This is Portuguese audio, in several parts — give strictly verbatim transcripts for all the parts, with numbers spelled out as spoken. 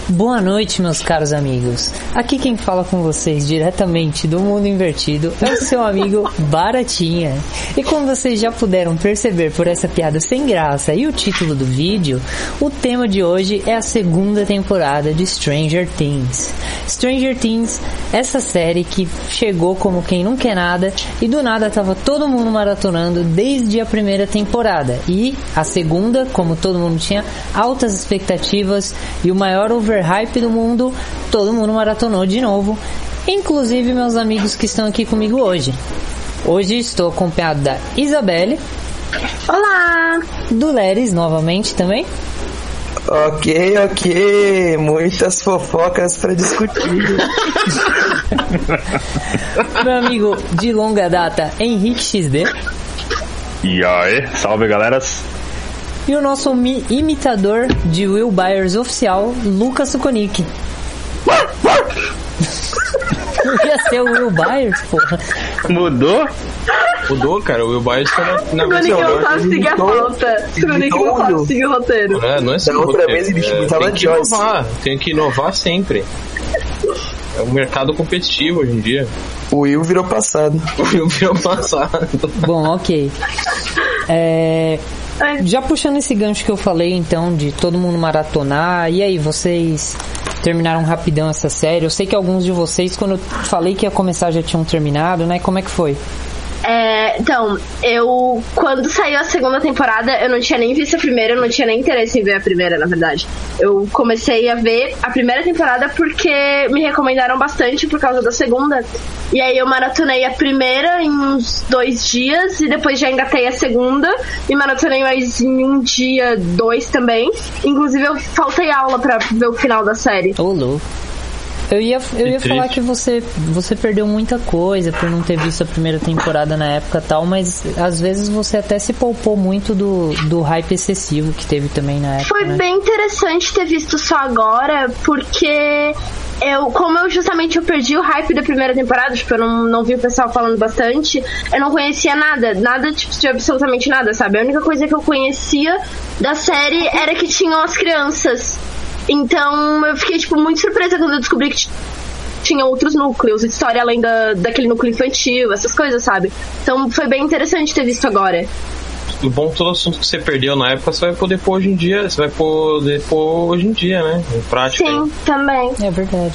Boa noite, meus caros amigos. Aqui quem fala com vocês diretamente do mundo invertido é o seu amigo Baratinha. E como vocês já puderam perceber por essa piada sem graça e o título do vídeo, o tema de hoje é a segunda temporada de Stranger Things. Stranger Things, essa série que chegou como quem não quer nada e do nada tava todo mundo maratonando desde a primeira temporada. E a segunda, como todo mundo tinha altas expectativas e o maior overhype do mundo, todo mundo maratonou de novo, inclusive meus amigos que estão aqui comigo hoje. Hoje estou acompanhado da Isabelle. Olá! Do Leris novamente também. Ok, ok, muitas fofocas para discutir. Meu amigo de longa data, Henrique X D. E aí, salve galeras. E o nosso mi- imitador de Will Byers oficial, Lucas Suconic. Ia ser o Will Byers, porra. Mudou? Mudou, cara. O Will Byers tá na, na versão. Não sabe seguir a pauta. Suconic não sabe seguir o roteiro. É, não é assim. Da outra roteiro. vez ele é, imitava tem que Joyce. inovar. Tem que inovar sempre. É um mercado competitivo hoje em dia. O Will virou passado. O Will virou passado. Bom, ok. É... Já puxando esse gancho que eu falei, então, de todo mundo maratonar, e aí, vocês terminaram rapidão essa série? Eu sei que alguns de vocês, quando eu falei que ia começar, já tinham terminado, né? Como é que foi? É, então, eu, quando saiu a segunda temporada, eu não tinha nem visto a primeira, eu não tinha nem interesse em ver a primeira, na verdade. Eu comecei a ver a primeira temporada porque me recomendaram bastante por causa da segunda. E aí eu maratonei a primeira em uns dois dias e depois já engatei a segunda e maratonei mais em um dia, dois também. Inclusive eu faltei aula pra ver o final da série. Ô, louco. Eu ia, eu ia falar que você, você perdeu muita coisa por não ter visto a primeira temporada na época e tal, mas às vezes você até se poupou muito do, do hype excessivo que teve também na época. Foi, né? Bem interessante ter visto só agora, porque eu, como eu justamente eu perdi o hype da primeira temporada, tipo, eu não, não vi o pessoal falando bastante, eu não conhecia nada, nada tipo, de absolutamente nada, sabe? A única coisa que eu conhecia da série era que tinham as crianças. Então eu fiquei tipo muito surpresa quando eu descobri que t- tinha outros núcleos, história além da, daquele núcleo infantil, essas coisas, sabe? Então foi bem interessante ter visto agora. O bom, todo assunto que você perdeu na época, você vai poder pôr hoje em dia, você vai poder pôr hoje em dia, né? Em prática. Sim, aí. Também. É verdade.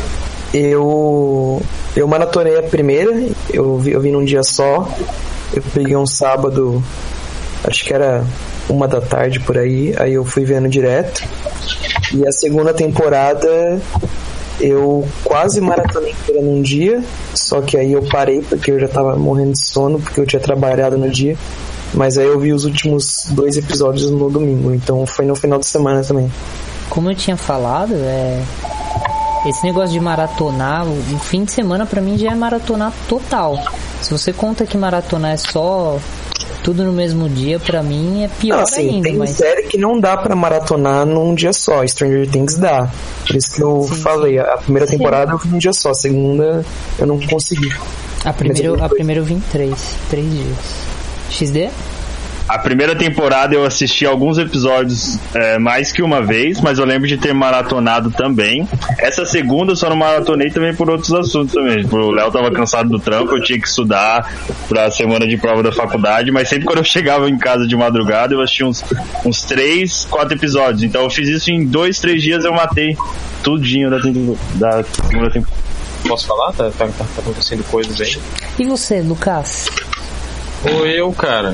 Eu eu maratonei a primeira, eu vi, eu vi num dia só. Eu peguei um sábado, acho que era uma da tarde por aí, aí eu fui vendo direto. E a segunda temporada eu quase maratonei inteira num dia, só que aí eu parei porque eu já tava morrendo de sono, porque eu tinha trabalhado no dia. Mas aí eu vi os últimos dois episódios no domingo, então foi no final de semana também. Como eu tinha falado, é... esse negócio de maratonar, o fim de semana pra mim já é maratonar total. Se você conta que maratonar é só tudo no mesmo dia, pra mim é pior não, assim, ainda. Tem mas... série que não dá pra maratonar num dia só. Stranger Things dá. Por isso que eu sim, falei, a primeira sim. temporada eu vi num dia só, a segunda eu não consegui. A primeira, a primeira eu vi em três, três dias. X D? A primeira temporada eu assisti alguns episódios é, mais que uma vez, mas eu lembro de ter maratonado também. Essa segunda eu só não maratonei também por outros assuntos também. O Léo tava cansado do trampo, eu tinha que estudar pra semana de prova da faculdade, mas sempre quando eu chegava em casa de madrugada eu assistia uns, uns três, quatro episódios. Então eu fiz isso em dois, três dias, eu matei tudinho da, da segunda temporada. Posso falar? Tá, tá, tá acontecendo coisas aí. E você, Lucas? Ou eu, cara.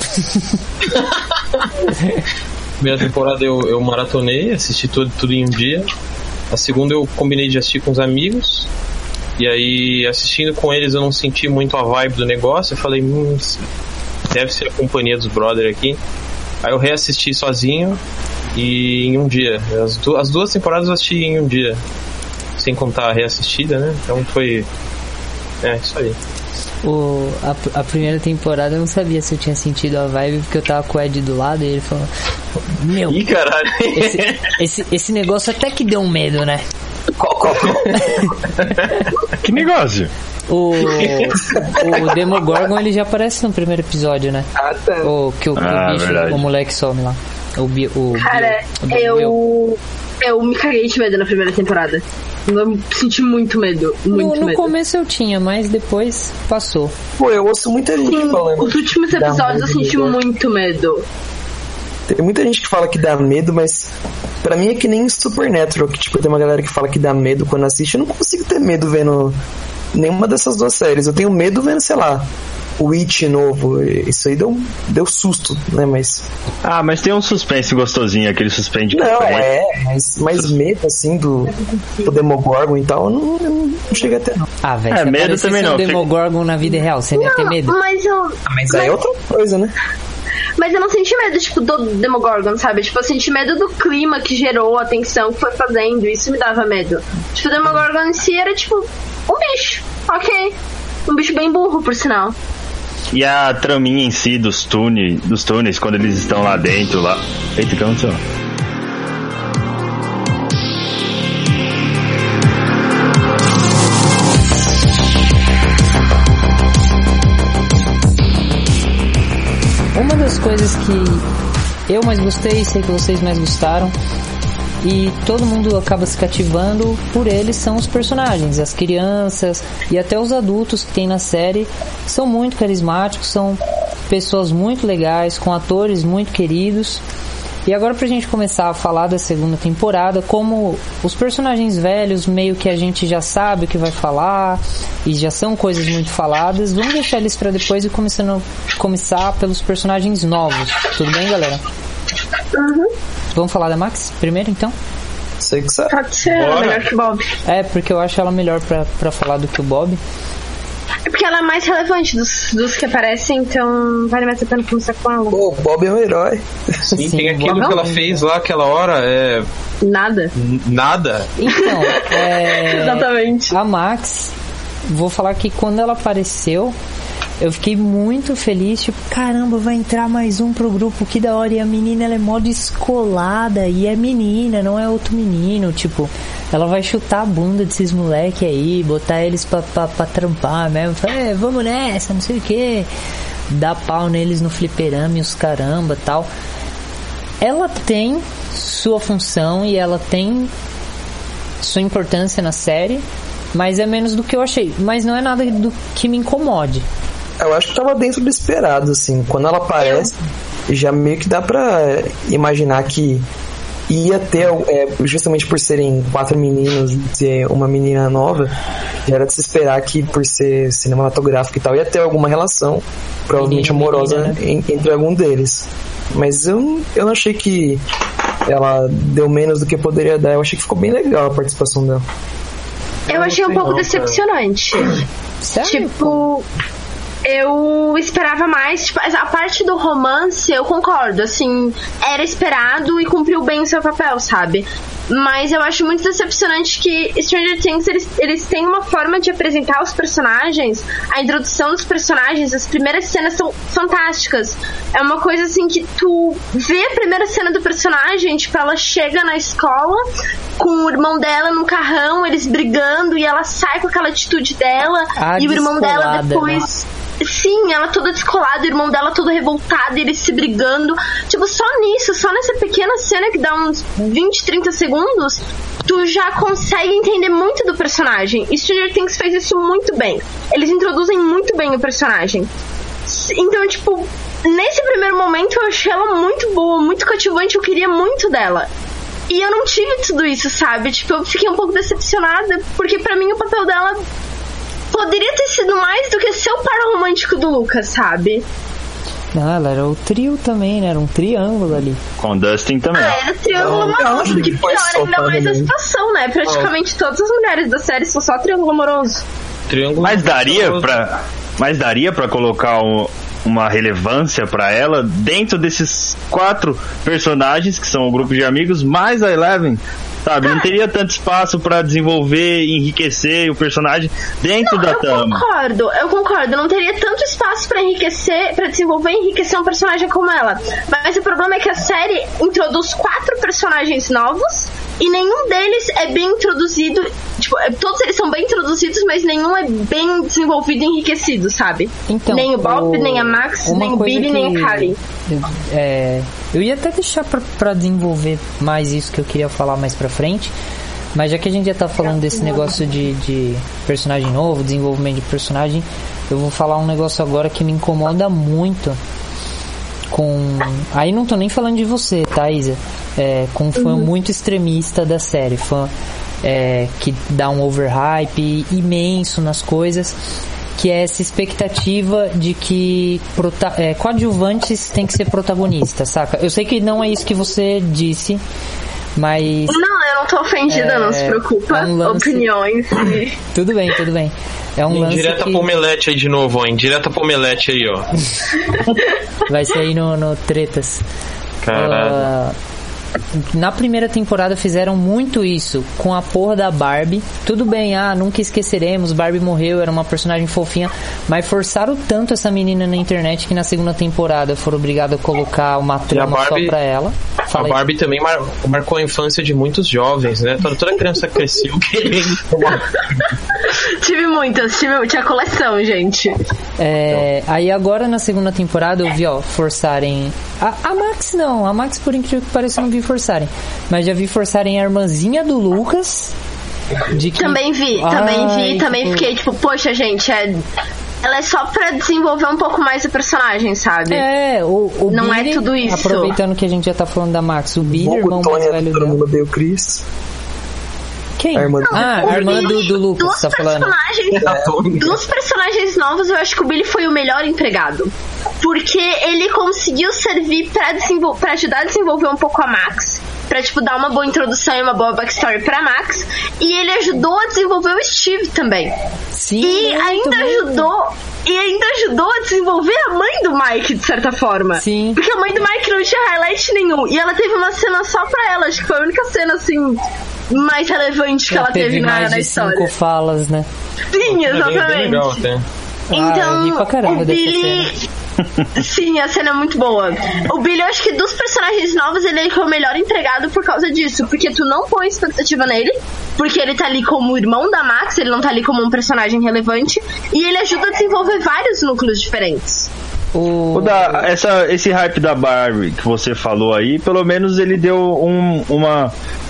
Primeira temporada eu, eu maratonei, assisti tudo, tudo em um dia. A segunda eu combinei de assistir com os amigos. E aí, assistindo com eles, eu não senti muito a vibe do negócio. Eu falei, hum, deve ser a companhia dos brothers aqui. Aí eu reassisti sozinho e em um dia. As, du- as duas temporadas eu assisti em um dia, sem contar a reassistida, né? Então foi... É, isso aí. O, a, a primeira temporada eu não sabia se eu tinha sentido a vibe, porque eu tava com o Ed do lado e ele falou: meu, ih, caralho. Esse, esse, esse negócio até que deu um medo, né? Que negócio? O, o Demogorgon ele já aparece no primeiro episódio, né? Ah, tá. O, que o, que ah, o bicho, verdade. o moleque some lá. O, bi, o, Cara, bio, o eu... Eu me caguei de medo na primeira temporada. Eu senti muito medo, muito no, no medo. começo eu tinha, mas depois passou. Pô, eu ouço muita gente Sim, falando. os últimos que dá episódios eu medo, senti né? muito medo. Tem muita gente que fala que dá medo, mas pra mim é que nem Supernatural, que tipo, tem uma galera que fala que dá medo quando assiste. Eu não consigo ter medo vendo nenhuma dessas duas séries. Eu tenho medo vendo, sei lá, o It novo. Isso aí deu, deu susto, né? Mas. Ah, mas tem um suspense gostosinho, aquele suspense de Não, café. é, mas, mas medo assim do, do Demogorgon e tal, eu não, eu não cheguei a ter, não. Ah, velho, É, se medo aparecesse também um não, Demogorgon na vida real, você ia ter Não, medo? mas eu. Ah, mas aí é outra coisa, né? Mas eu não senti medo, tipo, do Demogorgon, sabe? Tipo, eu senti medo do clima que gerou, a tensão que foi fazendo. Isso me dava medo. Tipo, o Demogorgon em si era, tipo, um bicho. Ok. Um bicho bem burro, por sinal. E a traminha em si dos túneis, dos túneis, quando eles estão lá dentro, lá. Eita, o que aconteceu? Uma das coisas que eu mais gostei, sei que vocês mais gostaram, e todo mundo acaba se cativando por eles, são os personagens. As crianças e até os adultos que tem na série são muito carismáticos, são pessoas muito legais, com atores muito queridos. E agora, pra gente começar a falar da segunda temporada, como os personagens velhos meio que a gente já sabe o que vai falar e já são coisas muito faladas, vamos deixar eles pra depois e começando, começar pelos personagens novos. Tudo bem, galera? Uhum. Vamos falar da Max primeiro, então? Sei que sabe. Pode ser ela melhor que o Bob. É, porque eu acho ela melhor pra, pra falar do que o Bob. É porque ela é mais relevante dos, dos que aparecem, então vale mais a pena começar com ela. Pô, o Bob é um herói. Sim, Sim, tem aquilo Bob que ela não. fez lá aquela hora, é. Nada. n- Nada. Então, é... Exatamente. A Max, vou falar que quando ela apareceu, eu fiquei muito feliz, tipo, caramba, vai entrar mais um pro grupo, que da hora. E a menina, ela é mó descolada, e é menina, não é outro menino, tipo, ela vai chutar a bunda desses moleque aí, botar eles pra, pra, pra trampar mesmo, fala, é, vamos nessa, não sei o que, dar pau neles no fliperama e os caramba, tal. Ela tem sua função e ela tem sua importância na série, mas é menos do que eu achei, mas não é nada do que me incomode. Eu acho que tava dentro do esperado, assim. Quando ela aparece, já meio que dá pra imaginar que ia ter, é, justamente por serem quatro meninos e ter uma menina nova, já era de se esperar que, por ser cinematográfico e tal, ia ter alguma relação, provavelmente Menino, amorosa, menina, né? en- entre algum deles. Mas eu, eu não achei que ela deu menos do que poderia dar. Eu achei que ficou bem legal a participação dela. Eu achei um sei pouco não, cara. decepcionante. Sério? Tipo, eu esperava mais. Tipo, a parte do romance, eu concordo. Assim, era esperado e cumpriu bem o seu papel, sabe? Mas eu acho muito decepcionante que Stranger Things, eles, eles têm uma forma de apresentar os personagens. A introdução dos personagens, as primeiras cenas são fantásticas. É uma coisa assim que tu vê a primeira cena do personagem, tipo, ela chega na escola com o irmão dela no carrão, eles brigando, e ela sai com aquela atitude dela, Ah, e o irmão dela descolada, depois... Sim, ela toda descolada, o irmão dela todo revoltado, e eles se brigando. Tipo, só nisso, só nessa pequena cena que dá uns vinte, trinta segundos, tu já consegue entender muito do personagem. E Stranger Things fez isso muito bem. Eles introduzem muito bem o personagem. Então, tipo, nesse primeiro momento eu achei ela muito boa, muito cativante, eu queria muito dela. E eu não tive tudo isso, sabe? Tipo, eu fiquei um pouco decepcionada, porque pra mim o papel dela poderia ter sido mais do que ser o par romântico do Lucas, sabe? Não, ela era o trio também, né? Era um triângulo ali. Com Dustin também. Ah, era triângulo Não, eu amoroso, acho que que foi pior só ainda par mais a romântico. situação, né? Praticamente todas as mulheres da série são só triângulo amoroso. Triângulo. Mas daria pra, mas daria pra colocar um- uma relevância pra ela dentro desses quatro personagens que são o grupo de amigos mais a Eleven, sabe? Não teria tanto espaço pra desenvolver e enriquecer o personagem dentro da Eu trama. concordo, eu concordo. Não teria tanto espaço pra enriquecer, pra desenvolver e enriquecer um personagem como ela. Mas o problema é que a série introduz quatro personagens novos E nenhum deles é bem introduzido. Tipo, todos eles são bem introduzidos, mas nenhum é bem desenvolvido e enriquecido, sabe? Então, nem o Bob, o... nem a Max, Uma nem o Billy, que... nem a Kali. É, eu ia até deixar pra, pra desenvolver mais isso que eu queria falar mais pra frente. Mas já que a gente já tá falando desse negócio de, de personagem novo, desenvolvimento de personagem, eu vou falar um negócio agora que me incomoda muito. Com... Aí não tô nem falando de você, tá, Isa? É, com um fã uhum. muito extremista da série. Fã é, que dá um overhype imenso nas coisas. Que é essa expectativa de que prota- é, coadjuvantes tem que ser protagonistas, saca? Eu sei que não é isso que você disse, mas... Não, eu não tô ofendida, é, não se preocupa. É um lance... Opiniões. Tudo bem, tudo bem. É um lance Indireta que... pro Omelete aí de novo, ó. Indireta pro Omelete aí, ó. Vai sair no, no Tretas. Caralho. Uh, na primeira temporada fizeram muito isso com a porra da Barbie. Tudo bem, ah, nunca esqueceremos, Barbie morreu, era uma personagem fofinha, mas forçaram tanto essa menina na internet que na segunda temporada foram obrigados a colocar uma trama Barbie, só pra ela. Fala a Barbie aí. Também mar- marcou a infância de muitos jovens, né? Toda, toda criança cresceu querendo. Tive muitas, tive, tinha coleção, gente. É, então. Aí agora na segunda temporada eu vi, ó, forçarem a, a Max não, a Max por incrível que pareça eu não vi forçarem, mas já vi forçarem a irmãzinha do Lucas de que... Também vi, Ai, também vi, também tipo... fiquei tipo, poxa gente, é... ela é só pra desenvolver um pouco mais o personagem, sabe? É, o, o não Billy, é tudo isso. Aproveitando que a gente já tá falando da Max, o Billy, o irmão mais velho todo mundo odeia o Chris. Quem? A irmã do... Ah, a irmã do, do Lucas, dos tá falando. É. Dos personagens novos, eu acho que o Billy foi o melhor empregado. Porque ele conseguiu servir pra, desenvol- pra ajudar a desenvolver um pouco a Max. Pra, tipo, dar uma boa introdução e uma boa backstory pra Max. E ele ajudou a desenvolver o Steve também. Sim, e ainda muito. ajudou... E ainda ajudou a desenvolver a mãe do Mike, de certa forma. Sim. Porque a mãe do Mike não tinha highlight nenhum. E ela teve uma cena só pra ela. Acho que foi a única cena, assim... mais relevante que ela, ela teve, teve na, mais na de história. Cinco falas, né? Sim, exatamente. É bem legal, até. Então, ah, o Billy... Sim, a cena é muito boa. O Billy, eu acho que dos personagens novos, ele é o melhor empregado por causa disso. Porque tu não põe expectativa nele, porque ele tá ali como irmão da Max, ele não tá ali como um personagem relevante. E ele ajuda a desenvolver vários núcleos diferentes. O da, essa, esse hype da Barbie que você falou aí, pelo menos ele deu um, uma...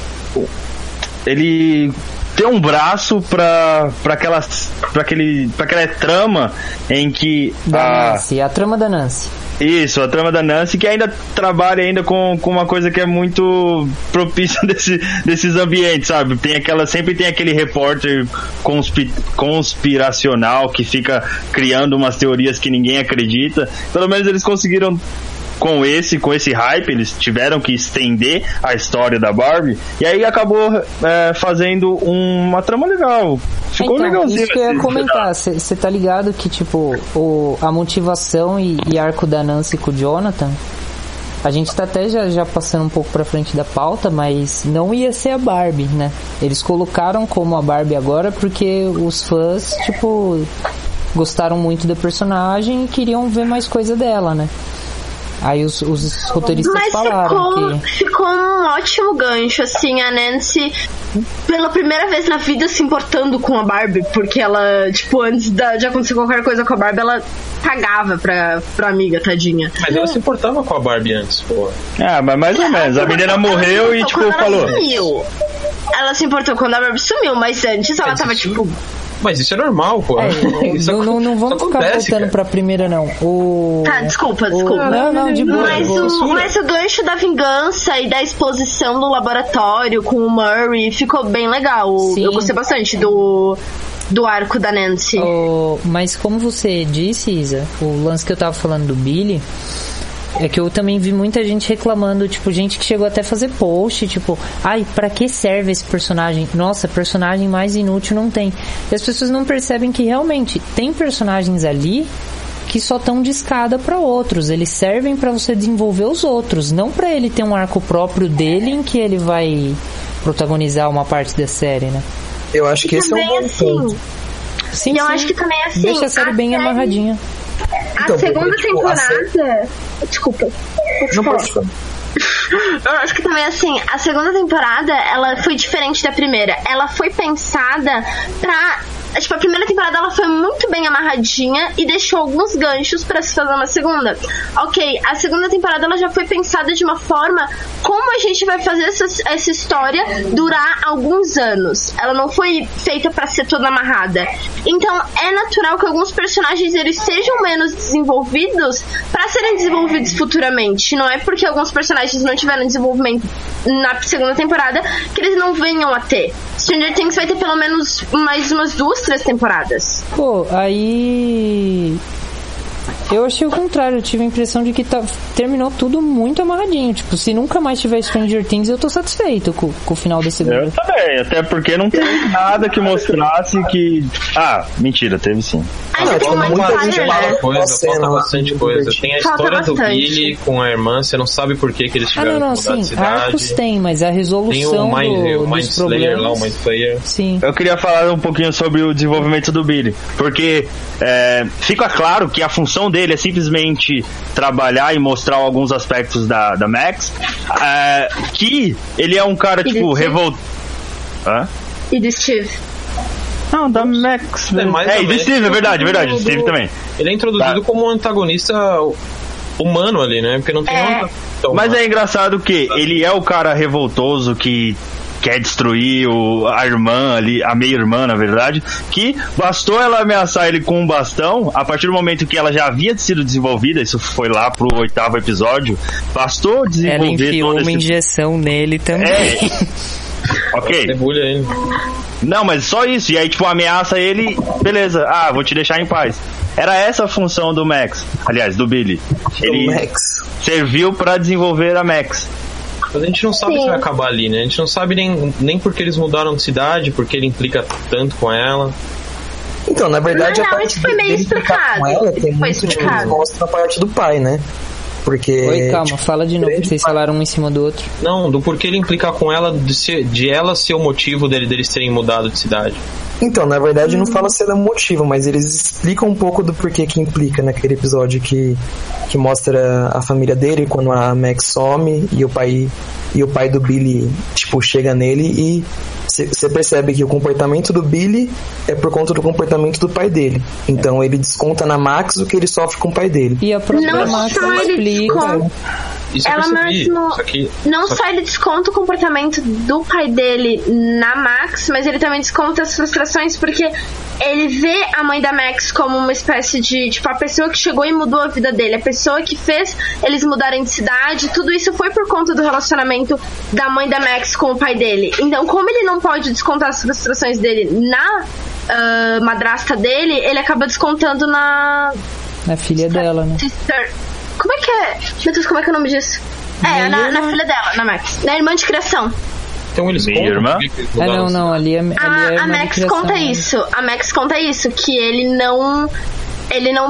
Ele tem um braço pra, pra, aquela, pra, aquele, pra aquela trama em que... Da a, Nancy, a trama da Nancy. Isso, a trama da Nancy, que ainda trabalha ainda com, com uma coisa que é muito propícia desse, desses ambientes, sabe? Tem aquela, sempre tem aquele repórter conspi, conspiracional que fica criando umas teorias que ninguém acredita. Pelo menos eles conseguiram... Com esse, com esse hype, eles tiveram que estender a história da Barbie e aí acabou é, fazendo uma trama legal. Ficou então, legalzinho. Isso que eu ia comentar, você tá ligado que tipo o, a motivação e, e arco da Nancy com o Jonathan, a gente tá até já, já passando um pouco pra frente da pauta, mas não ia ser a Barbie, né? Eles colocaram como a Barbie agora porque os fãs, tipo, gostaram muito da personagem e queriam ver mais coisa dela, né? Aí os, os roteiristas Mas falaram ficou, que... ficou um ótimo gancho, assim, a Nancy pela primeira vez na vida se importando com a Barbie, porque ela, tipo, antes da, de acontecer qualquer coisa com a Barbie, ela cagava pra, pra amiga, tadinha. Mas ela se importava com a Barbie antes, pô. Ah, mas mais ou menos, a menina morreu e, tipo, falou... Sumiu. Ela se importou quando a Barbie sumiu, mas antes ela tava, tipo... Mas isso é normal, pô. É, isso não, não, não vamos ficar acontece, voltando cara. pra primeira, não. O... Tá, desculpa, desculpa. O... Não, não, de boa. Mas, o, mas o gancho da vingança e da exposição do laboratório com o Murray ficou bem legal. Sim. Eu gostei bastante do, do arco da Nancy. O... Mas como você disse, Isa, o lance que eu tava falando do Billy... É que eu também vi muita gente reclamando, tipo, gente que chegou até a fazer post, tipo, ai, pra que serve esse personagem? Nossa, personagem mais inútil não tem. E as pessoas não percebem que realmente tem personagens ali que só estão de escada pra outros. Eles servem pra você desenvolver os outros, não pra ele ter um arco próprio dele em que ele vai protagonizar uma parte da série, né? Eu acho que esse é um bom assim, ponto. Sim, e eu sim. acho que também é assim. Deixa a série a bem série... amarradinha. A Então, segunda porque, tipo, temporada... a série... Desculpa. Não posso falar. Eu acho que também, assim, a segunda temporada, ela foi diferente da primeira. Ela foi pensada pra... Tipo, a primeira temporada ela foi muito bem amarradinha e deixou alguns ganchos pra se fazer uma segunda. Ok, a segunda temporada ela já foi pensada de uma forma como a gente vai fazer essa, essa história durar alguns anos. Ela não foi feita pra ser toda amarrada. Então é natural que alguns personagens eles sejam menos desenvolvidos pra serem desenvolvidos futuramente. Não é porque alguns personagens não tiveram desenvolvimento na segunda temporada que eles não venham a ter. Stranger Things vai ter pelo menos mais umas duas, três temporadas. Pô, aí... Eu achei o contrário, eu tive a impressão de que tá, terminou tudo muito amarradinho. Tipo, se nunca mais tiver Stranger Things, eu tô satisfeito com, com o final da segunda. Eu também, até porque não teve nada que mostrasse que... Ah, mentira, teve sim. Ainda ah, tem uma história, né? Coisa, falta bastante coisa. Tem a falta história bastante. do Billy com a irmã, você não sabe por que, que eles tiveram ah, não, não, que mudar sim, de cidade. arcos tem, mas a resolução tem o Mind, do, o Mind dos Slayer problemas... lá, o Mind Slayer. Sim. Eu queria falar um pouquinho sobre o desenvolvimento do Billy, porque é, fica claro que a função dele é simplesmente trabalhar e mostrar alguns aspectos da, da Max, é, que ele é um cara, e tipo, revoltado. Hã? E do Steve. Não, da Max. É, mais é ou e do menos. Steve, é verdade, é verdade, do Do- Steve também. Ele é introduzido Tá. como um antagonista humano ali, né? Porque não tem É. uma... Então, Mas é engraçado que ele é o cara revoltoso que quer destruir o, a irmã ali, a meia-irmã, na verdade, que bastou ela ameaçar ele com um bastão, a partir do momento que ela já havia sido desenvolvida, isso foi lá pro oitavo episódio, bastou Ela desenvolver enfiou todo uma esse... injeção nele também. É. Ok. debulha ele. Não, mas só isso. E aí, tipo, ameaça ele, beleza, ah, vou te deixar em paz. Era essa a função do Max, aliás, do Billy. Ele O Max. serviu pra desenvolver a Max. Mas a gente não sabe Sim. se vai acabar ali, né? A gente não sabe nem, nem porque eles mudaram de cidade, porque ele implica tanto com ela. Então, na verdade, Não, a não, parte isso foi meio dele ficar explicado. com ela tem Isso foi muito tipo, explicado. mostra a parte do pai, né? Porque... Oi, calma, tipo, fala de novo, grande que vocês parte- falaram um em cima do outro. Não, do porquê ele implicar com ela, de, ser, de ela ser o motivo dele, deles terem mudado de cidade. Então, na verdade, não fala se é o motivo, mas eles explicam um pouco do porquê que implica naquele episódio que, que mostra a família dele quando a Max some e o pai e o pai do Billy, tipo, chega nele e você percebe que o comportamento do Billy é por conta do comportamento do pai dele. Então ele desconta na Max o que ele sofre com o pai dele. E a própria Não Max só ele explica. desconta. Isso Ela eu percebi. mesmo- Só que, Não só só ele desconta o comportamento do pai dele na Max, mas ele também desconta as frustrações porque ele vê a mãe da Max como uma espécie de, tipo, a pessoa que chegou e mudou a vida dele, a pessoa que fez eles mudarem de cidade, tudo isso foi por conta do relacionamento da mãe da Max com o pai dele. Então, como ele não pode descontar as frustrações dele na ah, madrasta dele, ele acaba descontando na Na filha dela, né? sister. Como é que é? Meu Deus, como é que é o nome disso? É, na, na filha dela, na Max. Na irmã de criação. Então eles Minha contam irmã? por que que eles Ah, mudaram não, de não, cidade. ali é, ali é A, a irmã de Max criação, conta né? isso. A Max conta isso, que ele não. Ele não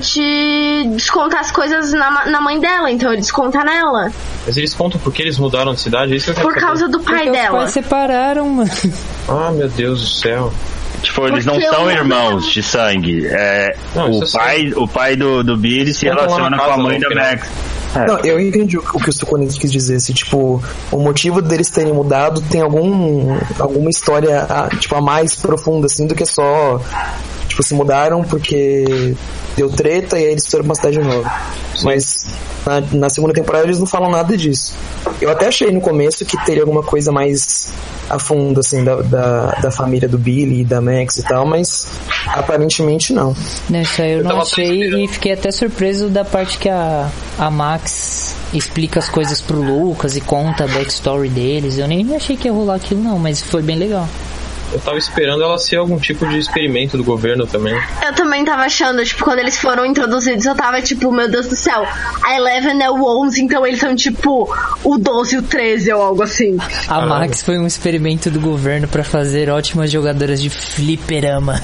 pode descontar as coisas na, ma- na mãe dela, então ele desconta nela. Mas eles contam por que eles mudaram de cidade? É isso que eu quero Por saber. causa do pai Porque os dela. pais separaram, mano. Ah, meu Deus do céu. Tipo, eles não Porque são eu- irmãos de sangue. É, Não, isso o, eu sei. pai, o pai do, do Billy se Contam lá relaciona na com a casa, mãe no da final. Max. É. Não, eu entendi o o que o Sucone quis dizer. Se, tipo, o motivo deles terem mudado tem algum, alguma história, a, tipo, a mais profunda, assim, do que só... Tipo, se mudaram porque deu treta e aí eles foram pra uma cidade nova. Mas na, na segunda temporada eles não falam nada disso. Eu até achei no começo que teria alguma coisa mais a fundo, assim, da, da, da família do Billy e da Max e tal, mas aparentemente não. Não, isso aí eu, Eu não tava achei esperando. e fiquei até surpreso da parte que a, a Max explica as coisas pro Lucas e conta a backstory deles. Eu nem achei que ia rolar aquilo não, mas foi bem legal. Eu tava esperando ela ser algum tipo de experimento do governo também. Eu também tava achando, tipo, quando eles foram introduzidos, eu tava tipo, meu Deus do céu, a Eleven é o onze, então eles são tipo o doze e o treze ou algo assim. A Max foi um experimento do governo pra fazer ótimas jogadoras de fliperama.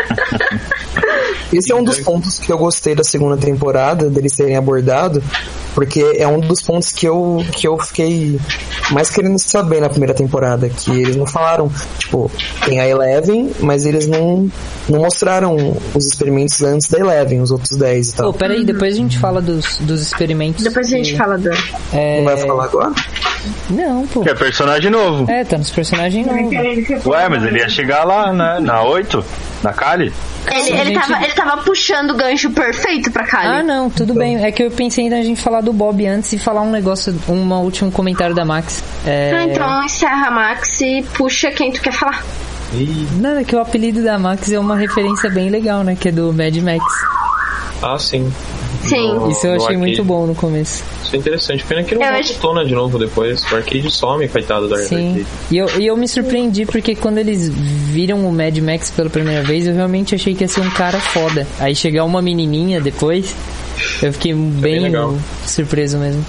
Esse é um dos pontos que eu gostei da segunda temporada, deles terem abordado, porque é um dos pontos que eu, que eu fiquei mais querendo saber na primeira temporada, que eles não falaram, tipo, tem a Eleven, mas eles não, não mostraram os experimentos antes da Eleven, os outros dez e tal. Pô, peraí, depois a gente fala dos, dos experimentos. Depois a gente que... fala do... É... Não vai falar agora? Não, pô. Que é personagem novo. É, tá nos personagens novos. Ué, mas ele ia chegar lá, né? Na oito? Na Kali? Ele, ele, gente... tava, ele tava puxando o gancho perfeito pra Kali. Ah, não, tudo então. bem. É que eu pensei ainda a gente falar do Bob antes e falar um negócio, um último comentário da Max. É... Ah, então encerra, Max, e puxa quem tu quer falar. Não, é que o apelido da Max é uma referência bem legal, né? Que é do Mad Max. Ah, sim. Sim. No, Isso eu achei no muito bom no começo. Isso é interessante. Pena que não Eu voltou, acho... né, de novo depois. O Arcade some, coitado do Sim. Arcade. E eu, e eu me surpreendi porque quando eles viram o Mad Max pela primeira vez, eu realmente achei que ia ser um cara foda. Aí chegar uma menininha depois, eu fiquei bem, legal. surpreso mesmo.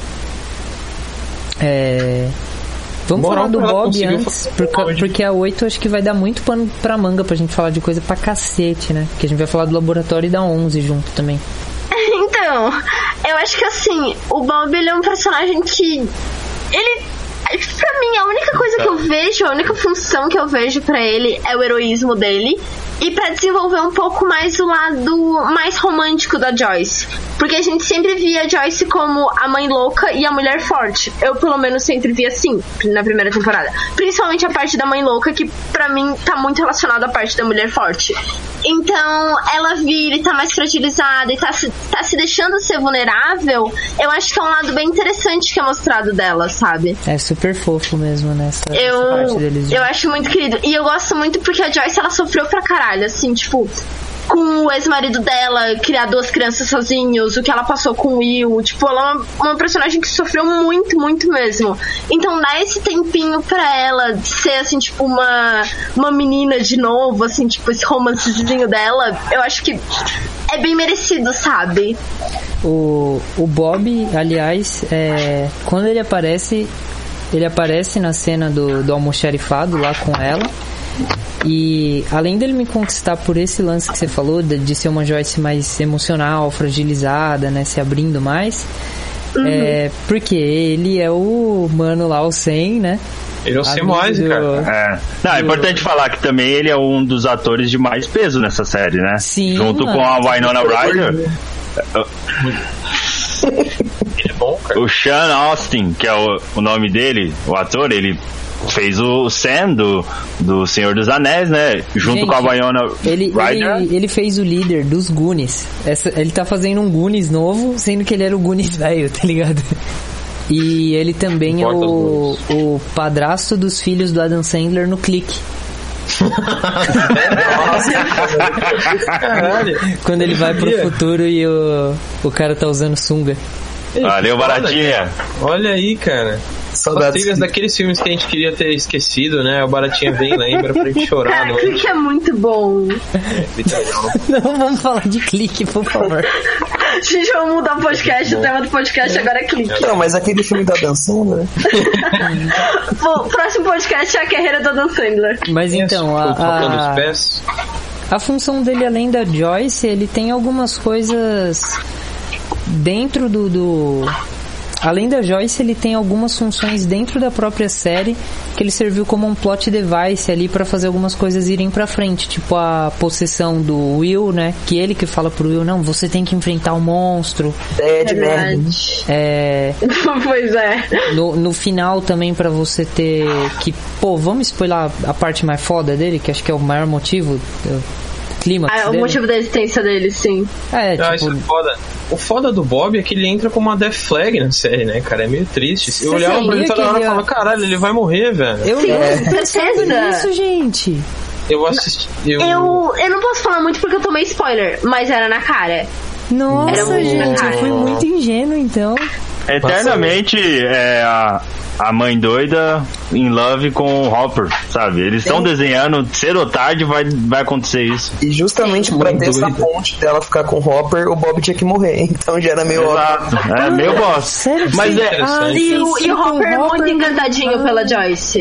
É... Vamos Moral falar do que ela Bob conseguiu antes, fazer porque, Bob. porque a oito acho que vai dar muito pano pra manga pra gente falar de coisa pra cacete, né? Que a gente vai falar do laboratório e da onze junto também. Então, eu acho que assim, o Bob, ele é um personagem que... Ele... Pra mim, a única coisa que eu vejo, a única função que eu vejo pra ele é o heroísmo dele. E pra desenvolver um pouco mais o lado mais romântico da Joyce. Porque a gente sempre via a Joyce como a mãe louca e a mulher forte. Eu, pelo menos, sempre via assim, na primeira temporada. Principalmente a parte da mãe louca, que pra mim tá muito relacionada à parte da mulher forte. Então, ela vira e tá mais fragilizada e tá se, tá se deixando ser vulnerável. Eu acho que é um lado bem interessante que é mostrado dela, sabe? É super fofo mesmo nessa, Eu, nessa parte deles. eu acho muito querido. E eu gosto muito porque a Joyce, ela sofreu pra caralho, assim, tipo... Com o ex-marido dela, criar duas crianças sozinhos, o que ela passou com o Will. Tipo, ela é uma, uma personagem que sofreu muito, muito mesmo. Então, dar esse tempinho pra ela ser, assim, tipo, uma, uma menina de novo, assim, tipo, esse romancezinho dela, eu acho que é bem merecido, sabe? O, o Bob, aliás, é, quando ele aparece, ele aparece na cena do, do almoxarifado lá com ela. E além dele me conquistar por esse lance que você falou, de, de ser uma Joyce mais emocional, fragilizada, né, se abrindo mais, uhum. é, porque ele é o mano lá, o Sam, né? Ele é o Samwise, cara. É. Não, é importante falar que também ele é um dos atores de mais peso nessa série, né? Sim, junto mano. com a Winona Ryder. Ele é bom, cara. O Sean Austin, que é o, o nome dele, o ator, ele fez o Sam do, do Senhor dos Anéis, né? Junto Gente, com a Winona ele, Ryder. Ele, ele fez o líder dos Goonies. Essa, ele tá fazendo um Goonies novo, sendo que ele era o Goonies velho, tá ligado? E ele também é o, o padrasto dos filhos do Adam Sandler no Clique. Caralho. Quando ele vai pro futuro e o, o cara tá usando sunga. Valeu, Baratinha. Olha aí, cara. As trilhas daqueles filmes que a gente queria ter esquecido, né? O Baratinha vem e lembra pra gente chorar. Cara, Clique é muito bom. Não, vamos falar de Clique, por favor. Gente, vamos mudar o podcast. O tema do podcast agora é Clique. Não, mas aquele filme da Dan Sandler. O próximo podcast é a carreira do Adam Sandler. Mas então, a, a, pés. a função dele, além da Joyce, ele tem algumas coisas dentro do... do... Além da Joyce, ele tem algumas funções dentro da própria série que ele serviu como um plot device ali pra fazer algumas coisas irem pra frente, tipo a possessão do Will, né? Que ele que fala pro Will, não, você tem que enfrentar o monstro. É de merda. É... Pois é. No, no final também pra você ter que... Pô, vamos spoiler a parte mais foda dele, que acho que é o maior motivo... Clímax ah, é o dele. motivo da existência dele, sim. É, ah, tipo... isso é foda. O foda do Bob é que ele entra como uma death flag na série, né, cara? É meio triste. Eu Você olhava pra ele toda hora e ia... falava, caralho, ele vai morrer, velho. Eu sim, é. com certeza. Isso, gente. Eu assisti... Eu... eu... Eu não posso falar muito porque eu tomei spoiler, mas era na cara. Nossa, era muito gente, eu fui muito ingênuo, então. Eternamente é a, a mãe doida in love com o Hopper, sabe? Eles estão desenhando, cedo ou tarde vai, vai acontecer isso. E justamente pra ter essa ponte dela ficar com o Hopper, o Bob tinha que morrer. Então já era meio Exato. óbvio. É meio boss. Sério? Mas é... Ah, e, o, e o Hopper é muito encantadinho ah. pela Joyce.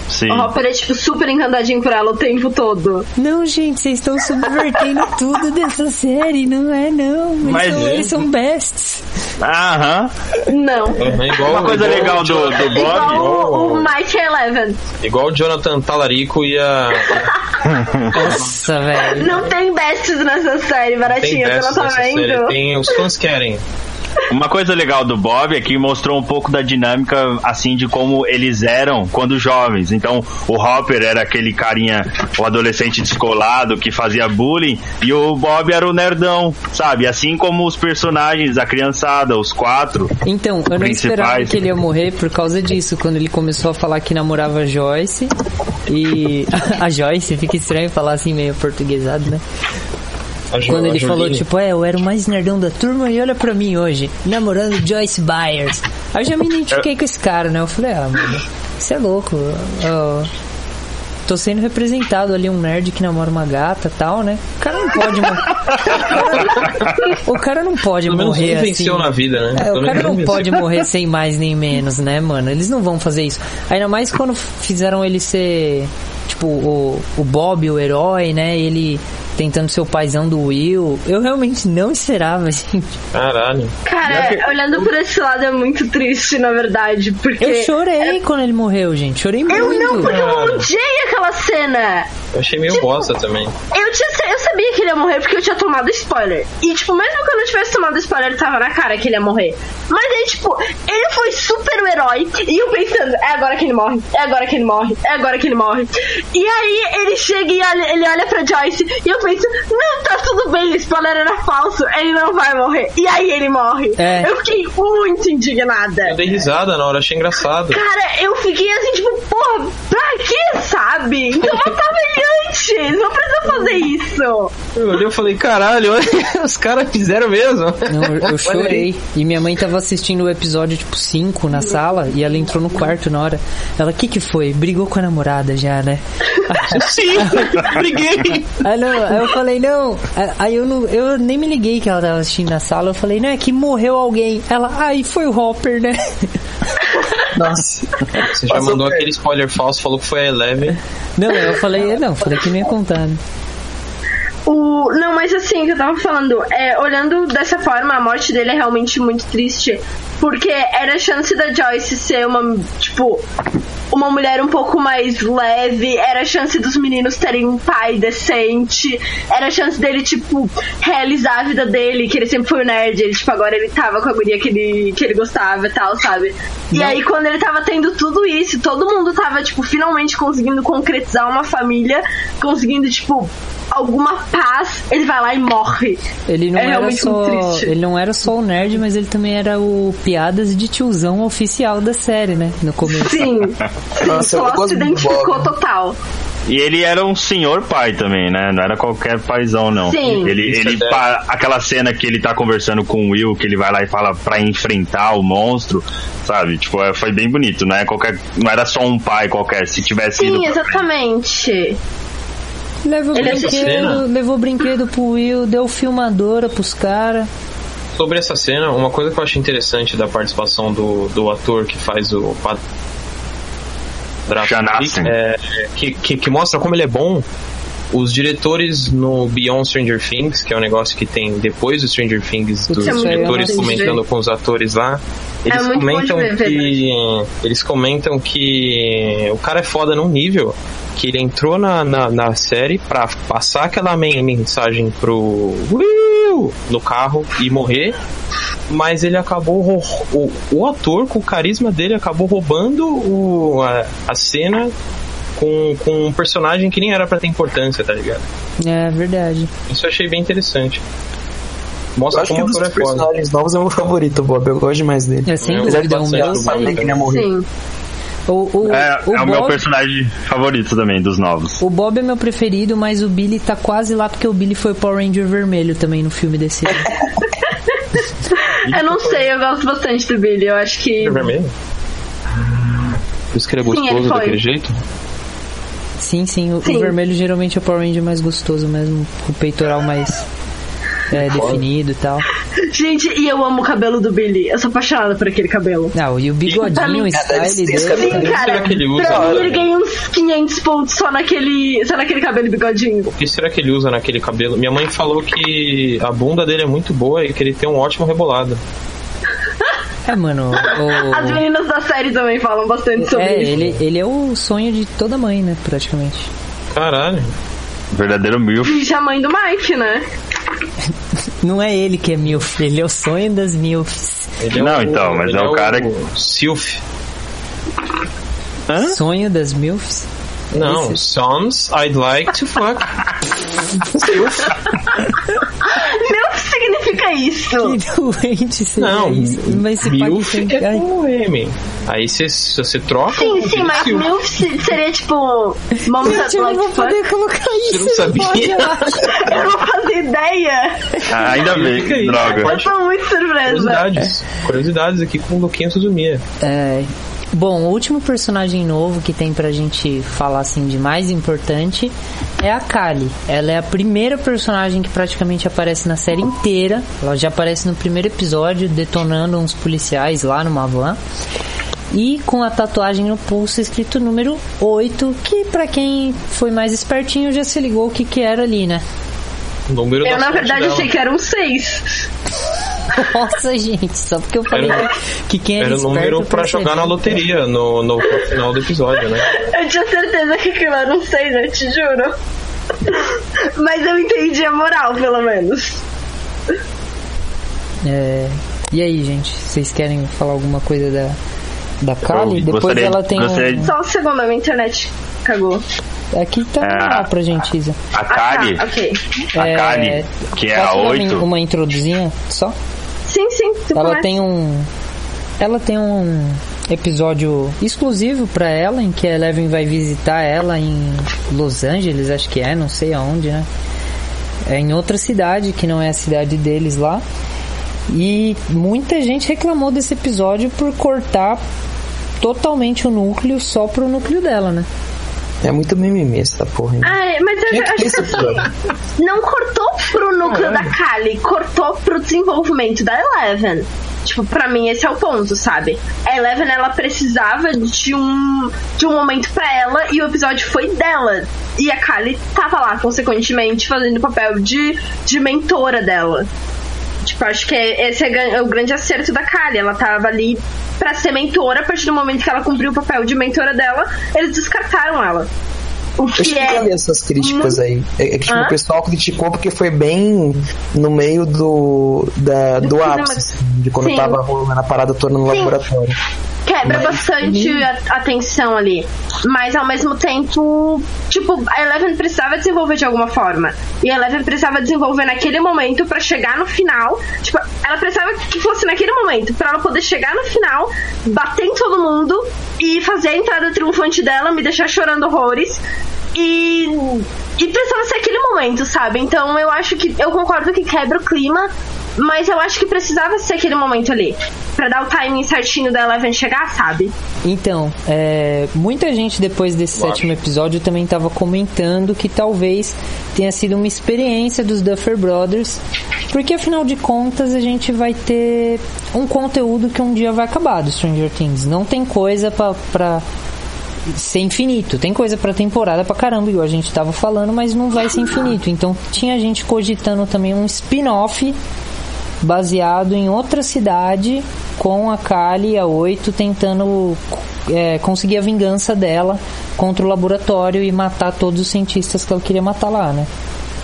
Sim. O Hopper é, tipo, super encantadinho por ela o tempo todo. Não, gente, vocês estão subvertendo tudo dessa série, não é não. Eles, Mas são, é. eles são bests. Aham. Não. Uhum, igual, Uma coisa igual legal o do, Jonathan- do Bob. Igual o, o igual, Mike Eleven. igual o Jonathan Talarico e a. Nossa, velho. Não tem besties nessa série, Tem baratinha, você não dessas tá nessa série. vendo? Tem, os fãs querem. Uma coisa legal do Bob é que mostrou um pouco da dinâmica, assim, de como eles eram quando jovens. Então, o Hopper era aquele carinha, o adolescente descolado que fazia bullying, e o Bob era o nerdão, sabe? Assim como os personagens, a criançada, os quatro. Então, eu não esperava principais. que ele ia morrer por causa disso, quando ele começou a falar que namorava a Joyce, e a Joyce, fica estranho falar assim meio portuguesado, né? A Jo- Quando a ele falou, Jolene. tipo, é, eu era o mais nerdão da turma e olha pra mim hoje, namorando Joyce Byers. Aí eu já me identifiquei com esse cara, né? Eu falei, ah, mano, você é louco. Eu tô sendo representado ali, um nerd que namora uma gata e tal, né? O cara não pode morrer. O cara não pode Pelo menos morrer um assim. venceu na vida, né? É, Pelo o cara menos um não venceu. pode morrer sem mais nem menos, né, mano? Eles não vão fazer isso. Ainda mais quando fizeram ele ser, tipo, o, o Bob, o herói, né? Ele tentando ser o paizão do Will. Eu realmente não esperava, gente. Caralho. Cara, olhando por esse lado é muito triste, na verdade, porque... Eu chorei quando ele morreu, gente. Chorei Eu muito. não, porque eu Cara. odiei aquela cena. Eu achei meio Tipo, bosta também. Eu, tinha, eu sabia que ele ia morrer porque eu tinha tomado spoiler. E, tipo, mesmo que eu não tivesse tomado spoiler, tava na cara que ele ia morrer. Mas aí, tipo, ele foi super o herói. E eu pensando, é agora que ele morre, é agora que ele morre, é agora que ele morre. E aí ele chega e olha, ele olha pra Joyce e eu penso, não, tá tudo bem, o spoiler era falso, ele não vai morrer. E aí ele morre. É. Eu fiquei muito indignada. Eu dei risada na hora, achei engraçado. Cara, eu fiquei assim, tipo, porra, pra que, sabe? Então matava ele antes, não precisa fazer isso. Eu olhei e falei, caralho, os caras fizeram mesmo. Não, eu, eu chorei. E minha mãe tava assistindo o episódio, tipo, cinco na sala, e ela entrou no quarto na hora. Ela, o que que foi? Brigou com a namorada já, né? Sim, briguei. Aí, não, aí eu falei, não. Aí eu, não, eu nem me liguei que ela tava assistindo na sala. Eu falei, não, é que morreu alguém. Ela, aí foi o Hopper, né? Nossa. Você já mandou aquele spoiler falso, falou que foi a Eleven. Não, eu falei, não, falei que não ia contar, né? O... Não, mas assim, que eu tava falando, é, olhando dessa forma, a morte dele é realmente muito triste. Porque era a chance da Joyce ser uma, tipo, uma mulher um pouco mais leve, era a chance dos meninos terem um pai decente, era a chance dele, tipo, realizar a vida dele, que ele sempre foi um nerd, ele, tipo, agora ele tava com a guria que ele, que ele gostava e tal, sabe? E Não. aí, quando ele tava tendo tudo isso, todo mundo tava, tipo, finalmente conseguindo concretizar uma família, conseguindo, tipo, alguma paz, ele vai lá e morre. Ele não É era realmente só. muito triste. Ele não era só o nerd, mas ele também era o piadas de tiozão oficial da série, né? No começo. Sim, sim, Nossa, eu só gosto se muito do identificou Bob. total. E ele era um senhor pai também, né? Não era qualquer paizão, não. Sim. Ele, Isso ele é pa- aquela cena que ele tá conversando com o Will, que ele vai lá e fala pra enfrentar o monstro, sabe? Tipo, é, foi bem bonito, não é qualquer, não era só um pai qualquer. Se tivesse ido Sim, pra- exatamente. Levou Ele é brinquedo, cena. levou brinquedo pro Will, deu filmadora pros caras. Sobre essa cena, uma coisa que eu achei interessante da participação do, do ator que faz o padrasto Sean ali, Astin. é, que, que, que mostra como ele é bom. Os diretores no Beyond Stranger Things, que é um negócio que tem depois do Stranger Things, dos Isso aí eu não diretores assisti. comentando com os atores lá, eles É muito bom de comentam ver, que eles comentam que o cara é foda num nível que ele entrou na, na, na série pra passar aquela men- mensagem pro Will no carro e morrer, mas ele acabou rou- o, o ator com o carisma dele acabou roubando o, a, a cena com, com um personagem que nem era pra ter importância, tá ligado? É verdade. Isso eu achei bem interessante. Eu Mostra acho que como um o dos ator é foda. personagens novos é o meu favorito, o Bob. Eu gosto demais dele. É sem Eu dúvida, gosto um bastante bem do Eu sabia saído. que ele ia morrer. Sim. O, o, É, o, é o meu Bob, personagem favorito também, dos novos. o Bob é meu preferido, mas o Billy tá quase lá porque o Billy foi Power Ranger vermelho também no filme desse ano. Eu não sei, eu gosto bastante do Billy, eu acho que... É vermelho? Por isso que ele é Sim, gostoso ele foi. daquele jeito? Sim, sim, o, Sim. o vermelho geralmente é o Power Ranger mais gostoso mesmo, com o peitoral mais... é, definido e tal. Gente, e eu amo o cabelo do Billy. Eu sou apaixonada por aquele cabelo. Não, e o bigodinho, o style dele. Sim, cara. que ele usa, Pra mim, né? ele ganha uns quinhentos pontos só naquele, só naquele cabelo e bigodinho. O que será que ele usa naquele cabelo? Minha mãe falou que a bunda dele é muito boa e que ele tem um ótimo rebolado. É, mano, o... As meninas da série também falam bastante sobre É, isso. ele, ele é o sonho de toda mãe, né, praticamente. Caralho. Verdadeiro milf. Já a mãe do Mike, né? Não é ele que é milf, ele é o sonho das milfs. Ele Não, o, então, mas ele é o cara que- Silf. Hã? Sonho das milfs? Não, Esse- Soms I'd like to fuck. Silf. Meu, que significa isso? Que doente seria Não, isso. Mas se Milf pode é Ai, com M. Aí se você troca. Sim, o sim, mas Silf. Milf se- seria tipo. Mom gente, that eu não like vou fuck. poder colocar isso. não sabia? pode, eu acho. Eu não fazia ideia. Ah, ainda bem, Fica aí. droga. Eu tô muito surpresa. Curiosidades. Curiosidades aqui com o Luquinha Suzumia. É, bom, o último personagem novo que tem pra gente falar assim de mais importante é a Kali. Ela é a primeira personagem que praticamente aparece na série inteira. Ela já aparece no primeiro episódio detonando uns policiais lá numa van. E com a tatuagem no pulso escrito número oito, que pra quem foi mais espertinho já se ligou o que que era ali, né? O número Eu, da na sorte verdade, dela. achei que era um seis. Nossa, gente, só porque eu falei Era- que quem era Era o esperto número pra percebeu. jogar na loteria no, no, no final do episódio, né? Eu tinha certeza que aquilo era um seis, eu te juro. Mas eu entendi a moral, pelo menos. É, e aí, gente, vocês querem falar alguma coisa da, da Kali? Eu Depois gostaria- ela tem gostaria um... de- Só um segundo, a minha internet cagou. Aqui tá É. normal pra gente, Isa. A Kali, Ah, tá, ok. a É, Kali, que é a posso dar oito. uma introduzinha só? Sim, sim, tu Ela começa. tem um... Ela tem um episódio exclusivo pra ela, em que a Eleven vai visitar ela em Los Angeles, acho que é, não sei aonde, né? É em outra cidade, que não é a cidade deles lá. E muita gente reclamou desse episódio por cortar totalmente o núcleo só pro núcleo dela, né? É muito mimimi essa porra. Hein? Ai, mas eu Quem é que acho fez que esse episódio? assim, não cortou pro núcleo da Kali, cortou pro desenvolvimento da Eleven. Tipo, pra mim esse é o ponto, sabe? A Eleven, ela precisava de um, de um momento pra ela e o episódio foi dela. E a Kali tava lá, consequentemente, fazendo o papel de, de mentora dela. Tipo, acho que esse é gan- é o grande acerto da Kali. Ela tava ali pra ser mentora. A partir do momento que ela cumpriu o papel de mentora dela, eles descartaram ela. O Eu que cheguei a é... ler essas críticas aí. É, é que tipo, Hã? o pessoal criticou porque foi bem no meio do, da, do cinema. ápice, assim, de quando Sim. tava rolando a parada toda no Sim. laboratório. Quebra Mas- bastante a a atenção ali. Mas ao mesmo tempo, tipo, a Eleven precisava desenvolver de alguma forma. E a Eleven precisava desenvolver naquele momento pra chegar no final. Tipo, ela precisava que fosse naquele momento pra ela poder chegar no final, bater em todo mundo e fazer a entrada triunfante dela, me deixar chorando horrores. E, e precisava ser aquele momento, sabe? Então eu acho que. Eu concordo que quebra o clima, mas eu acho que precisava ser aquele momento ali. Pra dar o timing certinho da Eleven chegar, sabe? Então, é, muita gente depois desse Claro. sétimo episódio também estava comentando que talvez tenha sido uma experiência dos Duffer Brothers, porque afinal de contas a gente vai ter um conteúdo que um dia vai acabar do Stranger Things. Não tem coisa pra, pra ser infinito, tem coisa pra temporada pra caramba, igual a gente tava falando, mas não vai ser infinito. Então tinha gente cogitando também um spin-off baseado em outra cidade, com a Kali, a oito, tentando é, conseguir a vingança dela contra o laboratório e matar todos os cientistas que ela queria matar lá, né?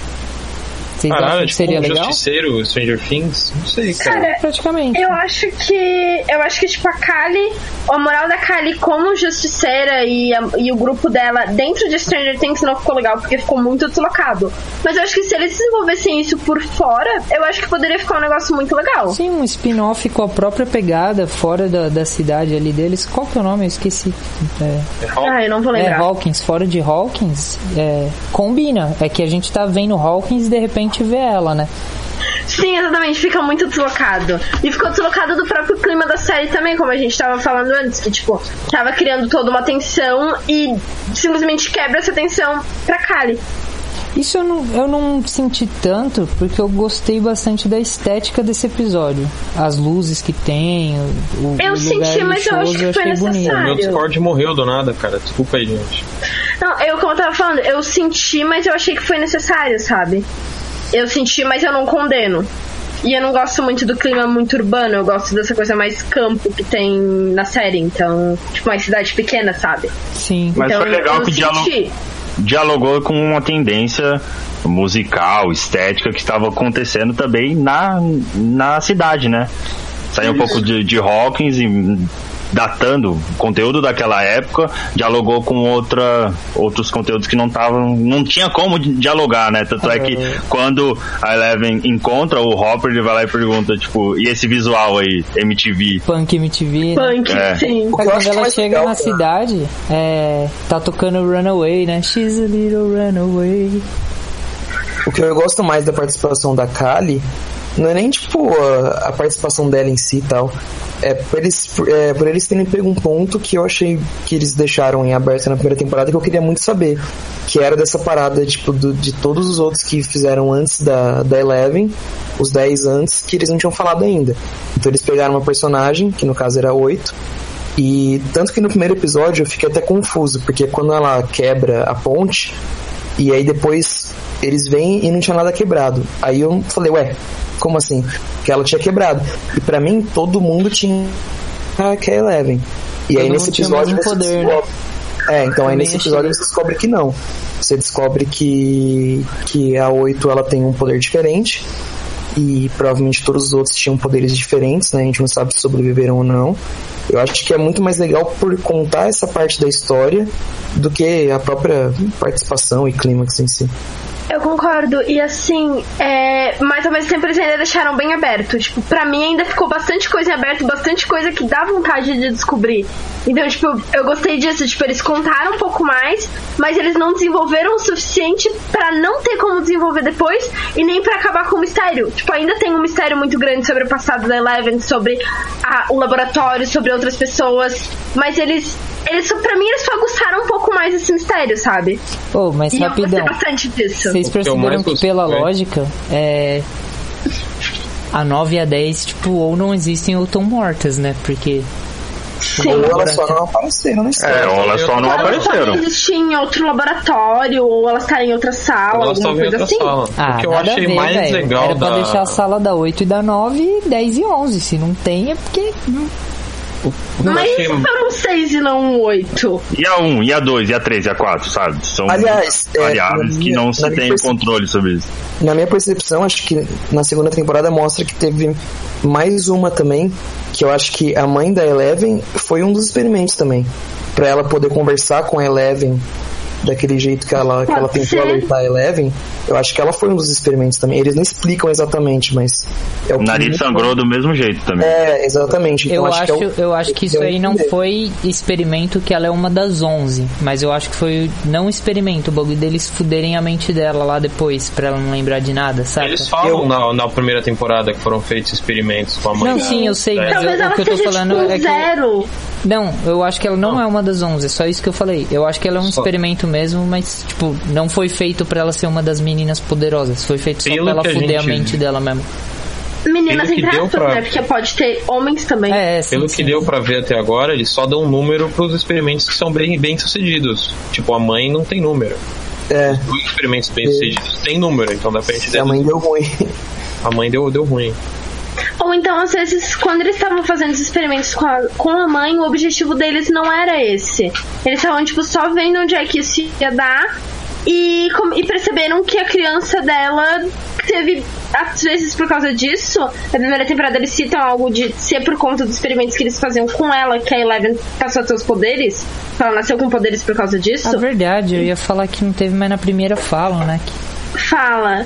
Vocês acham Caralho, que tipo seria um legal? Justiceiro, Stranger Things? Não sei, cara. Cara, Praticamente. eu acho que. Eu acho que, tipo, a Kali, a moral da Kali como justiceira e, a- e o grupo dela dentro de Stranger Things não ficou legal, porque ficou muito deslocado. Mas eu acho que se eles desenvolvessem isso por fora, eu acho que poderia ficar um negócio muito legal. Sim, um spin-off com a própria pegada fora da, da cidade ali deles. Qual que é o nome? Eu esqueci. É, Ah, eu não vou é lembrar. Hawkins, fora de Hawkins, é, combina. É que a gente tá vendo Hawkins e de repente vê ela, né? Sim, exatamente, fica muito deslocado. E ficou deslocado do próprio clima da série também, como a gente tava falando antes, que, tipo, tava criando toda uma tensão e simplesmente quebra essa tensão pra Kali. Isso eu não, eu não senti tanto, porque eu gostei bastante da estética desse episódio. As luzes que tem, o, eu o senti, mas eu acho que foi necessário. Meu Discord morreu do nada, cara. Desculpa aí, gente. Não, eu, como eu tava falando, eu senti, mas eu achei que foi necessário, sabe? Eu senti, mas eu não condeno. E eu não gosto muito do clima muito urbano, eu gosto dessa coisa mais campo que tem na série, então, tipo, uma cidade pequena, sabe? Sim. Mas então, foi legal que dialog... dialogou com uma tendência musical, estética que estava acontecendo também na, na cidade, né? Saiu um pouco de, de Hawkins e datando o conteúdo daquela época, dialogou com outra, outros conteúdos que não estavam, não tinha como dialogar, né? Tanto é que quando a Eleven encontra o Hopper, ele vai lá e pergunta, tipo, e esse visual aí, M T V? Punk M T V, né? Punk, É. sim. Aí quando ela chega legal, na cara. cidade, é, tá tocando Runaway, né? She's a little runaway. O que eu gosto mais da participação da Kali não é nem, tipo, a, a participação dela em si e tal. É por, eles, é por eles terem pego um ponto que eu achei que eles deixaram em aberto na primeira temporada, que eu queria muito saber. Que era dessa parada, tipo, do, de todos os outros que fizeram antes da, da Eleven, os dez antes, que eles não tinham falado ainda. Então eles pegaram uma personagem, que no caso era oito, e tanto que no primeiro episódio eu fiquei até confuso, porque quando ela quebra a ponte, e aí depois eles vêm e não tinha nada quebrado. Aí eu falei, ué, como assim? Que ela tinha quebrado. E pra mim, todo mundo tinha que é Eleven. E todo aí nesse episódio você poder, descobre... né? É, então aí nesse episódio você descobre que não. Você descobre que, que a oito ela tem um poder diferente. E provavelmente todos os outros tinham poderes diferentes, né? A gente não sabe se sobreviveram ou não. Eu acho que é muito mais legal por contar essa parte da história do que a própria participação e clímax em si. Eu concordo, e assim, é... mas ao mesmo tempo eles ainda deixaram bem aberto. Tipo, pra mim ainda ficou bastante coisa em aberto, bastante coisa que dá vontade de descobrir. Então, tipo, eu gostei disso, tipo, eles contaram um pouco mais, mas eles não desenvolveram o suficiente pra não ter como desenvolver depois e nem pra acabar com o mistério. Tipo, ainda tem um mistério muito grande sobre o passado da Eleven, sobre a, o laboratório, sobre outras pessoas, mas eles, eles pra mim, eles só aguçaram um pouco mais esse mistério, sabe? Oh, mas e rapidão. eu gostei bastante disso. Vocês perceberam que pela lógica é, a nove e a dez tipo, ou não existem ou estão mortas, né? Porque sim. Ou elas só não apareceram na história. É, ou elas só não apareceram. Elas existem em outro laboratório, ou elas estarem em outra sala, elas alguma coisa assim. Sala. Ah, o que eu nada achei a ver, mais véio. legal Era pra da... deixar a sala da oito e da nove, dez e onze. Se não tem, é porque... O, mas achei... foram seis e não um oito. E a um, e a dois, e a três, e a quatro, sabe? São Aliás, variáveis é, que não se tem percep... controle sobre isso. Na minha percepção, acho que na segunda temporada mostra que teve mais uma também, que eu acho que a mãe da Eleven foi um dos experimentos também. Pra ela poder conversar com a Eleven daquele jeito que ela, que ela tentou alertar a Eleven, eu acho que ela foi um dos experimentos também. Eles não explicam exatamente, mas... É o, o nariz sangrou do mesmo jeito também. É, exatamente. Então, eu, acho, acho, que é o, eu acho que isso aí não foi experimento, que ela é uma das onze, mas eu acho que foi não experimento, o bagulho deles fuderem a mente dela lá depois, pra ela não lembrar de nada, sabe? Eles falam eu... na, na primeira temporada que foram feitos experimentos com a mãe. Não, sim, eu sei, mas Talvez eu, ela o que eu tô seja, falando tipo, é que... zero. Não, eu acho que ela não, não é uma das onze, é só isso que eu falei. Eu acho que ela é um só. experimento mesmo, mas, tipo, não foi feito pra ela ser uma das meninas poderosas. Foi feito só Pelo pra ela a fuder gente... a mente dela mesmo. Meninas entre aspas, pra... né? Porque pode ter homens também. É, sim, Pelo sim. que deu pra ver até agora, eles só dão um número pros experimentos que são bem, bem sucedidos. Tipo, a mãe não tem número. É. Os experimentos bem sucedidos tem número, então dá pra gente... A mãe deu ruim. A mãe deu, deu ruim. Ou então, às vezes, quando eles estavam fazendo os experimentos com a, com a mãe, o objetivo deles não era esse. Eles estavam, tipo, só vendo onde é que isso ia dar e, com, e perceberam que a criança dela teve, às vezes, por causa disso, na primeira temporada eles citam algo de ser por conta dos experimentos que eles faziam com ela, que a Eleven passou a ter os poderes, ela nasceu com poderes por causa disso. É verdade, eu ia falar que não teve mais na primeira fala, né? Fala.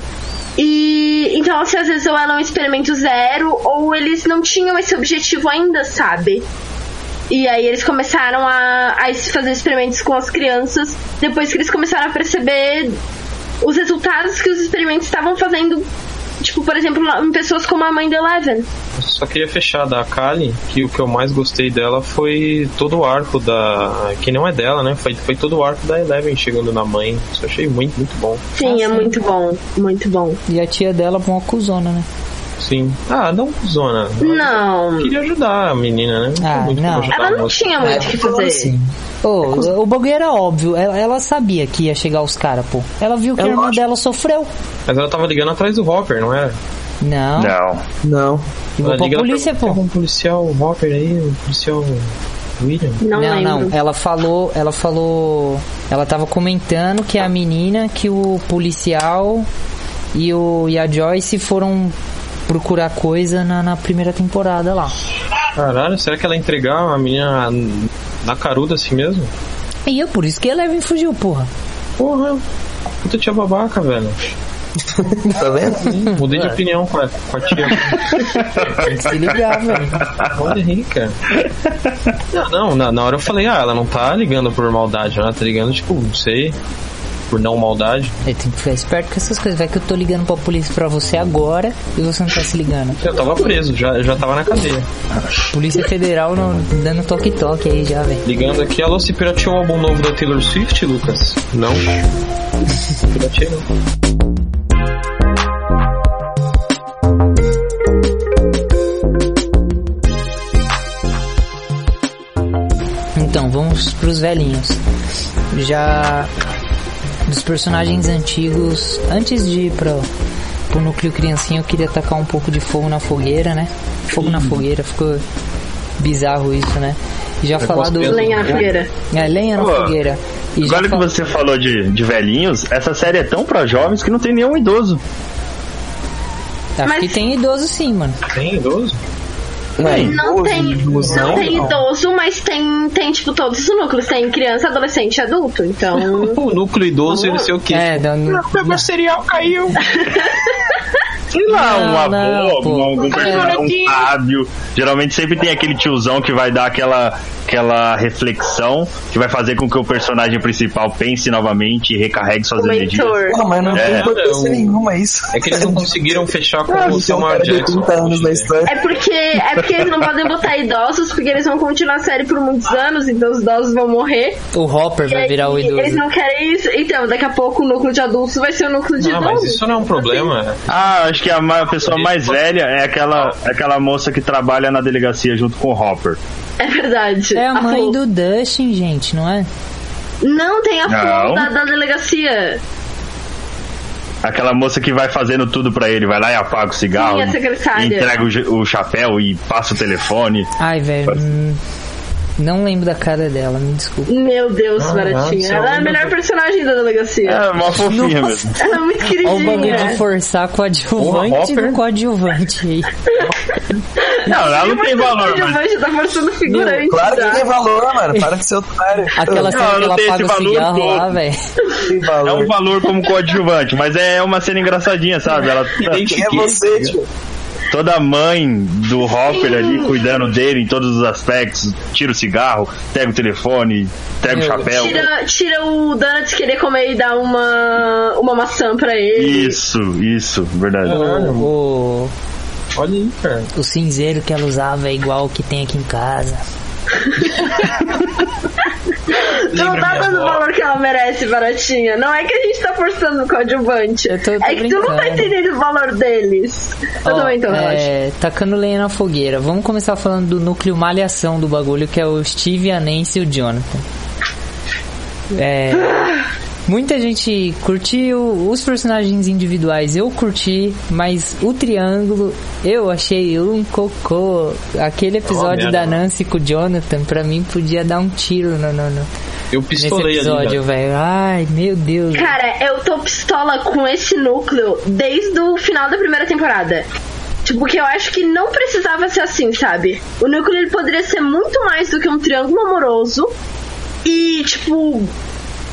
E então, assim, às vezes ou ela é um experimento zero, ou eles não tinham esse objetivo ainda, sabe? E aí eles começaram a, a fazer experimentos com as crianças depois que eles começaram a perceber os resultados que os experimentos estavam fazendo tipo, por exemplo, em pessoas como a mãe da Eleven. Eu só queria fechar da Kali, que o que eu mais gostei dela foi todo o arco da... que não é dela, né? Foi, foi todo o arco da Eleven chegando na mãe. Isso eu achei muito, muito bom. Sim, ah, é sim. muito bom, muito bom. E a tia dela uma cuzona, né? Sim. Ah, não zona. Não. Queria ajudar a menina, né? Ah, muito não. Ela não tinha muito o que fazer. Assim. Oh, o bagulho era óbvio. Ela, ela sabia que ia chegar os caras, pô. Ela viu que eu a irmã acho... dela sofreu. Mas ela tava ligando atrás do Hopper, não era? Não. Não. Não. Ligou pra polícia, pô. Um policial Hopper aí, um policial William. Não, não, lembro. não. Ela falou, ela falou, ela tava comentando que a menina, que o policial e, o, e a Joyce foram procurar coisa na, na primeira temporada lá. Caralho, será que ela ia entregar a menina na caruda assim mesmo? E é por isso que a Eleven fugiu, porra. Porra, puta tia babaca, velho. Tá vendo? Mudei de opinião com a, com a tia. Tem que se ligar, velho. Pode rir, cara. Não, não na, na hora eu falei, ah, ela não tá ligando por maldade, ela tá ligando, tipo, não sei, por não maldade. Eu tenho que ficar esperto com essas coisas. Vai que eu tô ligando pra polícia pra você agora e você não tá se ligando. Eu tava preso, já, já tava na cadeia. Polícia Federal no, dando toque-toque aí já, velho. Ligando aqui, alô, se pirateou o álbum novo da Taylor Swift, Lucas? Não. Pirateei não. Então, vamos pros velhinhos. Já dos personagens antigos, antes de ir pra, pro núcleo criancinha, eu queria tacar um pouco de fogo na fogueira, né? Fogo na fogueira, ficou bizarro isso, né? E já falar do... Lenha na fogueira. É, lenha na Pô, fogueira. E agora já que fal... você falou de, de velhinhos, essa série é tão pra jovens que não tem nenhum idoso. Acho Mas... que tem idoso sim, mano. Tem idoso? Não, não tem, idoso, não não, tem não. idoso, mas tem, tem tipo todos os núcleos. Tem criança, adolescente e adulto, então... O núcleo idoso, ele sei o quê? É, da... Meu cereal caiu. Sei lá, um Não, avô, não, algum, pô. algum personagem, um sábio. Geralmente sempre tem aquele tiozão que vai dar aquela, aquela reflexão que vai fazer com que o personagem principal pense novamente e recarregue suas O energias. mentor. Porra, mas não É. tem importância Não. nenhuma isso. É que eles não conseguiram fechar com Ah, o tem um Samuel cara de Jackson. trinta anos na história. É porque, é porque eles não podem botar idosos, porque eles vão continuar a série por muitos anos, então os idosos vão morrer. O Hopper vai E aí, virar o idoso. eles não querem isso. Então, daqui a pouco o núcleo de adultos vai ser o núcleo de Ah, idosos. mas isso não é um problema. Ah, acho que a ma- a pessoa mais velha é aquela, aquela moça que trabalha na delegacia junto com o Hopper. É verdade. É a mãe Flo. do Dustin, gente, não é? Não, tem a Não. Flo da, da delegacia. Aquela moça que vai fazendo tudo pra ele, vai lá e apaga o cigarro, Sim, a secretária. entrega o, ja- o chapéu e passa o telefone. Ai, velho, hum, não lembro da cara dela, me desculpa. Meu Deus, Ah, Baratinha. não, Ela é a não. melhor personagem da delegacia. É uma fofinha Nossa. mesmo. Ela é muito Olha o bagulho de queridinha. forçar coadjuvante Porra, Hopper. no coadjuvante aí. Não, ela não tem valor, mas... Mas tá forçando figurante. Claro que já. tem valor, mano. Para de ser otário. Aquela cena Não, que não ela tem apaga esse o valor cigarro todo. lá, velho. Tem É valor. um valor como coadjuvante, mas é uma cena engraçadinha, sabe? Ela Quem é você, tio? toda a mãe do Hopper ali cuidando dele em todos os aspectos, tira o cigarro, pega o telefone, pega Meu, o chapéu. Tira, tira o Donuts querer comer e dar uma, uma maçã pra ele. Isso, isso, verdade. O, o, Olha aí, cara. o cinzeiro que ela usava é igual o que tem aqui em casa. Não Lembra tá minha dando o avó. valor que ela merece, Baratinha. Não é que a gente tá forçando o coadjuvante. Eu tô- tô é que tu não tá brincando. entendendo o valor deles. Eu Ó, também tô, relaxa. é, tacando lenha na fogueira. Vamos começar falando do núcleo malhação do bagulho, que é o Steve, a Nancy e o Jonathan. É, muita gente curtiu os personagens individuais, eu curti, mas o triângulo eu achei um cocô. Aquele episódio Oh, da merda. Nancy com o Jonathan, pra mim podia dar um tiro no, no, no, Eu nesse pistolei ali, episódio, velho. velho. Ai, meu Deus. Cara, eu tô pistola com esse núcleo desde o final da primeira temporada. Tipo, porque eu acho que não precisava ser assim, sabe? O núcleo ele poderia ser muito mais do que um triângulo amoroso. E, tipo,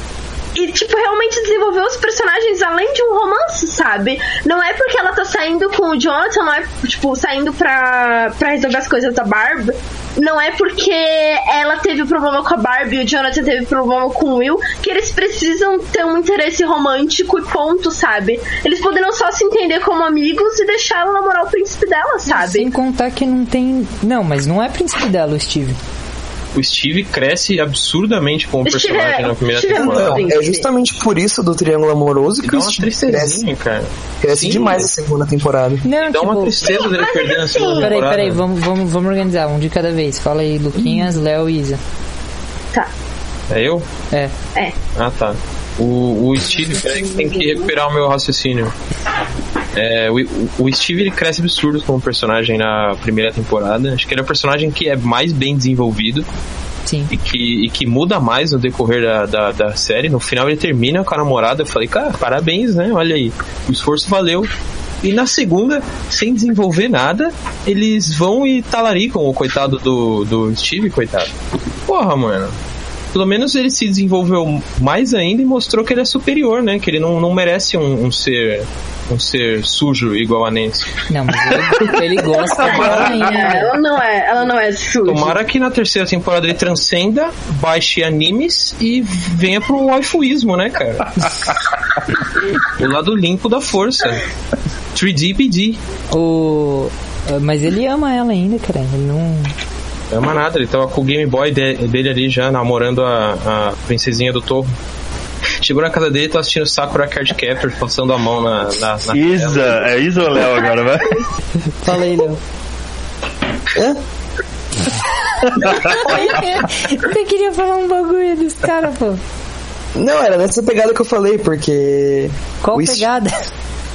e, tipo, realmente desenvolver os personagens além de um romance, sabe? Não é porque ela tá saindo com o Jonathan, não é, tipo, saindo pra, pra resolver as coisas da Barb. Não é porque ela teve problema com a Barbie e o Jonathan teve problema com o Will que eles precisam ter um interesse romântico e ponto, sabe? Eles poderiam só se entender como amigos e deixar ela namorar o príncipe dela, sabe? Sem contar que não tem... Não, mas não é príncipe dela, o Steve. O Steve cresce absurdamente como Steve personagem é, na primeira Steve temporada. É, é justamente por isso do triângulo amoroso que Dá o uma Steve tristezinha, cresce, cara. cresce Sim. demais na segunda temporada. Não, Dá tipo... uma tristeza dele perder na segunda Peraí, temporada. peraí, vamos, vamos, vamos organizar um de cada vez. Fala aí, Luquinhas, Léo e Isa. Tá. É eu? É. É. Ah, tá. O, o Steve, peraí, tem que recuperar o meu raciocínio. É, o, o Steve ele cresce absurdo como personagem na primeira temporada. Acho que ele é o personagem que é mais bem desenvolvido. Sim. E que, e que muda mais no decorrer da, da, da série. No final ele termina com a namorada. Eu falei, cara, parabéns, né? Olha aí, o esforço valeu. E na segunda, sem desenvolver nada, eles vão e talaricam o coitado do, do Steve, coitado. Porra, mano. Pelo menos ele se desenvolveu mais ainda e mostrou que ele é superior, né? Que ele não, não merece um, um ser um ser sujo igual a Nancy. Não, mas ele, ele gosta dela ainda. Ela não é, ela não é suja. Tomara que na terceira temporada ele transcenda, baixe animes e venha pro waifuísmo, né, cara? O lado limpo da força. três D P D. O... Mas ele ama ela ainda, cara. Ele não... Não ama nada, ele tava com o Game Boy de, dele ali já, namorando a, a princesinha do Torro. Chegou na casa dele e tô assistindo Sakura Card Captor, passando a mão na... na, na Isa, tela. É Isa ou Léo agora, vai? Fala aí, Léo. Hã? Eu queria falar um bagulho desse cara, pô. Não, era nessa pegada que eu falei, porque... Qual o pegada? St-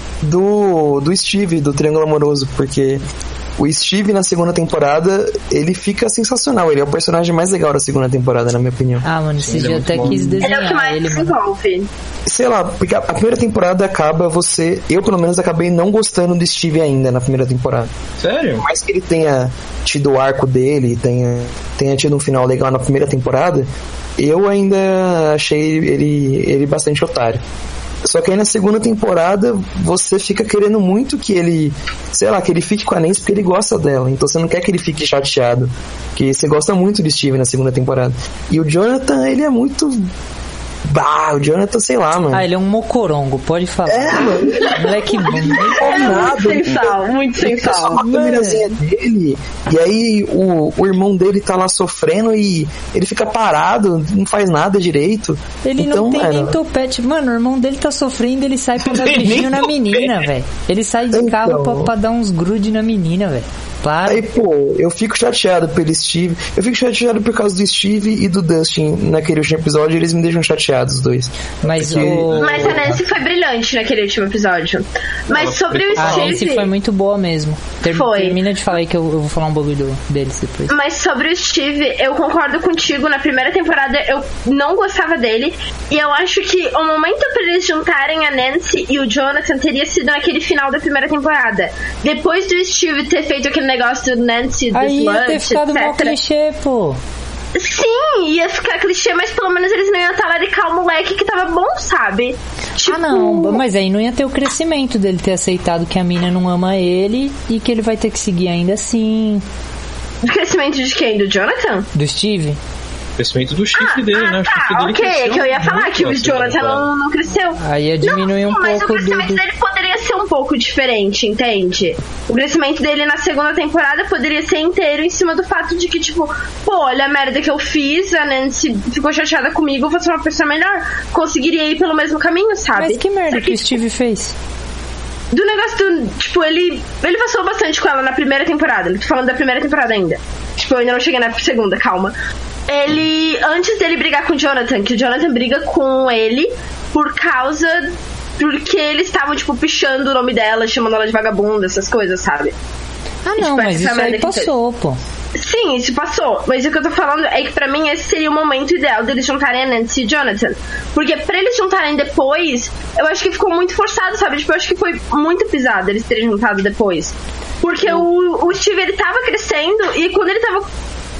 do, do Steve, do Triângulo Amoroso, porque... O Steve, na segunda temporada, ele fica sensacional. Ele é o personagem mais legal da segunda temporada, na minha opinião. Ah, mano, você já é até bom. quis Ele desenhar é o que mais ele, se mano. envolve. Sei lá, porque a, a primeira temporada acaba você... Eu, pelo menos, acabei não gostando do Steve ainda na primeira temporada. Sério? Por mais que ele tenha tido o arco dele, tenha, tenha tido um final legal na primeira temporada, eu ainda achei ele, ele bastante otário. Só que aí na segunda temporada você fica querendo muito que ele, sei lá, que ele fique com a Nancy porque ele gosta dela. Então você não quer que ele fique chateado. Porque você gosta muito do Steve na segunda temporada. E o Jonathan, ele é muito... Bah, o Jonathan, sei lá, mano. Ah, ele é um mocorongo, pode falar. É, mano. Moleque bom. É nada. Muito sem sal, muito sem Só sal. uma câmerazinha dele. E aí o, o irmão dele tá lá sofrendo e ele fica parado, não faz nada direito. Ele então, não tem mano, nem topete. Mano, o irmão dele tá sofrendo, ele sai pra dar beijinho na menina, velho. Ele sai de Então. carro pra, pra dar uns grude na menina, velho. Para. Aí, pô, eu fico chateado pelo Steve. Eu fico chateado por causa do Steve e do Dustin naquele último episódio. Eles me deixam chateados, os dois. Mas Porque- o... Mas a Nancy foi brilhante naquele último episódio. Mas sobre o A Nancy Steve... foi muito boa mesmo. Ter- Foi. Termina de falar aí que eu, eu vou falar um bagulho do, deles depois. Mas sobre o Steve, eu concordo contigo. Na primeira temporada eu não gostava dele. E eu acho que o momento pra eles juntarem a Nancy e o Jonathan teria sido naquele final da primeira temporada. Depois do Steve ter feito aquele negócio do Nancy, do Aí ia ter Sludge, ficado mó etcétera. clichê, pô. Sim, ia ficar clichê, mas pelo menos eles não iam talaricar o moleque que tava bom, sabe? Tipo, Ah, não, mas aí não ia ter o crescimento dele ter aceitado que a mina não ama ele e que ele vai ter que seguir ainda assim. o crescimento de quem? Do Jonathan? Do Steve? O crescimento do chifre Ah, dele, ah, né? O tá, chifre dele ok, cresceu que eu ia falar muito que o na segunda Jonathan temporada. não, não cresceu. Aí ia diminuir não, um sim, mas o pouco do, crescimento do... dele poderia ser um pouco diferente, entende? O crescimento dele na segunda temporada poderia ser inteiro em cima do fato de que, tipo, pô, olha a merda que eu fiz, a Nancy ficou chateada comigo, eu vou ser uma pessoa melhor. Conseguiria ir pelo mesmo caminho, sabe? Mas que merda Só que o Steve fez? Do negócio do, tipo, ele ele passou bastante com ela na primeira temporada. Tô falando da primeira temporada ainda. Tipo, eu ainda não cheguei na segunda, calma. Ele, antes dele brigar com o Jonathan, que o Jonathan briga com ele por causa... Porque eles estavam, tipo, pichando o nome dela, chamando ela de vagabunda, essas coisas, sabe? Ah, Tipo, não, mas essa isso merda aí que fez. passou, pô. Sim, isso passou. Mas o que eu tô falando é que pra mim esse seria o momento ideal deles juntarem a Nancy e o Jonathan. Porque pra eles juntarem depois, eu acho que ficou muito forçado, sabe? Tipo, eu acho que foi muito pisado eles terem juntado depois. Porque o, o Steve, ele tava crescendo e quando ele tava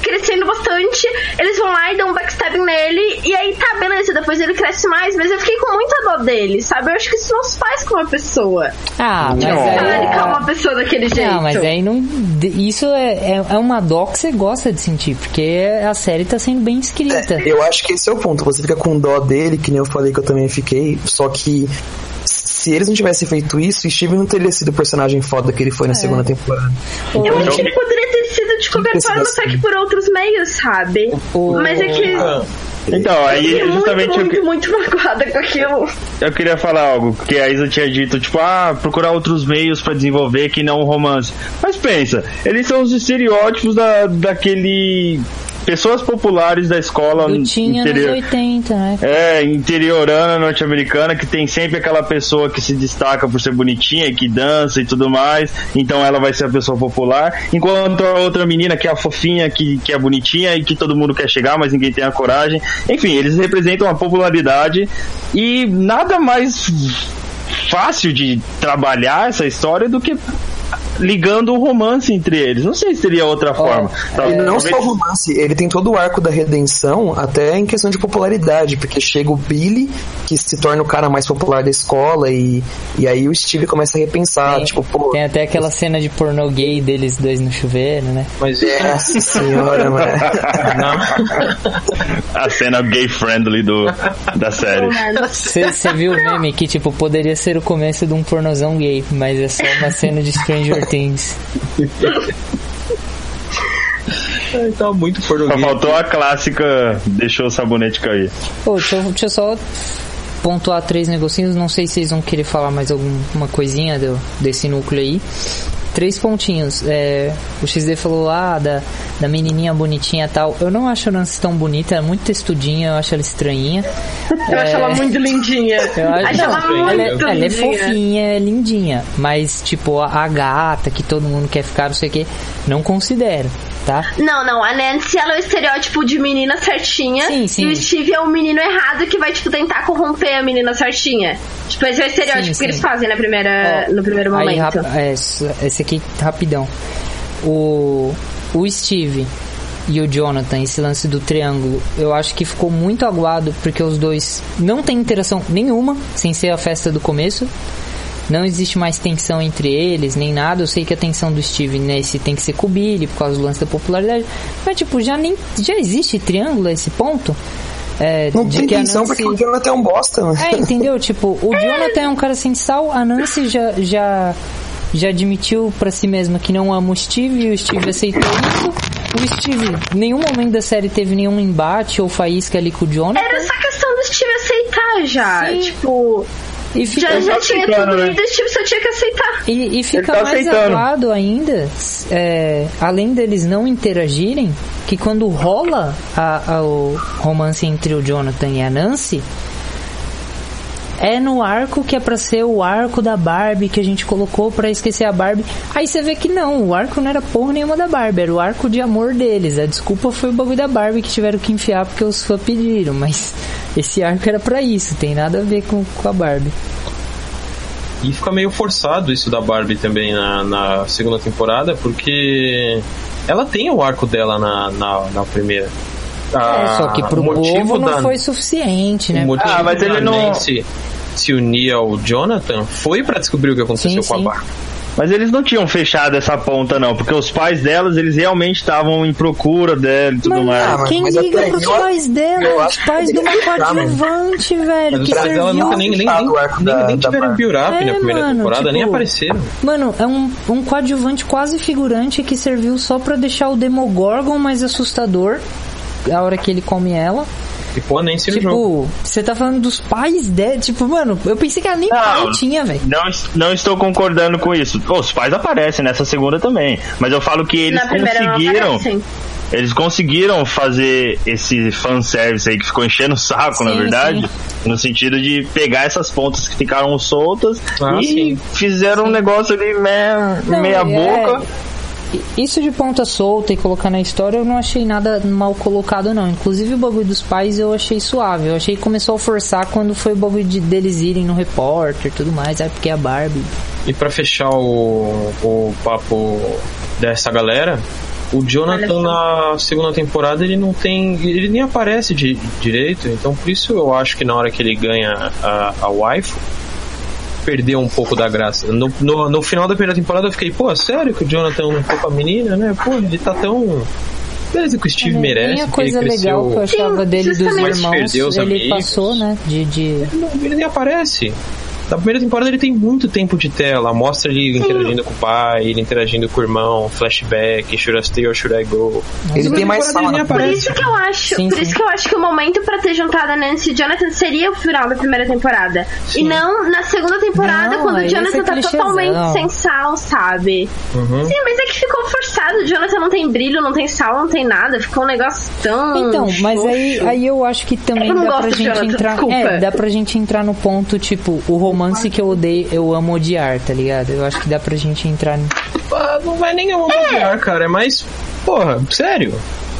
crescendo bastante, eles vão lá e dão um backstabbing nele, e aí tá, beleza, depois ele cresce mais, mas eu fiquei com muita dó dele, sabe? Eu acho que isso não se faz com uma pessoa. Ah, mas Tipo, aí... com uma pessoa daquele jeito. Não, mas aí não... Isso é, é, é uma dó que você gosta de sentir, porque a série tá sendo bem escrita. É, eu acho que esse é o ponto. Você fica com dó dele, que nem eu falei que eu também fiquei, só que se eles não tivessem feito isso, Steve não teria sido o personagem foda que ele foi na é. segunda temporada. Eu então, acho que ele poderia ter sido descoberto no ataque por outros meios, sabe? O... Mas é que... Ah. Então, aí eu justamente... muito, muito, eu... muito magoada com aquilo. Eu queria falar algo, que a Isa tinha dito, tipo, ah, procurar outros meios pra desenvolver que não o romance. Mas pensa, eles são os estereótipos da, daquele... pessoas populares da escola tinha interior... nos oitenta, né? É, interiorana norte-americana, que tem sempre aquela pessoa que se destaca por ser bonitinha, que dança e tudo mais, então ela vai ser a pessoa popular, enquanto a outra menina que é a fofinha, que, que é bonitinha e que todo mundo quer chegar, mas ninguém tem a coragem. Enfim, eles representam a popularidade e nada mais fácil de trabalhar essa história do que ligando o romance entre eles. Não sei se teria outra forma. Oh, é, não só o romance, ele tem todo o arco da redenção, até em questão de popularidade, porque chega o Billy, que se torna o cara mais popular da escola, e, e aí o Steve começa a repensar, tem, tipo, pô... Tem até aquela cena de pornô gay deles dois no chuveiro, né? Mas... Nossa senhora, mano. A cena gay-friendly do, da série. Você viu o meme que, tipo, poderia ser o começo de um pornozão gay, mas é só uma cena de Stranger Things. Tá muito pornográfico. Só faltou a clássica deixou o sabonete cair. Oh, deixa, eu, deixa eu só pontuar três negocinhos. Não sei se vocês vão querer falar mais alguma coisinha do, desse núcleo aí. Três pontinhos. É, o X D falou ah, da, da menininha bonitinha e tal. Eu não acho a Nancy tão bonita, é muito textudinha, eu acho ela estranhinha. Eu é, acho ela muito lindinha. Eu acho, acho não, ela muito ela, é, lindinha. Ela é fofinha, é lindinha. Mas, tipo, a, a gata que todo mundo quer ficar, não sei o que, não considero, tá? Não, não. A Nancy, ela é o estereótipo de menina certinha. Sim, sim. E o Steve é o menino errado que vai, tipo, tentar corromper a menina certinha. Tipo, esse é o estereótipo sim, sim. que eles fazem na primeira, oh, no primeiro momento. Aí, rap- é, esse aqui, rapidão. O, o Steve e o Jonathan, esse lance do triângulo, eu acho que ficou muito aguado porque os dois não tem interação nenhuma, sem ser a festa do começo. Não existe mais tensão entre eles, nem nada. Eu sei que a tensão do Steve nesse tem que ser com o Billy por causa do lance da popularidade. Mas, tipo, já, nem, já existe triângulo a esse ponto. É, não tem tensão Nancy... porque o Jonathan é um bosta, mano. É, entendeu? Tipo, o Jonathan é um cara sem sal, a Nancy já... já já admitiu pra si mesma que não ama o Steve e o Steve aceitou isso. O Steve, em nenhum momento da série teve nenhum embate ou faísca ali com o Jonathan. Era essa questão do Steve aceitar já. Sim. Tipo, e fica, já, já tinha tudo né? e o Steve só tinha que aceitar. E, e fica tá mais aguado ainda, é, além deles não interagirem, que quando rola a, a, o romance entre o Jonathan e a Nancy, é no arco que é pra ser o arco da Barbie que a gente colocou pra esquecer a Barbie. Aí você vê que não, o arco não era porra nenhuma da Barbie, era o arco de amor deles. A desculpa foi o bagulho da Barbie que tiveram que enfiar porque os fãs pediram, mas esse arco era pra isso, tem nada a ver com, com a Barbie. E fica meio forçado isso da Barbie também na, na segunda temporada, porque ela tem o arco dela na, na, na primeira. Ah, é, só que pro povo não da, foi suficiente, né? O motivo ah, mas ele não se, se unir ao Jonathan foi pra descobrir o que aconteceu sim, com sim. a Barbie. Mas eles não tinham fechado essa ponta, não, porque os pais delas, eles realmente estavam em procura dela e tudo mas, mais. Ah, quem mas liga pros eu, pais dela? Os pais de uma coadjuvante, velho, que serviu... Ela nunca nem, nem, nem, nem, nem tiveram build-up é, na primeira mano, temporada, tipo, nem apareceram. Mano, é um, um coadjuvante quase figurante que serviu só pra deixar o Demogorgon mais assustador a hora que ele come ela. E pô, nem se Tipo, você tá falando dos pais dela. Tipo, mano, eu pensei que ela nem não, pai tinha, velho. Não, não estou concordando com isso. Pô, os pais aparecem nessa segunda também. Mas eu falo que eles conseguiram. Eles conseguiram fazer esse fanservice aí que ficou enchendo o saco, sim, na verdade. Sim. No sentido de pegar essas pontas que ficaram soltas ah, e sim. fizeram sim. um negócio ali meia, não, meia boca. É... Isso de ponta solta e colocar na história eu não achei nada mal colocado não. Inclusive o bagulho dos pais eu achei suave. Eu achei que começou a forçar quando foi o bagulho de deles irem no repórter e tudo mais. É porque é a Barbie. E pra fechar o, o papo dessa galera, O Jonathan na segunda temporada ele não tem, ele nem aparece de direito, então por isso eu acho que na hora que ele ganha a, a waifu perdeu um pouco da graça. No, no, no final da primeira temporada eu fiquei, pô, sério que o Jonathan não foi com a menina, né? Pô, ele tá tão... Beleza que o Steve é, merece. A coisa ele legal cresceu... que eu achava Sim, dele dos irmãos, ele amigos. passou, né? De, de... Ele, não, ele nem aparece. Na primeira temporada ele tem muito tempo de tela. Mostra ele Sim. interagindo com o pai, ele interagindo com o irmão, flashback, should I stay or should I go. Ele tem mais sala. Por isso que eu acho, sim, por sim. isso que eu acho que o momento pra ter juntado a Nancy e Jonathan seria o final da primeira temporada. Sim. E não na segunda temporada, não, quando o Jonathan tá totalmente sem sal, sabe? Uhum. Sim, mas é que ficou forçado. O Jonathan não tem brilho, não tem sal, não tem nada. Ficou um negócio tão... Então, mas aí, aí eu acho que também eu dá pra gente Jonathan, entrar... Desculpa. É, dá pra gente entrar no ponto, tipo, o romance que eu odeio, eu amo odiar, tá ligado? Eu acho que dá pra gente entrar... Ah, não vai nem amar é. odiar, cara. É mais... Porra, sério.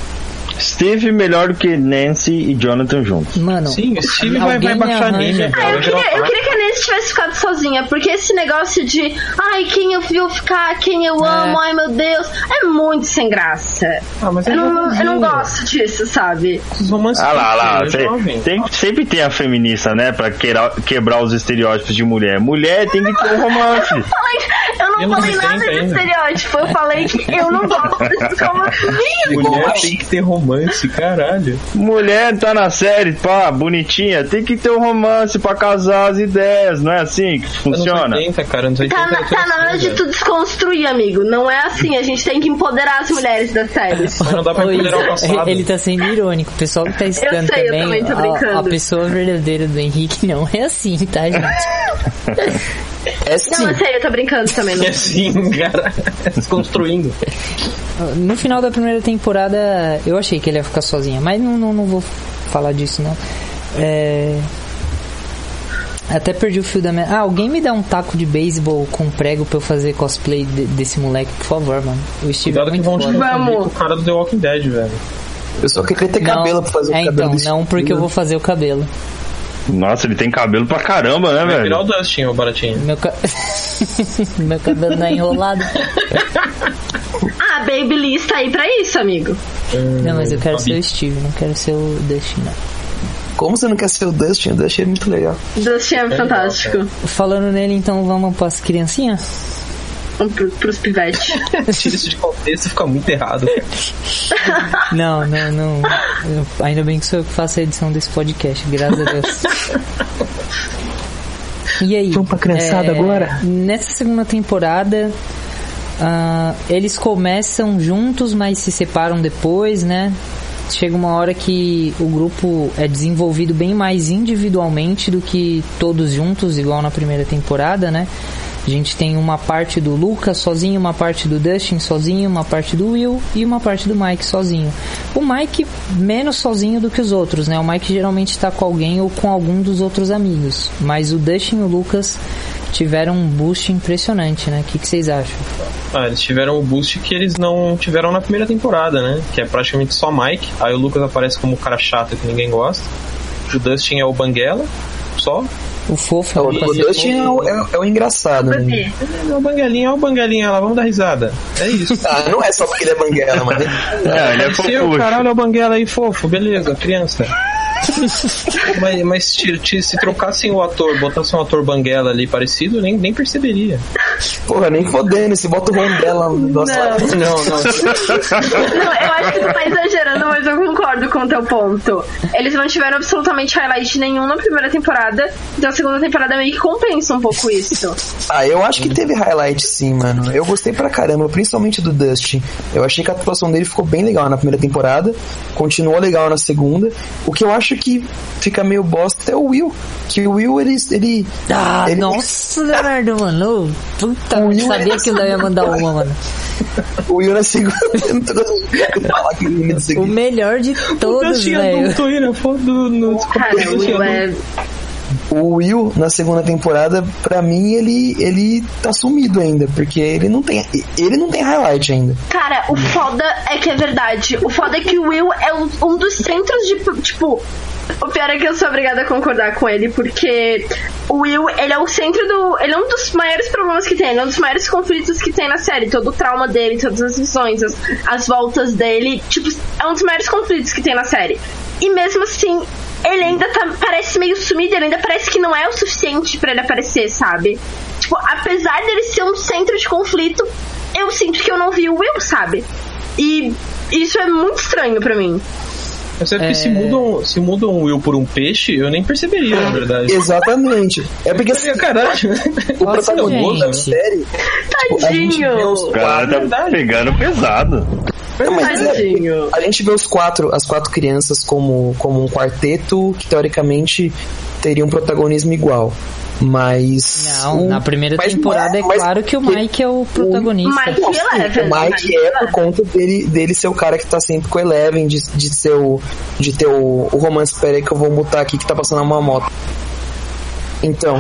Steve melhor do que Nancy e Jonathan juntos. Mano, sim, o Steve vai, vai baixar anime. Ah, eu, queria, eu queria que a Nancy tivesse ficado sozinha, porque esse negócio de ai, quem eu vi ficar, quem eu amo, é. ai meu Deus, é muito sem graça. Ah, mas eu, é não, eu não gosto disso, sabe? Ah lá, lá, tem, tem, sempre tem a feminista, né, pra quebrar, quebrar os estereótipos de mulher. Mulher tem que ter um romance. Eu, falei, eu não eu falei não nada de estereótipo, eu falei que eu não gosto desses romances. Mulher tem que ter romance. Romance, caralho. Mulher tá na série, pá, bonitinha, tem que ter um romance pra casar as ideias, não é assim que funciona? Anos oitenta, cara, anos oitenta, tá na, tá na hora assim, de tu desconstruir, amigo. Não é assim, a gente tem que empoderar as mulheres das séries. Mas não dá pra empoderar o passado. Ele tá sendo irônico, o pessoal que tá estudando sei, também, eu também tô brincando. A, a pessoa verdadeira do Henrique não é assim, tá, gente? É sim. Não, eu sei, eu tô brincando também. Não. É sim, cara. Desconstruindo. No final da primeira temporada, eu achei que ele ia ficar sozinho, mas não, não, não vou falar disso, não. É... Até perdi o fio da minha... Ah, alguém me dá um taco de beisebol com prego pra eu fazer cosplay de, desse moleque, por favor, mano. Eu estive Cuidado muito que vão fora. Vamos. O cara do The Walking Dead, velho. Eu só queria ter não, cabelo pra fazer é, o cabelo. Então, não porque eu vou fazer o cabelo. Nossa, ele tem cabelo pra caramba, né, Vai velho? virar o Dustin, o baratinho. Meu, ca... Meu cabelo não é enrolado. Ah, Babyliss tá aí pra isso, amigo. Hum, não, mas eu quero ser o Steve, não quero ser o Dustin, não. Como você não quer ser o Dustin? O Dustin é muito legal. Dustin é, é fantástico. Legal, falando nele, então vamos pras criancinhas? Vamos pro, pros pivetes. Tira isso de contexto, fica muito errado. Não, não, não. Eu, ainda bem que sou eu que faço a edição desse podcast, graças a Deus. E aí? Vamos pra criançada é, agora? Nessa segunda temporada, uh, eles começam juntos, mas se separam depois, né? Chega uma hora que o grupo é desenvolvido bem mais individualmente do que todos juntos, igual na primeira temporada, né? A gente tem uma parte do Lucas sozinho, uma parte do Dustin sozinho, uma parte do Will e uma parte do Mike sozinho. O Mike menos sozinho do que os outros, né? O Mike geralmente está com alguém ou com algum dos outros amigos. Mas o Dustin e o Lucas tiveram um boost impressionante, né? O que, que vocês acham? Ah, eles tiveram um boost que eles não tiveram na primeira temporada, né? Que é praticamente só Mike. Aí o Lucas aparece como o cara chato que ninguém gosta. O Dustin é o Banguela, só. O fofo. É, o o Dustin é o, é, é o engraçado, né? É o Banguelinha, é o Banguelinha lá, vamos dar risada. É isso. Ah, não é só porque ele é Banguela, mas... É, ele é fofo. Caralho, é o Banguela aí, fofo, beleza, criança. mas mas se, se, se trocassem o ator, botassem um ator Banguela ali parecido, nem, nem perceberia. Porra, nem fodendo, se bota o Rondela no negócio. Não, não, não. Não, eu acho que tu tá exagerando, mas eu concordo com o teu ponto. Eles não tiveram absolutamente highlight nenhum na primeira temporada, então a segunda temporada meio que compensa um pouco isso. Ah, eu acho que teve highlight sim, mano. Eu gostei pra caramba, principalmente do Dustin. Eu achei que a atuação dele ficou bem legal na primeira temporada, continuou legal na segunda. O que eu acho que fica meio bosta é o Will. Que o Will, ele... ele ah, ele... nossa, Leonardo, mano. Puta, eu sabia que ele ia mandar uma, mano. O Will na segunda... O melhor de todos, velho. O Dustin adulto aí, né? Foda no... Cara, o Will é... O Will, na segunda temporada, pra mim, ele, ele tá sumido ainda, porque ele não tem, ele não tem highlight ainda. Cara, o foda é que é verdade. O foda é que o Will é um, um dos centros de, tipo... O pior é que eu sou obrigada a concordar com ele, porque o Will, ele é o centro do... Ele é um dos maiores problemas que tem, ele é um dos maiores conflitos que tem na série. Todo o trauma dele, todas as visões, as, as voltas dele, tipo, é um dos maiores conflitos que tem na série. E mesmo assim, ele ainda tá, parece meio sumido, ele ainda parece que não é o suficiente pra ele aparecer, sabe? Tipo, apesar dele ser um centro de conflito, eu sinto que eu não vi o Will, sabe? E isso é muito estranho pra mim. É certo que é... se mudam, se mudam o Will por um peixe, eu nem perceberia, na verdade. Exatamente. É porque assim, caralho, o protagonista da série. Tadinho! Tipo, o cara tá pegando pesado. Não, mas é, a gente vê os quatro, as quatro crianças como, como um quarteto que teoricamente teria um protagonismo igual. Mas. Não, um, na primeira temporada é, é claro que o Mike é o protagonista. O Mike, Nossa, Eleven, o Mike é por conta dele, dele ser o cara que tá sempre com o Eleven, de, de, ser o, de ter o, o romance. Pera aí que eu vou botar aqui que tá passando uma moto. Então,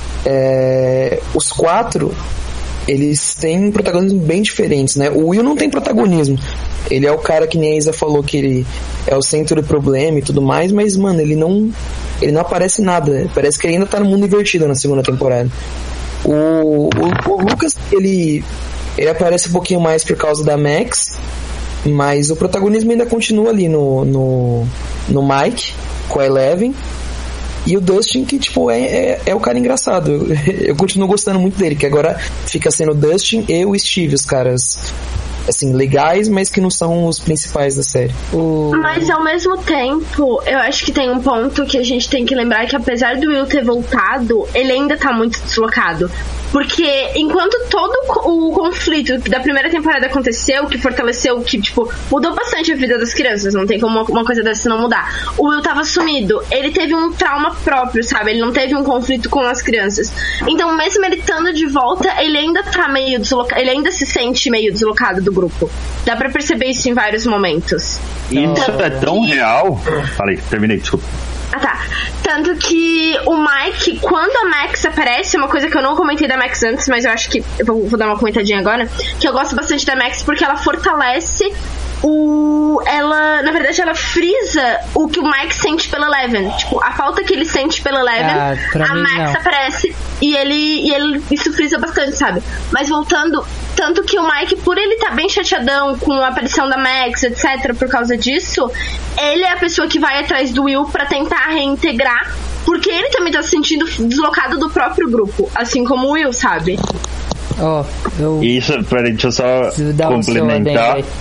é, os quatro, eles têm protagonismos bem diferentes, né? O Will não tem protagonismo. Ele é o cara que nem a Isa falou que ele é o centro do problema e tudo mais, mas, mano, ele não, ele não aparece nada. Parece que ele ainda tá no mundo invertido na segunda temporada. O, o, o Lucas, ele, ele aparece um pouquinho mais por causa da Max, mas o protagonismo ainda continua ali no, no, no Mike, com a Eleven. E o Dustin, que, tipo, é, é, é o cara engraçado. Eu, eu continuo gostando muito dele, que agora fica sendo o Dustin e o Steve, os caras, assim, legais, mas que não são os principais da série. O... Mas, ao mesmo tempo, eu acho que tem um ponto que a gente tem que lembrar, que apesar do Will ter voltado, ele ainda tá muito deslocado. Porque enquanto todo o conflito da primeira temporada aconteceu, que fortaleceu, que, tipo, mudou bastante a vida das crianças, não tem como uma coisa dessa não mudar. O Will tava sumido, ele teve um trauma próprio, sabe? Ele não teve um conflito com as crianças. Então, mesmo ele estando de volta, ele ainda tá meio deslocado, ele ainda se sente meio deslocado do grupo. Dá pra perceber isso em vários momentos. Isso então, é tão que... real. Falei, terminei, desculpa. Ah, tá. Tanto que o Mike, quando a Max aparece, uma coisa que eu não comentei da Max antes, mas eu acho que eu vou, vou dar uma comentadinha agora, que eu gosto bastante da Max porque ela fortalece o... ela, na verdade, ela frisa o que o Mike sente pela Eleven. Tipo, a falta que ele sente pela Eleven, ah, a mim, Max não. aparece e ele, e ele isso frisa bastante, sabe? Mas voltando, tanto que o Mike, por ele tá bem chateadão com a aparição da Max, etcétera, por causa disso, ele é a pessoa que vai atrás do Will pra tentar reintegrar, porque ele também tá se sentindo deslocado do próprio grupo, assim como o Will, sabe? Ó, oh, eu... Isso, peraí, deixa eu só complementar. Um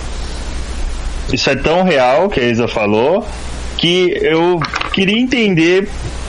Isso é tão real que a Isa falou que eu queria entender.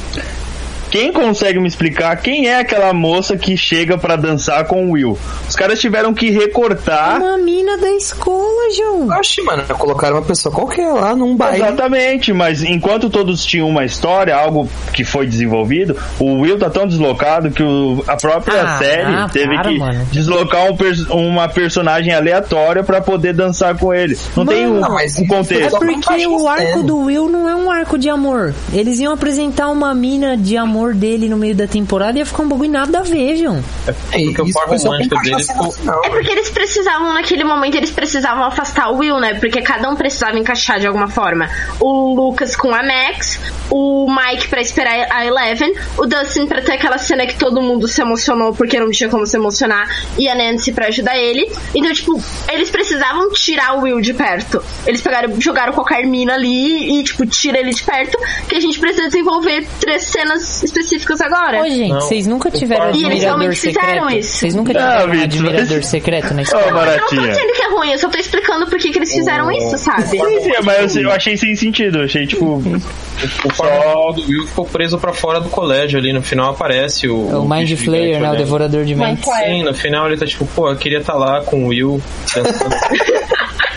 Quem consegue me explicar quem é aquela moça que chega pra dançar com o Will? Os caras tiveram que recortar. Uma mina da escola, João. Oxe, mano, colocaram uma pessoa qualquer lá num baile. Exatamente, mas enquanto todos tinham uma história, algo que foi desenvolvido, o Will tá tão deslocado que o, a própria ah, série ah, teve para, que mano. deslocar um, uma personagem aleatória pra poder dançar com ele. Não mano, tem um, não, mas um contexto. É porque o arco do Will não é um arco de amor. Eles iam apresentar uma mina de amor dele no meio da temporada e ia ficar um bagulho nada a ver, João. É porque o par romântico dele ficou... É porque eles precisavam, naquele momento, eles precisavam afastar o Will, né? Porque cada um precisava encaixar de alguma forma. O Lucas com a Max, o Mike pra esperar a Eleven, o Dustin pra ter aquela cena que todo mundo se emocionou porque não tinha como se emocionar, e a Nancy pra ajudar ele. Então, tipo, eles precisavam tirar o Will de perto. Eles pegaram, jogaram qualquer mina ali e, tipo, tira ele de perto, que a gente precisa desenvolver três cenas específicas agora. Ô, gente, vocês nunca tiveram um admirador secreto? Vocês nunca tiveram um admirador secreto na escola? Oh, eu não tô dizendo que é ruim, eu só tô explicando por que que eles fizeram oh. isso, sabe? Sim, sim, mas eu, eu achei sem sentido. Eu achei, tipo... O só do Will ficou preso pra fora do colégio ali. No final aparece o... É o Mind Flayer, né? O devorador de mentes. Sim, no final ele tá tipo, pô, eu queria estar tá lá com o Will dançando.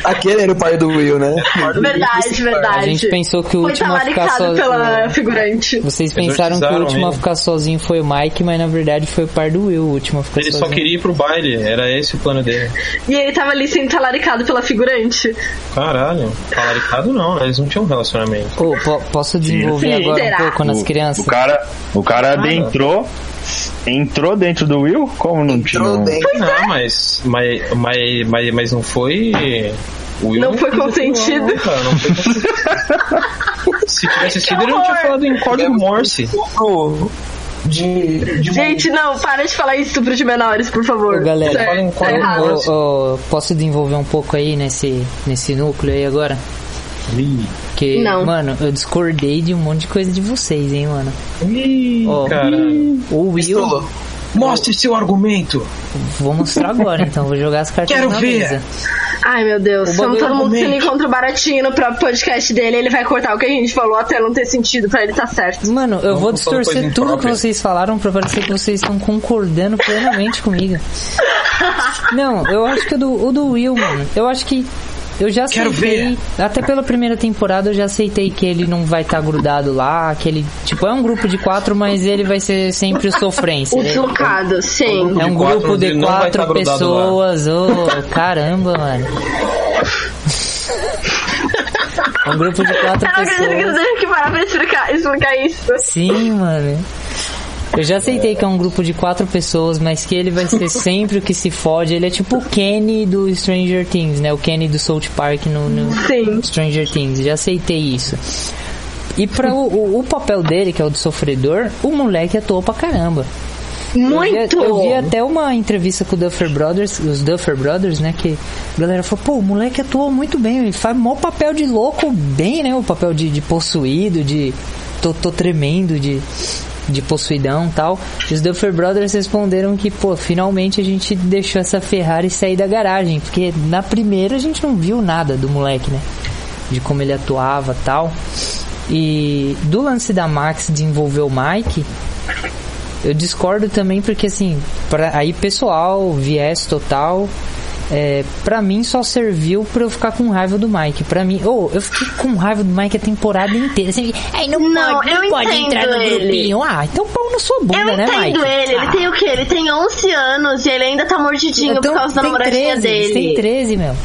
Aquele era o par do Will, né? Verdade, verdade. A gente pensou que o Foi último a ficar talaricado sozinho. pela figurante. Vocês pensaram que o último a ele. ficar sozinho foi o Mike, mas na verdade foi o par do Will, o último a ficar Ele sozinho. só queria ir pro baile, era esse o plano dele. E ele tava ali sendo talaricado pela figurante. Caralho, talaricado não, né? Eles não tinham um relacionamento. Ô, po- posso desenvolver Sim, agora será? um pouco nas O- crianças? O cara, o cara Nada. adentrou, entrou dentro do Will? Como não tinha? Entrou um- dentro. Não, mas, mas, mas, mas, mas não foi. O Will Não foi quis aquilo, consentido. Não, cara, não foi consentido. Se tivesse sido, ele não tinha falado em código Morse. De, de Gente, não, para de falar estupro de menores, por favor. Ô, galera, Certo, fala em tá qual- errado. Morse. Ô, ô, posso desenvolver um pouco aí nesse, nesse núcleo aí agora? Porque, Não. mano, eu discordei de um monte de coisa de vocês, hein, mano. Ih, Ó, caralho. O Will... Pistola. Mostre seu argumento. Vou mostrar agora, então. Vou jogar as cartas Quero na ver. mesa. Ai, meu Deus. O Estamos bagulho todo mundo se argumente. contra o Baratinho no próprio podcast dele. Ele vai cortar o que a gente falou até não ter sentido pra ele tá certo. Mano, eu Não vou tô falando distorcer coisa tudo que imprópria. vocês falaram pra parecer que vocês estão concordando plenamente comigo. Não, eu acho que o do, o do Will, mano, eu acho que eu já Quero aceitei, até pela primeira temporada eu já aceitei que ele não vai estar grudado lá, que ele, tipo, é um grupo de quatro, mas ele vai ser sempre o sofrência. O Ele- deslocado, sim. É um de quatro, grupo mas de ele não vai quatro tá grudado pessoas, ô, caramba, mano. É um grupo de quatro Eu não acredito que você pessoas. teve que parar pra explicar, explicar isso. Sim, mano. Eu já aceitei que é um grupo de quatro pessoas, mas que ele vai ser sempre o que se fode. Ele é tipo o Kenny do Stranger Things, né? O Kenny do South Park no, no Sim. Stranger Things. Já aceitei isso. E para o, o, o papel dele, que é o de sofredor, o moleque atuou pra caramba. Muito! Eu vi, eu vi até uma entrevista com o Duffer Brothers, os Duffer Brothers, né? Que a galera falou, pô, o moleque atuou muito bem, ele faz mó papel de louco bem, né? O papel de, de possuído, de tô, tô tremendo, de, de possuidão e tal. E os Duffer Brothers responderam que, pô, finalmente a gente deixou essa Ferrari sair da garagem, porque na primeira a gente não viu nada do moleque, né? De como ele atuava e tal. E do lance da Max desenvolver o Mike, eu discordo também porque, assim, pra, aí pessoal, viés total, é, pra mim só serviu pra eu ficar com raiva do Mike. Pra mim, oh, eu fiquei com raiva do Mike a temporada inteira. Assim, Ai, não, Não, pode, não eu pode entendo entrar no ele. grupinho. Ah, então pau na sua bunda, Eu né, Mike? entendo ele, ele Ah, tem o quê? Ele tem onze anos e ele ainda tá mordidinho então, por causa da tem namoradinha treze, eles têm dele. treze, meu.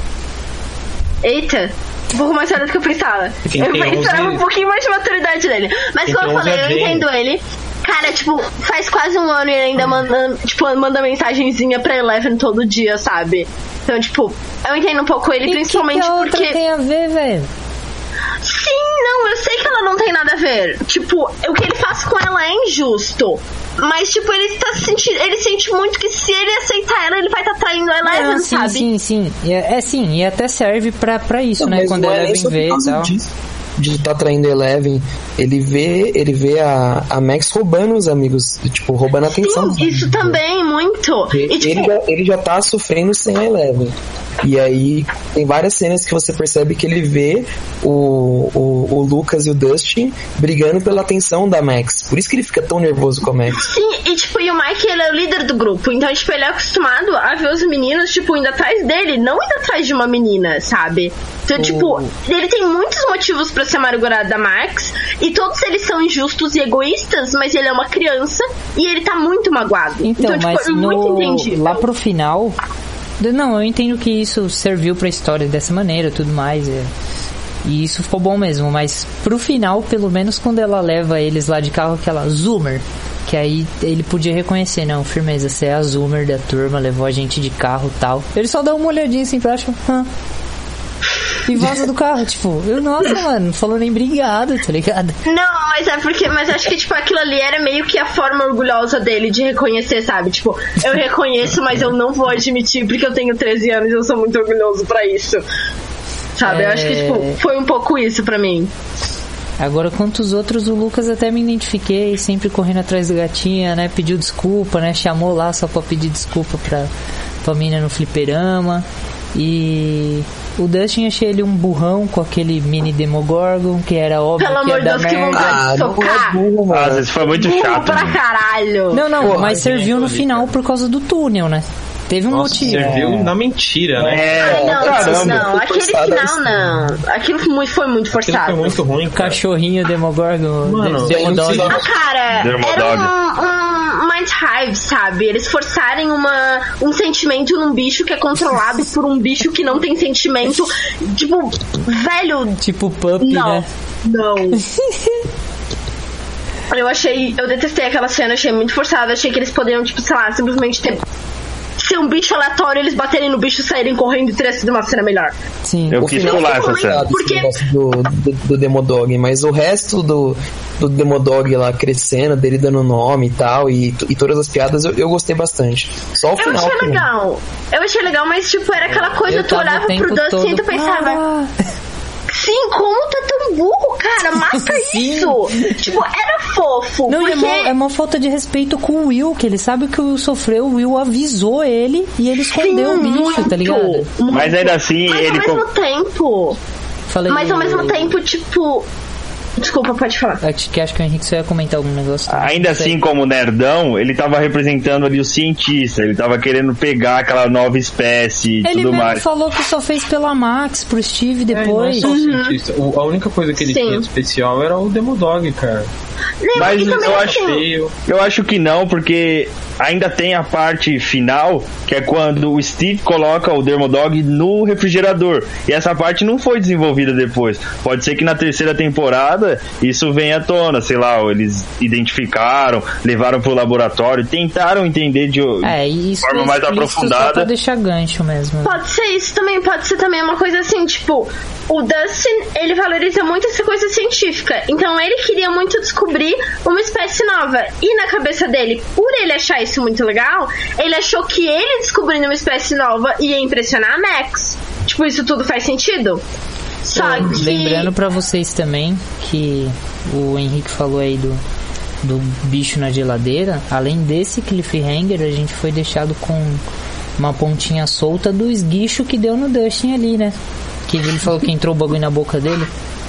Eita, um pouco mais velho do que eu pensava. Quem eu tem esperava onze um pouquinho mais de maturidade dele. Mas Quem como eu tem onze falei, é eu gênio. entendo ele. Cara, tipo, faz quase um ano e ele ainda manda, tipo, manda mensagenzinha pra Eleven todo dia, sabe? Então, tipo, eu entendo um pouco ele, E principalmente que que a outra porque... tem a ver, velho? Sim, não, eu sei que ela não tem nada a ver. Tipo, o que ele faz com ela é injusto. Mas, tipo, ele tá sentindo. Ele sente muito que se ele aceitar ela, ele vai estar tá traindo a Eleven, Não, sim, sabe? sim, sim. É, é sim, e até serve pra, pra isso, Não, né? mas Quando não a é nem Eleven só por vê e causa tal. disso, de estar tá traindo Eleven, ele vê, ele vê a, a Max roubando os amigos, tipo, roubando a atenção. Sim, isso também, muito. E, Ele, tipo, já, ele já tá sofrendo sem a Eleven. E aí tem várias cenas que você percebe que ele vê o, o, o Lucas e o Dustin brigando pela atenção da Max. Por isso que ele fica tão nervoso com a Max. sim, e tipo, e o Mike, ele é o líder do grupo. Então, tipo, ele é acostumado a ver os meninos, tipo, indo atrás dele, não indo atrás de uma menina, sabe? Então, Oh. tipo, ele tem muitos motivos pra se amargurar da Max, e todos eles são injustos e egoístas, mas ele é uma criança e ele tá muito magoado. Então, tipo, mas é muito no, entendível. lá pro final... Não, eu entendo que isso serviu pra história dessa maneira, tudo mais, é. E isso ficou bom mesmo, mas pro final, pelo menos quando ela leva eles lá de carro, aquela Zoomer, que aí ele podia reconhecer, não, firmeza, você é a Zoomer da turma, levou a gente de carro e tal. Ele só dá uma olhadinha assim pra baixo, hã? E vaza do carro, tipo, eu, nossa, mano, não falou nem obrigado, tá ligado? Não, mas é porque, mas acho que, tipo, aquilo ali era meio que a forma orgulhosa dele de reconhecer, sabe? Tipo, eu reconheço, mas eu não vou admitir porque eu tenho treze anos e eu sou muito orgulhoso pra isso. Sabe? Eu acho que, tipo, foi um pouco isso pra mim. Agora, quanto os outros, o Lucas até me identifiquei, sempre correndo atrás da gatinha, né? Pediu desculpa, né? Chamou lá só pra pedir desculpa pra, pra mina no fliperama. E o Dustin, achei ele um burrão com aquele mini Demogorgon, que era óbvio Pelo que amor ia de dar Deus, que merda. vontade Ah, de não é socar. burro, Ah, mano. isso foi muito Burro chato. pra né? caralho. Não, não, Porra, mas serviu no final por causa do túnel, né? Teve um Nossa, motivo. serviu na mentira, né? É, Ai, não, caramba. não, aquele Forçado final isso. não. Aquilo foi muito, foi muito Aquilo forçado. foi muito ruim, cara. Cachorrinho Demogorgon. Mano, de- Demodog. Ah, cara, Dermodog. era um, um mind hive, sabe? Eles forçarem uma, um sentimento num bicho que é controlado por um bicho que não tem sentimento. Tipo, velho, Tipo Pup, não. né? Não. Eu achei, eu detestei aquela cena, achei muito forçada, achei que eles poderiam, tipo, sei lá, simplesmente ter ser um bicho aleatório, eles baterem no bicho, saírem correndo e teria sido uma cena melhor. Sim. Eu O quis final pular foi essa cena. complicado, esse Porque- negócio do, do, do Demodog, mas o resto do, do Demodog lá crescendo, dele dando nome e tal, e, e todas as piadas, eu, eu gostei bastante. Só o Eu final. achei que não. legal. Eu achei legal, mas, tipo, era aquela coisa, Eu tu tava o olhava tempo pro Dustin todo, e tu pensava... "Ah". Sim, como tá tão burro, cara? Mata Sim. isso! Tipo, era fofo. Não, e é porque... mó, é uma falta de respeito com o Will, que ele sabe que o Will sofreu, o Will avisou ele e ele escondeu o bicho, muito, tá ligado? muito. Mas ainda assim, Mas ele ao com- mesmo tempo... Falei, Mas ao mesmo tempo, tipo... Desculpa, pode falar. Acho que acho que o Henrique só ia comentar algum negócio. também. Ainda Não sei. assim, como nerdão, ele tava representando ali o cientista, ele tava querendo pegar aquela nova espécie e Ele tudo mesmo mais. falou que só fez pela Max, pro Steve É, não é depois. só o cientista. O- a única coisa que ele Sim. tinha de especial era o Demodog, cara. Não, Mas e também, eu assim, acho Feio. Eu acho que não, porque ainda tem a parte final, que é quando o Steve coloca o Dermodog no refrigerador. E essa parte não foi desenvolvida depois. Pode ser que na terceira temporada isso venha à tona, sei lá, ou eles identificaram, levaram pro laboratório, tentaram entender de É, e isso forma foi mais explícito Só aprofundada. pra deixar gancho mesmo. Pode ser isso também, pode ser também uma coisa assim, tipo, o Dustin, ele valoriza muito essa coisa científica, então ele queria muito descobrir uma espécie nova, e na cabeça dele, por ele achar isso muito legal, ele achou que ele descobrindo uma espécie nova ia impressionar a Max. Tipo, isso tudo faz sentido? Só que... Lembrando pra vocês também que o Henrique falou aí do, do bicho na geladeira. Além desse cliffhanger, a gente foi deixado com uma pontinha solta do esguicho que deu no Dustin ali, né? Que ele falou que entrou o bagulho na boca dele.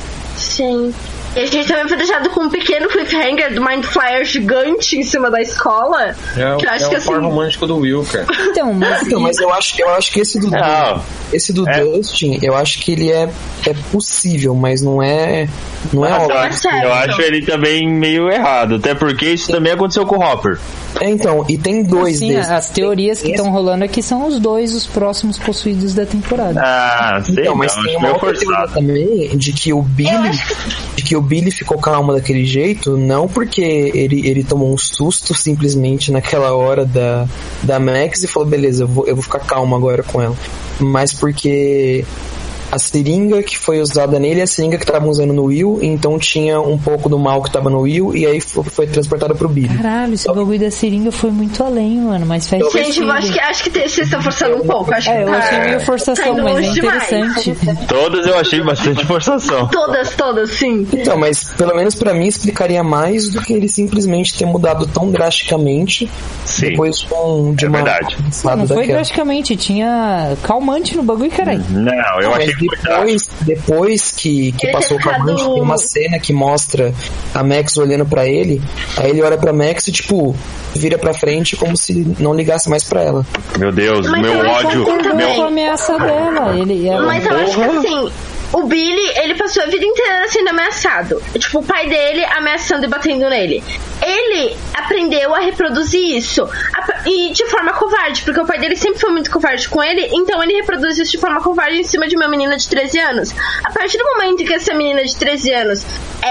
Sim. E a gente também foi deixado com um pequeno cliffhanger do Mind Flyer gigante em cima da escola. É, o- que eu acho é que o assim... par romântico do Will, cara. Então, mas, Então, mas eu acho, eu acho que esse do, Não. esse do É. Dustin, eu acho que ele é, é possível, mas não é, não é Mas eu, óbvio. acho, certo. eu acho ele também meio errado, até porque isso também aconteceu com o Hopper. É, então, e tem dois assim, desses. as teorias que Tem estão rolando aqui são os dois os próximos possuídos da temporada. Ah, sei Então, não, mas acho tem uma meio outra teoria forçado. também de que o Billy, de que o Billy ficou calmo daquele jeito, não porque ele, ele tomou um susto simplesmente naquela hora da, da Max e falou, beleza, eu vou, eu vou ficar calmo agora com ela, mas porque a seringa que foi usada nele é a seringa que estavam usando no Will, então tinha um pouco do mal que tava no Will e aí foi, foi transportado pro Billy. Caralho, esse bagulho da seringa foi muito além, mano, mas faz Talvez Gente, sentido. eu acho que, acho que vocês estão forçando um pouco. Acho É, que eu tá, achei meio tá forçação, indo mas é longe demais. interessante. Todas eu achei bastante forçação. Todas, todas, sim. Então, mas pelo menos pra mim explicaria mais do que ele simplesmente ter mudado tão drasticamente Sim. depois de, um, de É uma verdade. passada Não foi daquela. drasticamente, tinha calmante no bagulho, caralho. Não, eu Mas achei que foi drástico. depois, depois que, que Ele passou o ter ficado- calmante, tem uma cena que mostra a Max olhando pra ele, aí ele olha pra Max e tipo, vira pra frente como se não ligasse mais pra ela. Meu Deus, Mas meu eu acho ódio. que Não também- foi a ameaça dela. Ele, ela, Mas eu acho que Porra. assim, o Billy, ele passou a vida inteira sendo ameaçado. Tipo, o pai dele ameaçando e batendo nele. Ele aprendeu a reproduzir isso. A- E de forma covarde, porque o pai dele sempre foi muito covarde com ele, então ele reproduz isso de forma covarde em cima de uma menina de treze anos. A partir do momento em que essa menina de treze anos,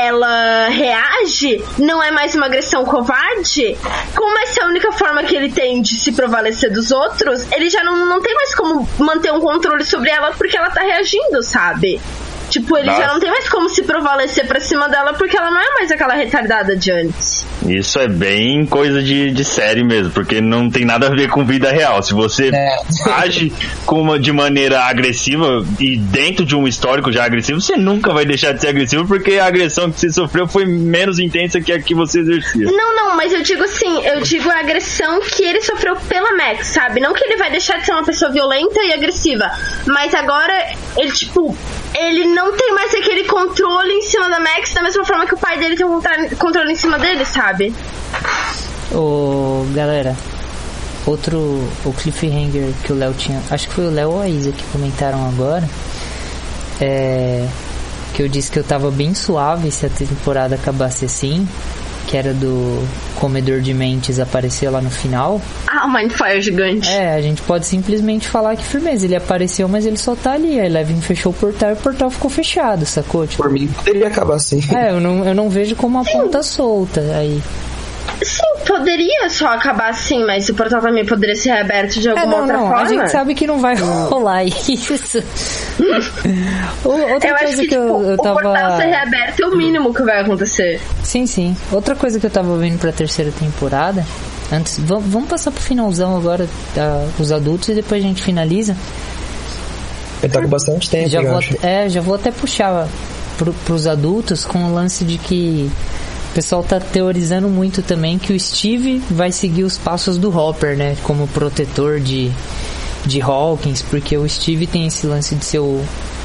ela reage, não é mais uma agressão covarde, como essa é a única forma que ele tem de se prevalecer dos outros, ele já não, não tem mais como manter um controle sobre ela porque ela tá reagindo, sabe? Tipo, ele Nossa. já não tem mais como se prevalecer pra cima dela porque ela não é mais aquela retardada de antes. Isso é bem coisa de, de série mesmo, porque não tem nada a ver com vida real. Se você É. age com uma, de maneira agressiva e dentro de um histórico já agressivo, você nunca vai deixar de ser agressivo porque a agressão que você sofreu foi menos intensa que a que você exercia. Não, não, mas eu digo assim, eu digo a agressão que ele sofreu pela Max, sabe? Não que ele vai deixar de ser uma pessoa violenta e agressiva, mas agora ele, tipo, ele não tem mais aquele controle em cima da Max da mesma forma que o pai dele tem um contra- controle em cima dele, sabe? Ô, galera, outro, o cliffhanger que o Léo tinha, acho que foi o Léo ou a Isa que comentaram agora, é, que eu disse que eu tava bem suave se a temporada acabasse assim, que era do comedor de mentes aparecer lá no final. Ah, o Mindfire gigante. É, a gente pode simplesmente falar que firmeza, ele apareceu, mas ele só tá ali. A Eleven fechou o portal e o portal ficou fechado, sacou? Tipo, por mim, poderia acabar assim. É, eu não, eu não vejo como uma ponta solta aí. Sim, poderia só acabar assim, mas o portal também poderia ser reaberto de alguma é, não, outra não, forma. A gente sabe que não vai rolar isso. Outra eu coisa acho que, que tipo, eu, eu tava... o portal ser reaberto é o mínimo que vai acontecer. Sim, sim. Outra coisa que eu tava vendo pra terceira temporada, antes, vamos, vamos passar pro finalzão agora, tá, os adultos, e depois a gente finaliza. Ele tá com bastante tempo, já eu vou, acho. É, já vou até puxar pro, pros adultos com o lance de que o pessoal tá teorizando muito também que o Steve vai seguir os passos do Hopper, né? Como protetor de, de Hawkins, porque o Steve tem esse lance de ser o,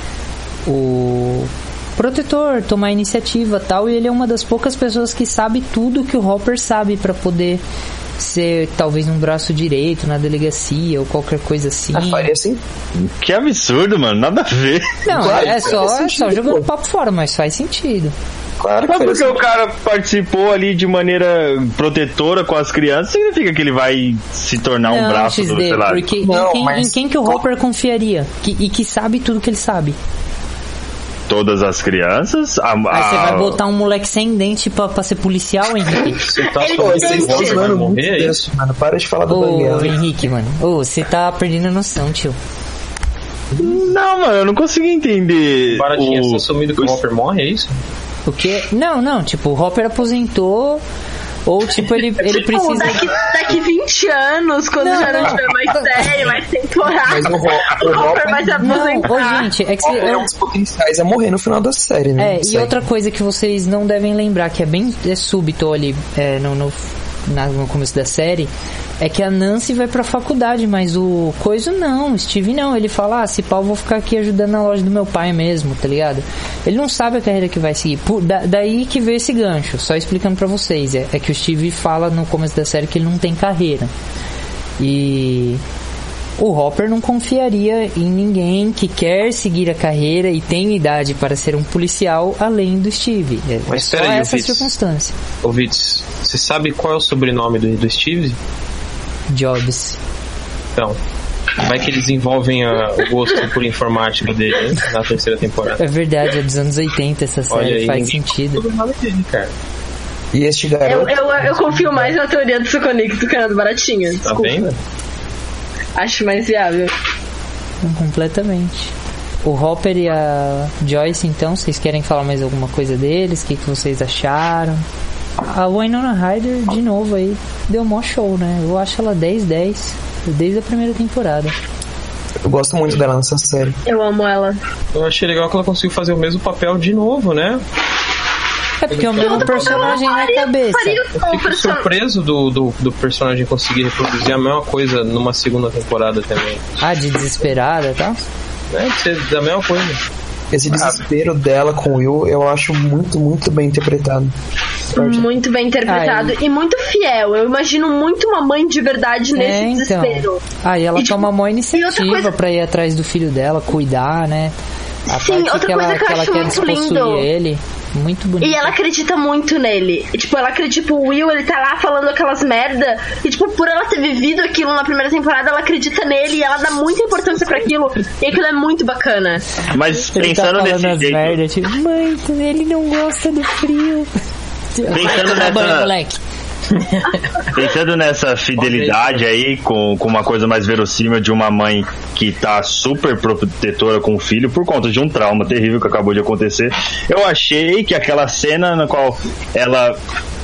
o protetor, tomar iniciativa e tal, e ele é uma das poucas pessoas que sabe tudo que o Hopper sabe pra poder ser talvez um braço direito na delegacia ou qualquer coisa assim. Ah, faria assim? Que absurdo, mano, nada a ver. Não, Claro, é só, faz é só sentido, jogando pô. papo fora, mas faz sentido. Claro que Mas faria porque assim. o cara participou ali de maneira protetora com as crianças, significa que ele vai se tornar um Não, braço X D, do, sei lá. porque Não, em, quem, mas- em quem que o Hopper confiaria? Que, e que sabe tudo que ele sabe. Todas as crianças. A, Aí você a- vai botar um moleque sem dente pra, pra ser policial, Henrique? Você tá Ele Pô, falando vocês tem estão que- que vai zoando muito morrer, é isso? disso, mano. Para de falar do Ô, Daniel. Henrique, mano. Ô, você tá perdendo a noção, tio. Não, mano, eu não consegui entender. Baratinha, o... você assumindo que o Hopper morre, é isso? O quê? Não, não, tipo, o Hopper aposentou, ou tipo, ele, ele Tipo, precisa... daqui, daqui vinte anos, quando Não, já não não. tiver mais série, mais temporada, Mas o Ho- o o Hopper Hopper- vai se Não, aposentar. ô gente, é que Hopper você... é um dos potenciais a morrer no final da série, né? É, e Série. outra coisa que vocês não devem lembrar, que é bem é súbito ali é, no, no, na- no começo da série, é que a Nancy vai pra faculdade, mas o Coiso não, o Steve não. Ele fala, ah, se pau, eu vou ficar aqui ajudando na loja do meu pai mesmo, tá ligado? Ele não sabe a carreira que vai seguir. Por, da, daí que veio esse gancho, só explicando pra vocês. É, é que o Steve fala no começo da série que ele não tem carreira. E... o Hopper não confiaria em ninguém que quer seguir a carreira e tem idade para ser um policial além do Steve. É Mas só espera aí, essa Vitz. circunstância. Ô Vitz, você sabe qual é o sobrenome do, do Steve? Jobs. Então, vai que eles desenvolvem a- o gosto por informática dele, hein, na terceira temporada. É verdade, é dos anos oitenta essa série, Olha aí, faz ninguém sentido. sabe o nome dele, cara. E este Eu, garoto... eu, eu confio mais na teoria do Suconix do que na do Baratinha. Tá Desculpa. vendo? Acho mais viável. Não, completamente. O Hopper e a Joyce, então, vocês querem falar mais alguma coisa deles? O que, que vocês acharam? A Winona Ryder, de novo aí, deu um mó show, né? Eu acho ela dez dez, desde a primeira temporada. Eu gosto muito dela nessa série. Eu amo ela. Eu achei legal que ela conseguiu fazer o mesmo papel de novo, né? É porque é o mesmo personagem na cabeça. Faria Eu o fico personagem. surpreso do, do, do personagem conseguir reproduzir a mesma coisa numa segunda temporada também. Ah, de desesperada e tal? Né? De ser da mesma coisa. Esse desespero dela com o Will, eu acho muito, muito bem interpretado. Muito bem interpretado Ai. e muito fiel. Eu imagino muito uma mãe de verdade nesse É, então. desespero. Aí ela E, tipo, toma uma e outra iniciativa coisa- pra ir atrás do filho dela, cuidar, né? A Sim, parte outra que ela, coisa que eu que ela acho quer muito despossuir lindo. ele. Muito bonito. E ela acredita muito nele. E, tipo, ela acredita, tipo, o Will, ele tá lá falando aquelas merda. E, tipo, por ela ter vivido aquilo na primeira temporada, ela acredita nele e ela dá muita importância pra aquilo. E aquilo é muito bacana. Mas Ele tá pensando falando nesse as jeito, merda, tipo, mãe, ele não gosta do frio. Pensando Vai tomar banho, nessa- moleque. pensando nessa fidelidade aí, com, com uma coisa mais verossímil de uma mãe que tá super protetora com o filho por conta de um trauma terrível que acabou de acontecer, eu achei que aquela cena na qual ela...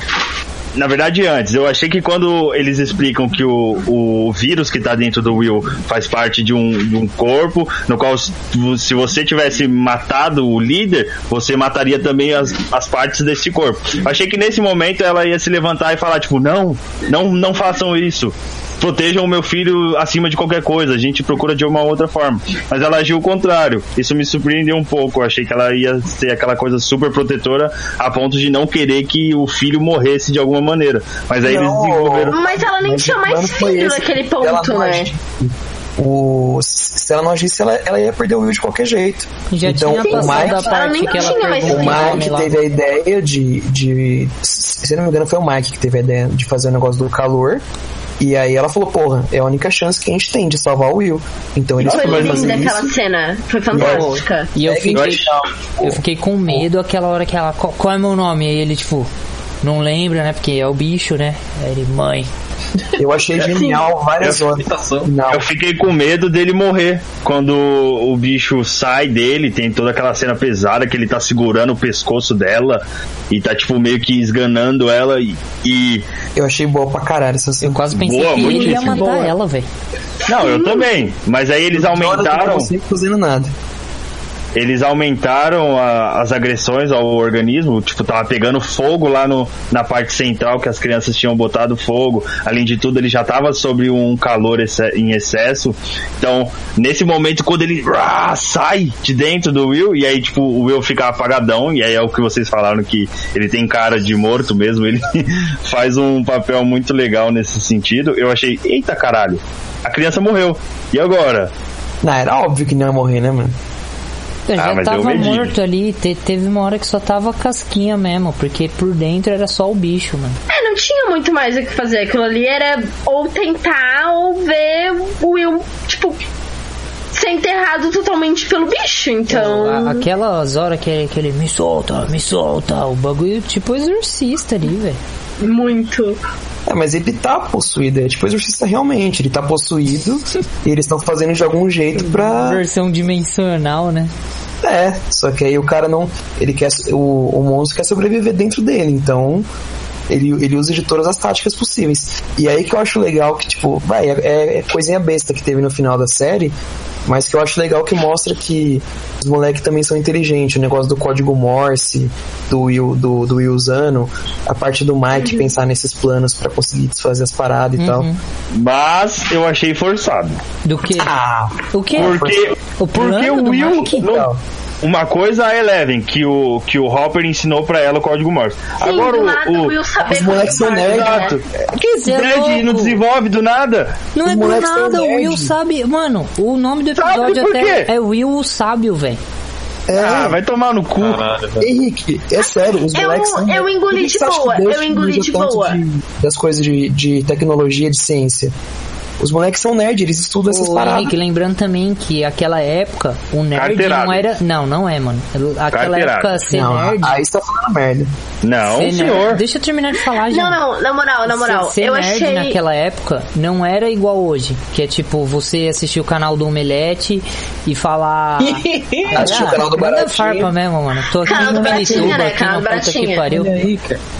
Na verdade, antes, eu achei que quando eles explicam que o, o vírus que tá dentro do Will faz parte de um, de um corpo, no qual se você tivesse matado o líder, você mataria também as, as partes desse corpo. Eu achei que nesse momento ela ia se levantar e falar, tipo, não, não, não façam isso. protejam o meu filho acima de qualquer coisa, a gente procura de uma outra forma. Mas ela agiu o contrário. Isso me surpreendeu um pouco. Eu achei que ela ia ser aquela coisa super protetora a ponto de não querer que o filho morresse de alguma maneira. Mas aí não, eles desenvolveram... Mas ela nem tinha mais filho naquele ponto, né? O, se ela não agisse, ela, ela ia perder o Will de qualquer jeito. Já então, tinha o Mike, da parte que ela perdeu, o Mike teve a ideia de, de... Se não me engano, foi o Mike que teve a ideia de fazer o negócio do calor. E aí ela falou, porra, é a única chance que a gente tem de salvar o Will. Então eles foi podem fazer linda aquela cena. Foi fantástica. E eu fiquei, eu fiquei com medo aquela hora que ela... Qual, qual é meu nome? E ele, tipo... Não lembra, né? Porque é o bicho, né? Aí ele, mãe... Eu achei genial várias horas. Eu fiquei com medo dele morrer quando o bicho sai dele. Tem toda aquela cena pesada que ele tá segurando o pescoço dela e tá tipo meio que esganando ela e, e... Eu achei boa pra caralho essa cena. Eu quase pensei boa, que ele ia matar boa. ela, velho. Não, eu também. Mas aí eles aumentaram. Não sei fazendo nada. Eles aumentaram a, as agressões ao organismo, tipo, tava pegando fogo lá no, na parte central que as crianças tinham botado fogo. Além de tudo, ele já tava sobre um calor esse, em excesso. Então, nesse momento, quando ele rah, sai de dentro do Will, e aí, tipo, o Will fica apagadão, e aí é o que vocês falaram, que ele tem cara de morto mesmo, ele faz um papel muito legal nesse sentido. Eu achei, eita caralho, a criança morreu. E agora? Não, era óbvio que não ia morrer, né, mano? Eu já ah, tava morto ali, te, teve uma hora que só tava casquinha mesmo, porque por dentro era só o bicho, mano. É, não tinha muito mais o que fazer, aquilo ali era ou tentar ou ver o Will, tipo, ser enterrado totalmente pelo bicho, então... A, aquelas horas que, que ele me solta, me solta, o bagulho tipo exorcista ali, velho. Muito. É, mas ele tá possuído, é tipo exorcista realmente, ele tá possuído e eles estão fazendo de algum jeito pra... Versão dimensional, né? É, só que aí o cara não... Ele quer... O, o monstro quer sobreviver dentro dele, então... Ele, ele usa de todas as táticas possíveis. E aí que eu acho legal que, tipo, vai, é, é coisinha besta que teve no final da série, mas que eu acho legal que mostra que os moleques também são inteligentes. O negócio do código Morse, do Will, do, do Will usando, a parte do Mike uhum. pensar nesses planos pra conseguir desfazer as paradas e uhum. tal. Mas eu achei forçado. Do que? Ah, o que? Porque o, porque o Will... Não, uma coisa a Eleven, que o, que o Hopper ensinou pra ela o código Morse. Sim, agora do o, nada, o, Will saber os moleques são nerds. Que nerd não desenvolve do nada. Não é do nada, o Will sabe. Mano, o nome do episódio até é Will o Sábio, velho. É. Ah, vai tomar no cu. Caralho, Henrique, é sério, os eu, moleques são... Eu engoli de boa, eu engoli de boa. De, das coisas de, de tecnologia, de ciência. Os moleques são nerds, eles estudam essas Ô, paradas. Henrique, lembrando também que aquela época, o nerd Carteirado. não era... Não, não é, mano. Aquela Carteirado. época, ser não, nerd... Aí você tá falando merda. Não, ser senhor. Nerd... Deixa eu terminar de falar, já. Não, não, na moral, na moral. Ser, ser eu nerd achei... naquela época não era igual hoje. Que é tipo, você assistir o canal do Omelete e falar... Assistir ah, o canal do Baratinha. Farpa mesmo, mano. Tô aqui canal no Baratinha, YouTube, né? aqui Canal na puta que pariu. Aí,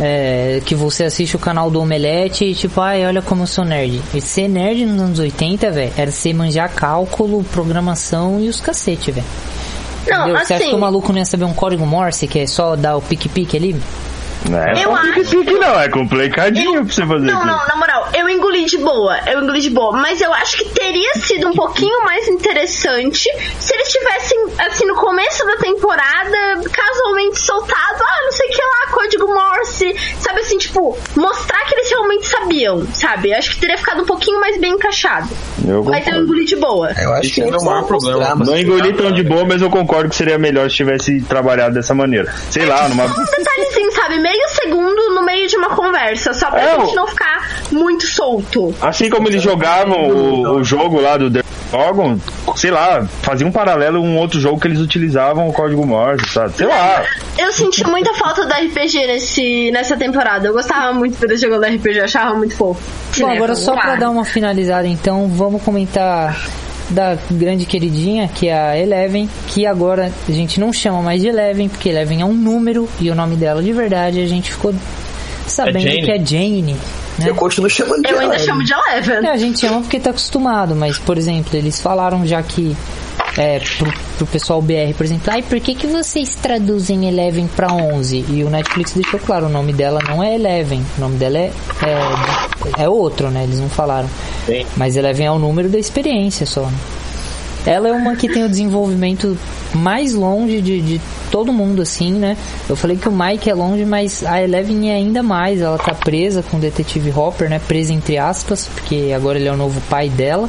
é, que você assiste o canal do Omelete e tipo, ai, olha como eu sou nerd. E ser nerd nos anos oitenta, velho, era você manjar cálculo, programação e os cacete, velho. Não, Entendeu? assim... Você acha que o maluco não ia saber um código Morse, que é só dar o pique-pique ali? Não é eu só acho... pique-pique não, é complicadinho eu... pra você fazer Não, aqui. não, na moral, eu engoli de boa, eu engoli de boa, mas eu acho que teria sido um pouquinho mais interessante se eles tivessem, assim, no começo da temporada, casualmente soltado, ah, não sei o que lá, código Morse, sabe assim, tipo, mostrar que eles realmente sabiam, sabe? Eu acho que teria ficado um pouquinho mais bem encaixado. Eu mas eu engoli de boa. Eu acho que era o maior problema. Não engoli tão de boa, mas eu concordo que seria melhor se tivesse trabalhado dessa maneira. Sei lá, numa... Um detalhezinho, sabe? Meio segundo no meio de uma conversa, só pra é, gente não ficar muito solto. Assim como eles jogavam o, o jogo lá do Dragon, sei lá, fazia um paralelo a um outro jogo que eles utilizavam o código Morse, sabe? Sei lá. Eu senti muita falta do R P G nesse, nessa temporada. Eu gostava muito de jogando R P G, eu achava muito fofo. Bom, agora só pra dar uma finalizada, então, vamos comentar da grande queridinha, que é a Eleven, que agora a gente não chama mais de Eleven, porque Eleven é um número, e o nome dela de verdade a gente ficou sabendo é que é Jane. Né? Eu continuo chamando de Eu ainda Eleven. chamo de Eleven. É, a gente chama porque tá acostumado, mas, por exemplo, eles falaram já que é, pro, pro pessoal B R, por exemplo, ai, por que que vocês traduzem Eleven pra onze? E o Netflix deixou claro, o nome dela não é Eleven, o nome dela é, é, é outro, né? Eles não falaram. Sim. Mas Eleven é o número da experiência só, né? Ela é uma que tem o desenvolvimento mais longe de, de todo mundo, assim, né? Eu falei que o Mike é longe, mas a Eleven é ainda mais. Ela tá presa com o detetive Hopper, né? Presa entre aspas, porque agora ele é o novo pai dela.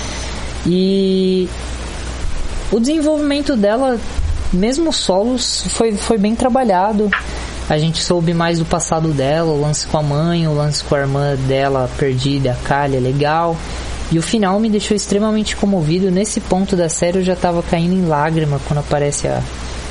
E o desenvolvimento dela, mesmo solos, foi, foi bem trabalhado. A gente soube mais do passado dela, o lance com a mãe, o lance com a irmã dela perdida, a Callie, é legal. E o final me deixou extremamente comovido. Nesse ponto da série eu já tava caindo em lágrima quando aparece a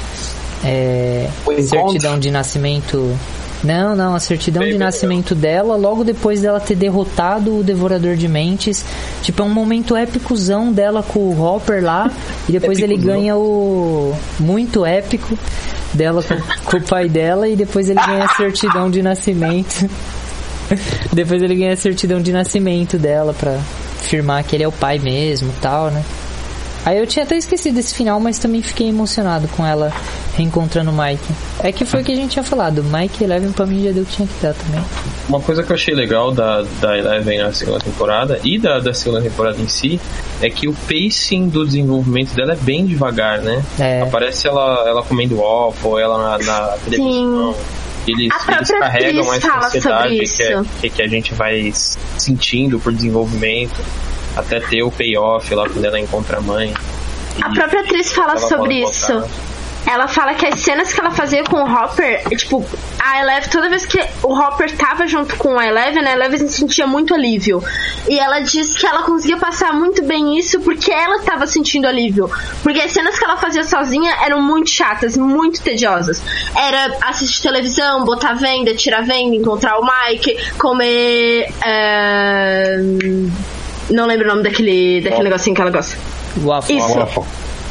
é, certidão de nascimento. Não, não, a certidão bem, de bem nascimento legal. Dela, logo depois dela ter derrotado o Devorador de Mentes. Tipo, é um momento épicozão dela com o Hopper lá. E depois ele ganha o... Muito épico dela com, com o pai dela. E depois ele ganha a certidão de nascimento. Depois ele ganha a certidão de nascimento dela pra afirmar que ele é o pai mesmo e tal, né? Aí eu tinha até esquecido esse final, mas também fiquei emocionado com ela reencontrando o Mike. É que foi o que a gente tinha falado, Mike e Eleven pra mim já deu o que tinha que dar também. Uma coisa que eu achei legal da, da Eleven na segunda temporada e da, da segunda temporada em si é que o pacing do desenvolvimento dela é bem devagar, né? É. Aparece ela, ela comendo waffle, ela na, na televisão. Eles, eles carregam essa ansiedade que, é, que, que a gente vai sentindo por desenvolvimento até ter o payoff lá quando ela encontra a mãe. A própria atriz fala sobre isso. Voltar. Ela fala que as cenas que ela fazia com o Hopper, tipo, a Eleven, toda vez que o Hopper tava junto com a Eleven, a Eleven sentia muito alívio. E ela diz que ela conseguia passar muito bem isso porque ela tava sentindo alívio. Porque as cenas que ela fazia sozinha eram muito chatas, muito tediosas. Era assistir televisão, botar venda, tirar venda, encontrar o Mike, comer... É... Não lembro o nome daquele, daquele negocinho que ela gosta. Waffle. Isso. Waffle.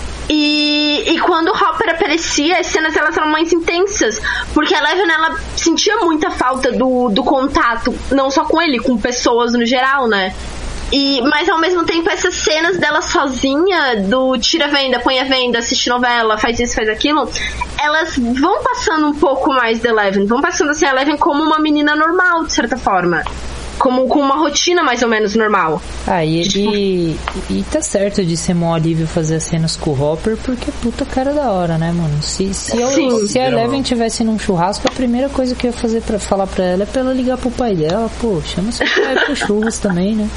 E, e quando o Hopper aparecia, as cenas elas eram mais intensas, porque a Eleven ela sentia muita falta do, do contato, não só com ele, com pessoas no geral, né? E, mas ao mesmo tempo essas cenas dela sozinha, do tira venda, põe a venda, assiste novela, faz isso, faz aquilo, elas vão passando um pouco mais da Eleven, vão passando assim a Eleven como uma menina normal, de certa forma. Como com uma rotina mais ou menos normal. Ah, e, e, e tá certo de ser mó alívio fazer as cenas com o Hopper, porque puta cara da hora, né, mano? Se, se, eu, se a Eleven tivesse num churrasco, a primeira coisa que eu ia fazer pra falar pra ela é pra ela ligar pro pai dela. Pô, chama seu pai pro churras também, né?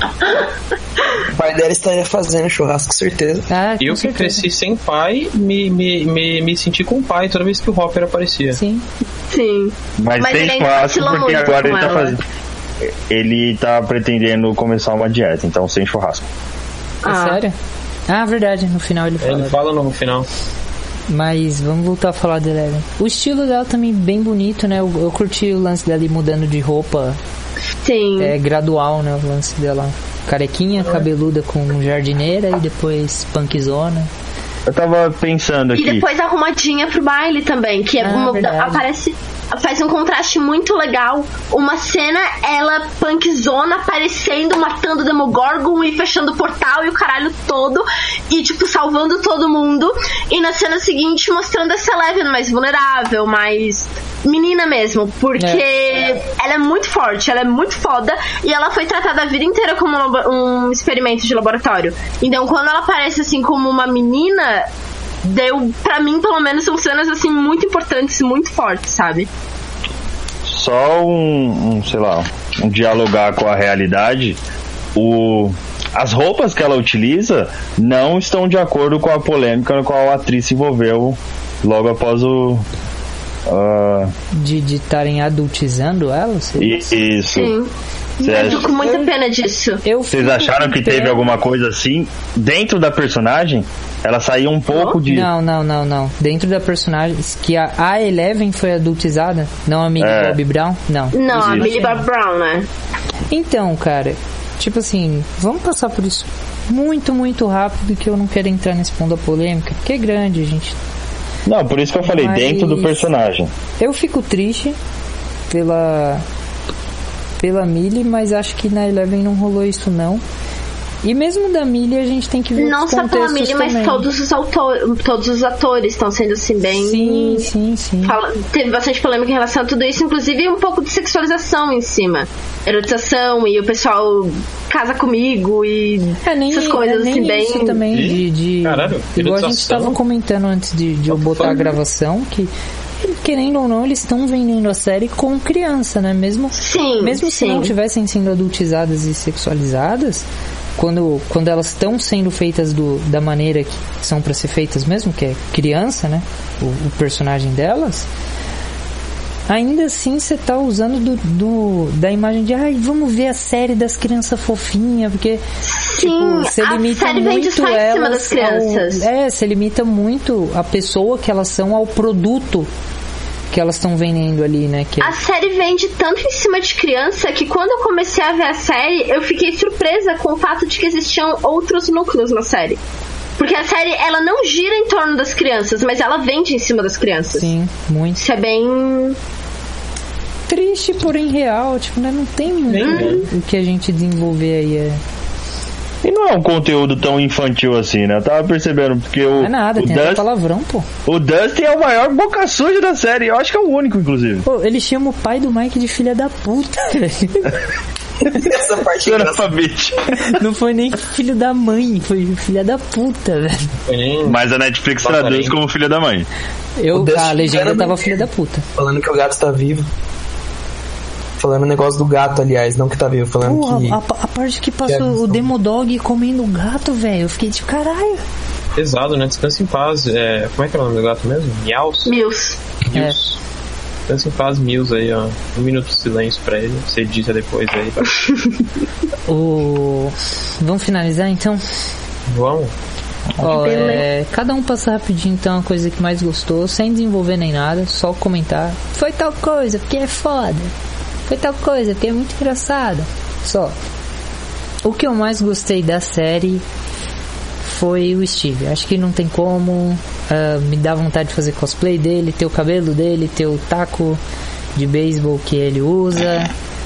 O pai dela estaria fazendo churrasco, com certeza. Ah, com eu que certeza. cresci sem pai, me, me, me, me senti com o pai toda vez que o Hopper aparecia. Sim. Sim. Mas, Mas tem churrasco porque agora ele tá fazendo... Ele tá pretendendo começar uma dieta, então sem churrasco. É ah. sério? Ah, verdade, no final ele fala. Ele fala no final. Mas vamos voltar a falar da Eleven. O estilo dela também bem bonito, né? Eu, eu curti o lance dela ir mudando de roupa. Sim. É gradual, né? O lance dela. Carequinha, cabeluda com jardineira e depois punkzona. Eu tava pensando aqui. E depois arrumadinha pro baile também, que é ah, uma, aparece, faz um contraste muito legal. Uma cena, ela punkzona aparecendo, matando o Demogorgon e fechando o portal e o caralho todo. E tipo, salvando todo mundo. E na cena seguinte mostrando essa Eleven mais vulnerável, mais menina mesmo. Porque é. ela é muito forte, ela é muito foda. E ela foi tratada a vida inteira como um, um experimento de laboratório. Então quando ela aparece assim como uma menina, deu, pra mim, pelo menos, são cenas, assim, muito importantes, muito fortes, sabe? Só um, um, sei lá, um dialogar com a realidade. O, as roupas que ela utiliza não estão de acordo com a polêmica na qual a atriz se envolveu logo após o... Uh... De estarem adultizando ela? Isso. Sim. Eu tô com muita pena disso. Eu Vocês acharam que teve alguma coisa assim? Dentro da personagem, ela saiu um pouco oh? de... Não, não, não, não. Dentro da personagem, que a, a Eleven foi adultizada? Não a Millie é. Bobby Brown? Não. Não, a Millie Bobby Brown, né? Então, cara, tipo assim, vamos passar por isso muito, muito rápido, que eu não quero entrar nesse ponto da polêmica, porque é grande, gente. Não, por isso que eu falei, mas dentro do personagem. Eu fico triste pela... pela Millie, mas acho que na Eleven não rolou isso não. E mesmo da Millie, a gente tem que ver não os só pela Millie, mas também. todos os, autor, todos os atores estão sendo assim bem... Sim, sim, sim. Fala, teve bastante polêmica em relação a tudo isso, inclusive um pouco de sexualização em cima. Erotização e o pessoal casa comigo e é, nem, essas coisas é, assim bem... Isso também de... de Caralho, igual a gente estava comentando antes de, de eu botar a gravação, que querendo ou não, eles estão vendendo a série com criança, né? Mesmo, sim, mesmo se sim. não tivessem sendo adultizadas e sexualizadas, quando, quando elas estão sendo feitas do, da maneira que são para ser feitas mesmo, que é criança, né? O, o personagem delas, ainda assim você tá usando do, do, da imagem de ai, vamos ver a série das crianças fofinhas, porque sim, tipo, você a limita série muito vende só em cima das crianças. Ao, é, você limita muito a pessoa que elas são ao produto que elas estão vendendo ali, né? Que é... A série vende tanto em cima de criança que quando eu comecei a ver a série, eu fiquei surpresa com o fato de que existiam outros núcleos na série. Porque a série, ela não gira em torno das crianças, mas ela vende em cima das crianças. Sim, muito. Isso é bem... triste, porém real. Tipo, né? Não tem muito Hum. o que a gente desenvolver aí. É... E não é um conteúdo tão infantil assim, né? Eu tava percebendo, porque o. Não é nada, o tem Dust, até palavrão, pô. O Dustin é o maior boca suja da série. Eu acho que é o único, inclusive. Pô, ele chama o pai do Mike de filha da puta, velho. Essa parte é engraçada. Não foi nem filho da mãe, foi filha da puta, velho. Foi nem... Mas a Netflix traduz como filha da mãe. Eu, O a legenda Dustin tava era- filha da puta. Falando que o gato tá vivo. Falando o negócio do gato, aliás, não que tá vivo, falando Porra, que... a, a parte que passou que o absurdo. Demodog comendo o gato, velho. Eu fiquei tipo, caralho. Pesado, né? Descansa em paz. É... Como é que é o nome do gato mesmo? Miaus? Mills. Mills. Descansa em paz, Mills aí, ó. Um minuto de silêncio pra ele. Você edita depois aí. Tá? O... Vamos finalizar então? Vamos. Ó, é, cada um passa rapidinho então a coisa que mais gostou, sem desenvolver nem nada, só comentar. Foi tal coisa, porque é foda. Foi tal coisa, porque é muito engraçada. Só. O que eu mais gostei da série foi o Steve. Acho que não tem como. Uh, me dá vontade de fazer cosplay dele, ter o cabelo dele, ter o taco de beisebol que ele usa.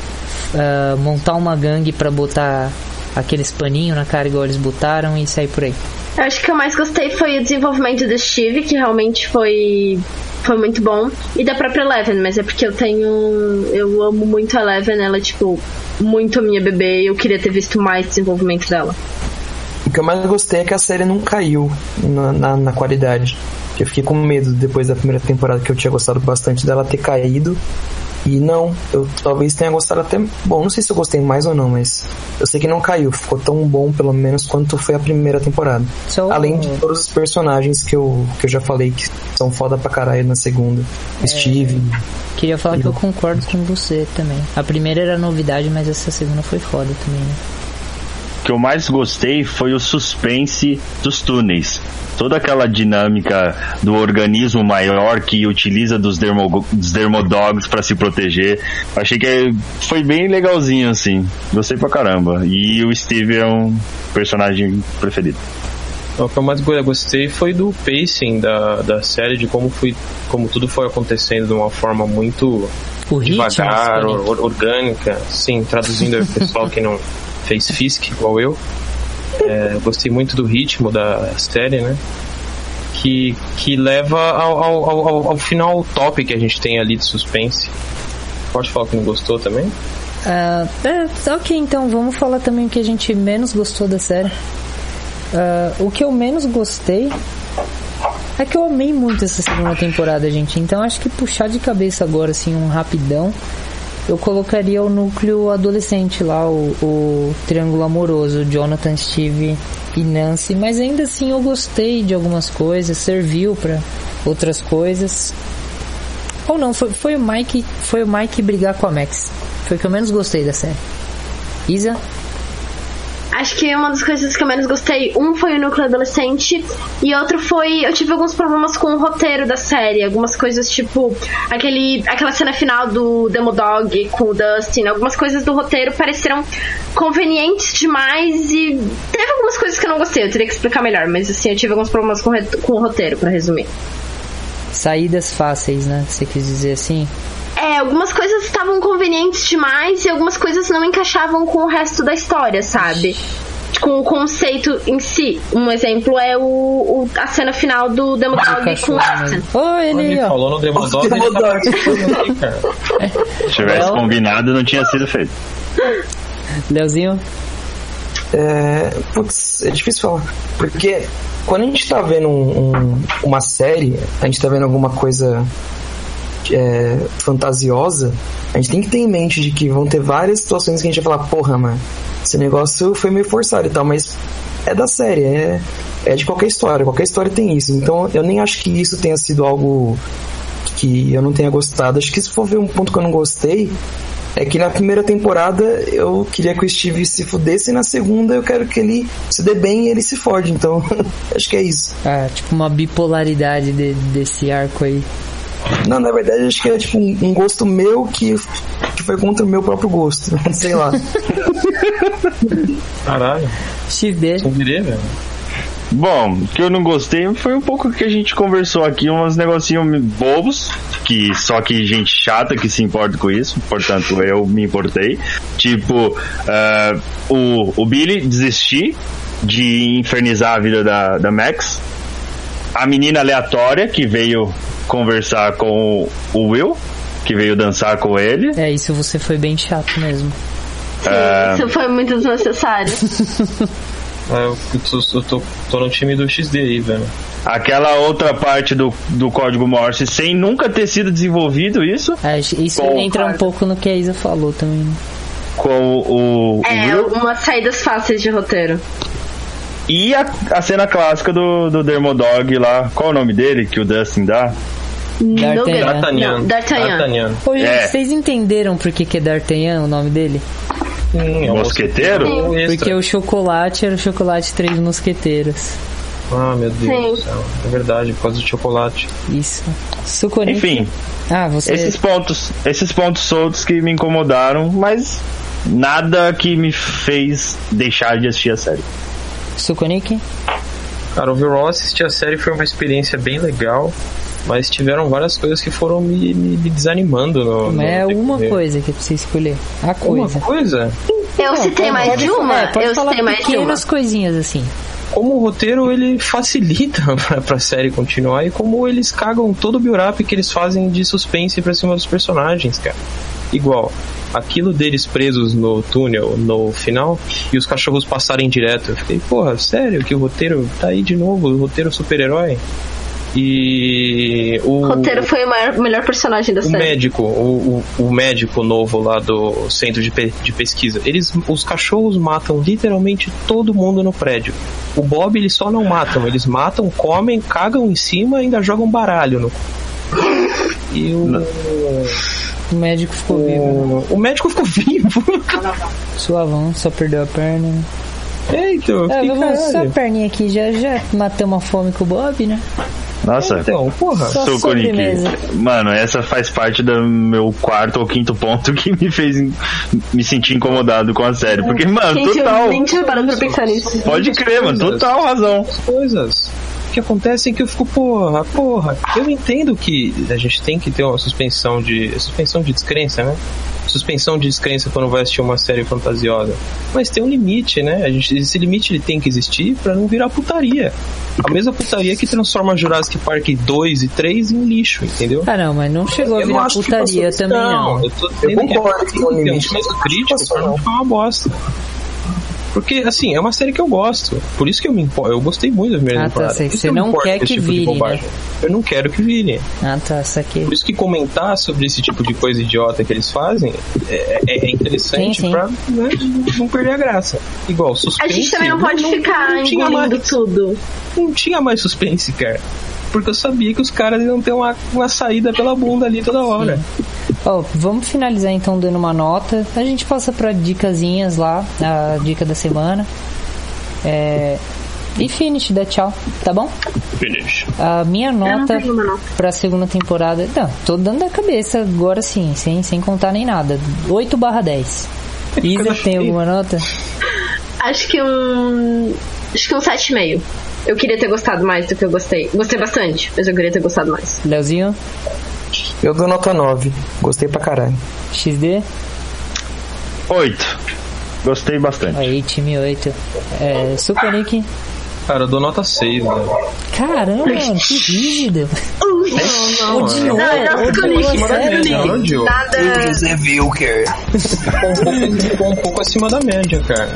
Uh, montar uma gangue pra botar aqueles paninhos na cara igual eles botaram e sair por aí. Eu acho que o que eu mais gostei foi o desenvolvimento do Steve, que realmente foi, foi muito bom. E da própria Eleven, mas é porque eu tenho... Eu amo muito a Eleven, ela é, tipo, muito a minha bebê e eu queria ter visto mais desenvolvimento dela. O que eu mais gostei é que a série não caiu na, na, na qualidade. Eu fiquei com medo depois da primeira temporada, que eu tinha gostado bastante dela, ter caído. E não, eu talvez tenha gostado até... Bom, não sei se eu gostei mais ou não, mas eu sei que não caiu. Ficou tão bom, pelo menos, quanto foi a primeira temporada. So, Além de todos os personagens que eu, que eu já falei que são foda pra caralho na segunda. É... Steve... Queria falar que eu concordo com você também. A primeira era novidade, mas essa segunda foi foda também, né? O que eu mais gostei foi o suspense dos túneis. Toda aquela dinâmica do organismo maior que utiliza dos, dermo, dos dermodogs para se proteger. Achei que foi bem legalzinho, assim. Gostei pra caramba. E o Steve é um personagem preferido. O que eu mais gostei foi do pacing da, da série, de como, foi, como tudo foi acontecendo de uma forma muito o devagar, or, orgânica. Sim, traduzindo o pessoal que não fez Fisk igual eu. É, gostei muito do ritmo da série, né? Que, que leva ao, ao, ao, ao final top que a gente tem ali de suspense. Pode falar que não gostou também? Uh, é, ok, então vamos falar também o que a gente menos gostou da série. Uh, o que eu menos gostei é que eu amei muito essa segunda temporada, gente. Então acho que puxar de cabeça agora, assim, um rapidão, eu colocaria o núcleo adolescente lá, o, o triângulo amoroso, Jonathan, Steve e Nancy. Mas ainda assim eu gostei de algumas coisas, serviu pra outras coisas. Ou não, foi, foi o Mike foi o Mike brigar com a Max. Foi o que eu menos gostei da série. Isa? Acho que uma das coisas que eu menos gostei, um foi o núcleo adolescente e outro foi, eu tive alguns problemas com o roteiro da série, algumas coisas tipo aquele, aquela cena final do Demodog com o Dustin, algumas coisas do roteiro pareceram convenientes demais e teve algumas coisas que eu não gostei, eu teria que explicar melhor, mas assim, eu tive alguns problemas com, com o roteiro, pra resumir. Saídas fáceis, né? Você quis dizer assim? É, algumas coisas estavam convenientes demais e algumas coisas não encaixavam com o resto da história, sabe? com o conceito em si. Um exemplo é o, o a cena final do Demodog com o Austin. Oh, ele Ele ó. falou no Demodog, ele tá participando aqui, cara. Se tivesse combinado, não tinha sido feito. Leozinho? É, putz, é difícil falar. Porque quando a gente tá vendo um, um, uma série, a gente tá vendo alguma coisa é, fantasiosa, a gente tem que ter em mente de que vão ter várias situações que a gente vai falar, porra, mano, esse negócio foi meio forçado e tal, mas é da série, é, é de qualquer história, qualquer história tem isso. Então eu nem acho que isso tenha sido algo que eu não tenha gostado. Acho que se for ver um ponto que eu não gostei, é que na primeira temporada eu queria que o Steve se fudesse e na segunda eu quero que ele se dê bem e ele se fode. Então, acho que é isso. Ah, tipo uma bipolaridade de, desse arco aí. Não, na verdade acho que é tipo um, um gosto meu que, que foi contra o meu próprio gosto. Sei lá. Caralho. X D. Não diria, velho. Bom, o que eu não gostei foi um pouco que a gente conversou aqui, uns negocinhos bobos, que só que gente chata que se importa com isso, portanto eu me importei. Tipo, uh, o, o Billy desistir de infernizar a vida da, da Max, a menina aleatória que veio conversar com o Will, que veio dançar com ele. É, isso você foi bem chato mesmo. Sim, Uh, isso foi muito desnecessário. Ah, eu, tô, eu tô, tô no time do X D aí, velho. Aquela outra parte do, do código Morse sem nunca ter sido desenvolvido isso, É, isso Bom, entra cara. um pouco no que a Isa falou também. Né? com o, o É, Will. algumas saídas fáceis de roteiro. E a, a cena clássica do, do Dermodog lá, qual é o nome dele que o Dustin dá? D'Artagnan. Não deu. D'Artagnan. Não, D'Artagnan. D'Artagnan. Ô, gente, É. vocês entenderam por que, que é D'Artagnan o nome dele? Sim, é um Mosqueteiro? mosqueteiro extra. Porque o chocolate era o chocolate Três Mosqueteiros. Ah, meu Deus Sim. do céu. É verdade, por causa do chocolate. Isso. Suconique. Enfim, Ah, você... esses pontos, esses pontos soltos que me incomodaram, mas nada que me fez deixar de assistir a série. Suconique? Cara, overall assistir a série foi uma experiência bem legal, mas tiveram várias coisas que foram me, me, me desanimando. No, no É uma decorrer. coisa que é pra você escolher. A Uma coisa. coisa? Eu citei mais pode, de uma? é, pode Eu falar citei mais de uma. pequenas coisinhas assim. Como o roteiro ele facilita pra, pra série continuar e como eles cagam todo o build-up que eles fazem de suspense pra cima dos personagens, cara. Igual, aquilo deles presos no túnel no final e os cachorros passarem direto. Eu fiquei, porra, sério que o roteiro tá aí de novo, o roteiro super-herói? E o O roteiro foi o maior- o melhor personagem da o série. médico, o, o, o médico novo lá do centro de, pe- de pesquisa, eles, os cachorros matam literalmente todo mundo no prédio. O Bob eles só não matam, eles matam, comem, cagam em cima e ainda jogam baralho no. E o, O médico ficou vivo. o, o médico ficou vivo. Suavão, só perdeu a perna. né? Eita, eu É, fiquei, vamos só a caralho. perninha aqui. Já, já matamos a fome com o Bob, né? Nossa, Então, porra. Só Suconique. sobremesa. Mano, essa faz parte do meu quarto ou quinto ponto que me fez in- me sentir incomodado com a série. Porque, mano, Gente, total. eu nem tinha parado pra pensar nisso. Pode crer, mano, total razão. As coisas que acontecem que eu fico, porra, porra. Eu entendo que a gente tem que ter uma suspensão de. Suspensão de descrença, né? Suspensão de descrença quando vai assistir uma série fantasiosa. Mas tem um limite, né? A gente, esse limite ele tem que existir pra não virar putaria. A mesma putaria que transforma Jurassic Park dois e três em lixo, entendeu? Ah, não, mas não chegou a Eu não virar acho que putaria passou- também, não. Eu tô dizendo que concordo que tem um tem um limite. senso crítico Passou, pra não não. ficar uma bosta. Porque, assim, é uma série que eu gosto. Por isso que eu me importo. Eu gostei muito da primeira Ah, tá, temporada. sei. Por isso Você eu me não importo quer com esse que tipo de vire, bobagem. né? Eu não quero que vire. Ah, tá, saquei. Por isso que comentar sobre esse tipo de coisa idiota que eles fazem é, é- é interessante Sim, sim. pra né, não perder a graça. Igual, suspense. A gente também não pode ficar não tinha engolindo mais, tudo. não tinha mais suspense, cara. Porque eu sabia que os caras iam ter uma, uma saída pela bunda ali toda hora. Ó, vamos finalizar então dando uma nota. A gente passa pra dicasinhas lá, a dica da semana. É... E finish, dá tchau, tá bom? Finish. A minha não nota tenho uma nota. pra segunda temporada. Não, tô dando da cabeça agora sim, sem, sem contar nem nada. oito barra dez. Isa, Coisa tem feia. alguma nota? Acho que um. Acho que um sete vírgula cinco. Eu queria ter gostado mais do que eu gostei. Gostei bastante, mas eu queria ter gostado mais. Leozinho? Eu dou nota nove. Gostei pra caralho. X D? Oito. Gostei bastante. Aí, time oito. É, Super Nick. Cara, eu dou nota seis, né? Caramba, que rígido. Não, não, Odiou, Não, odiou, não, sério. não, odiou. Nada. José Wilker. Ficou um pouco, ficou um pouco acima da média, cara.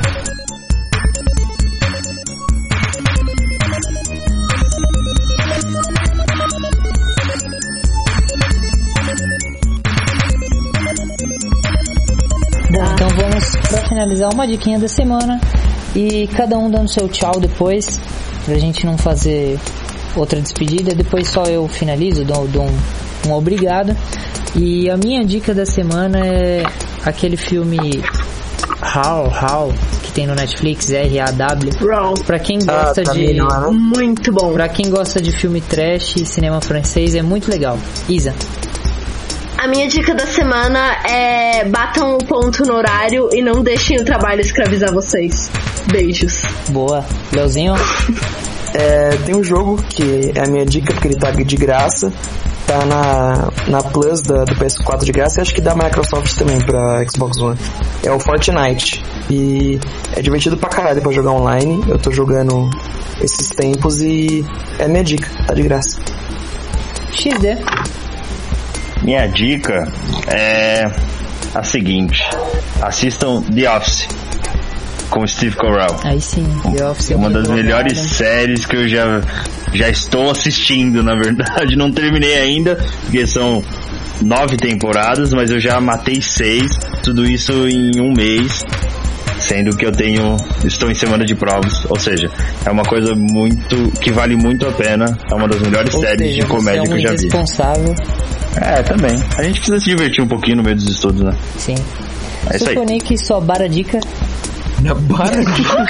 Bom, então vamos pra finalizar uma diquinha da semana e cada um dando seu tchau depois, pra gente não fazer outra despedida. Depois só eu finalizo, dou, dou um, um obrigado. E a minha dica da semana é aquele filme How, How, que tem no Netflix, R A W. Wrong. Pra quem gosta Ah, tá de... bem, não é? Muito bom. Pra quem gosta de filme trash e cinema francês, é muito legal. Isa. A minha dica da semana é batam o ponto no horário e não deixem o trabalho escravizar vocês. Beijos. Boa. Leozinho? É, tem um jogo que é a minha dica, porque ele tá de graça. Tá na, na Plus da, do P S quatro de graça e acho que da Microsoft também pra Xbox One. É o Fortnite. E é divertido pra caralho pra jogar online. Eu tô jogando esses tempos e é a minha dica, tá de graça. X D. Minha dica é a seguinte: assistam The Office com Steve Carell. Aí sim, The Office é Uma muito das bom, melhores cara. séries que eu já, já estou assistindo, na verdade. Não terminei ainda, porque são nove temporadas, mas eu já matei seis. Tudo isso em um mês, sendo que eu tenho estou em semana de provas. Ou seja, é uma coisa muito que vale muito a pena. É uma das melhores Ou séries seja, de comédia você é um que eu já vi. irresponsável. É, também. A gente precisa se divertir um pouquinho no meio dos estudos, né? Sim. É isso aí. Suponei que sua baradica. Minha baradica.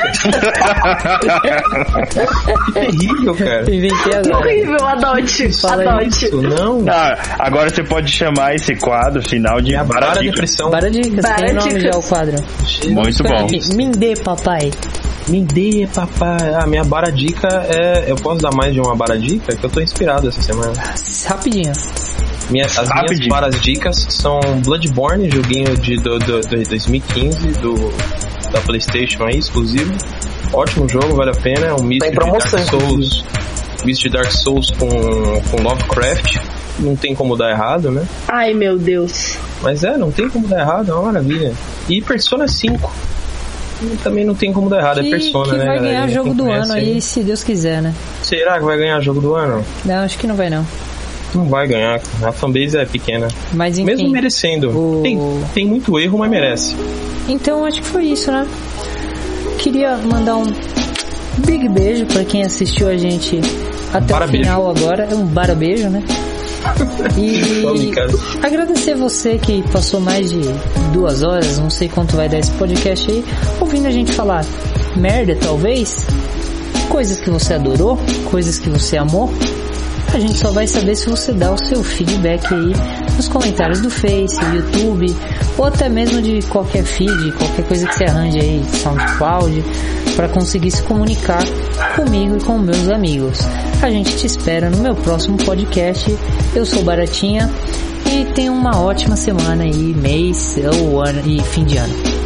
Que terrível, cara. Inventei agora. Horrível, adote. Fala aí. Adote. Isso, não. Ah, agora você pode chamar esse quadro final de Minha bara Baradica. depressão. Baradicas, tem nome Baradicas. já o quadro. Muito bom. Me dê, papai. Me dê, papai. Ah, minha baradica é... Eu posso dar mais de uma baradica? Que eu tô inspirado essa semana. Rapidinho. Minha, as minhas Rapidinho. baradicas são Bloodborne, joguinho de do, do, do dois mil e quinze, do, da PlayStation aí, exclusivo. Ótimo jogo, vale a pena. É um misto Tá em de promoção, Dark Souls. Misto de Dark Souls com, com Lovecraft. Não tem como dar errado, né? Ai, meu Deus. Mas é, não tem como dar errado, é uma maravilha. E Persona cinco. Também não tem como dar errado, Que, é Persona, que né? vai galera? ganhar Quem jogo do conhece ano aí, se Deus quiser, né? Será que vai ganhar jogo do ano? Não, acho que não vai não. Não vai ganhar, a fanbase é pequena. Mas enfim. Mesmo merecendo. o- Tem, tem muito erro, mas merece. Então acho que foi isso, né? Queria mandar um big beijo pra quem assistiu a gente até o Parabéns. final agora. É um barabeijo, né? Tô E brincando. agradecer você que passou mais de duas horas, não sei quanto vai dar esse podcast aí, ouvindo a gente falar merda, talvez, coisas que você adorou, coisas que você amou. A gente só vai saber se você dá o seu feedback aí nos comentários do Face, do YouTube, ou até mesmo de qualquer feed, qualquer coisa que você arranje aí, SoundCloud, para conseguir se comunicar comigo e com meus amigos. A gente te espera no meu próximo podcast. Eu sou Baratinha e tenha uma ótima semana aí, mês ou ano e fim de ano.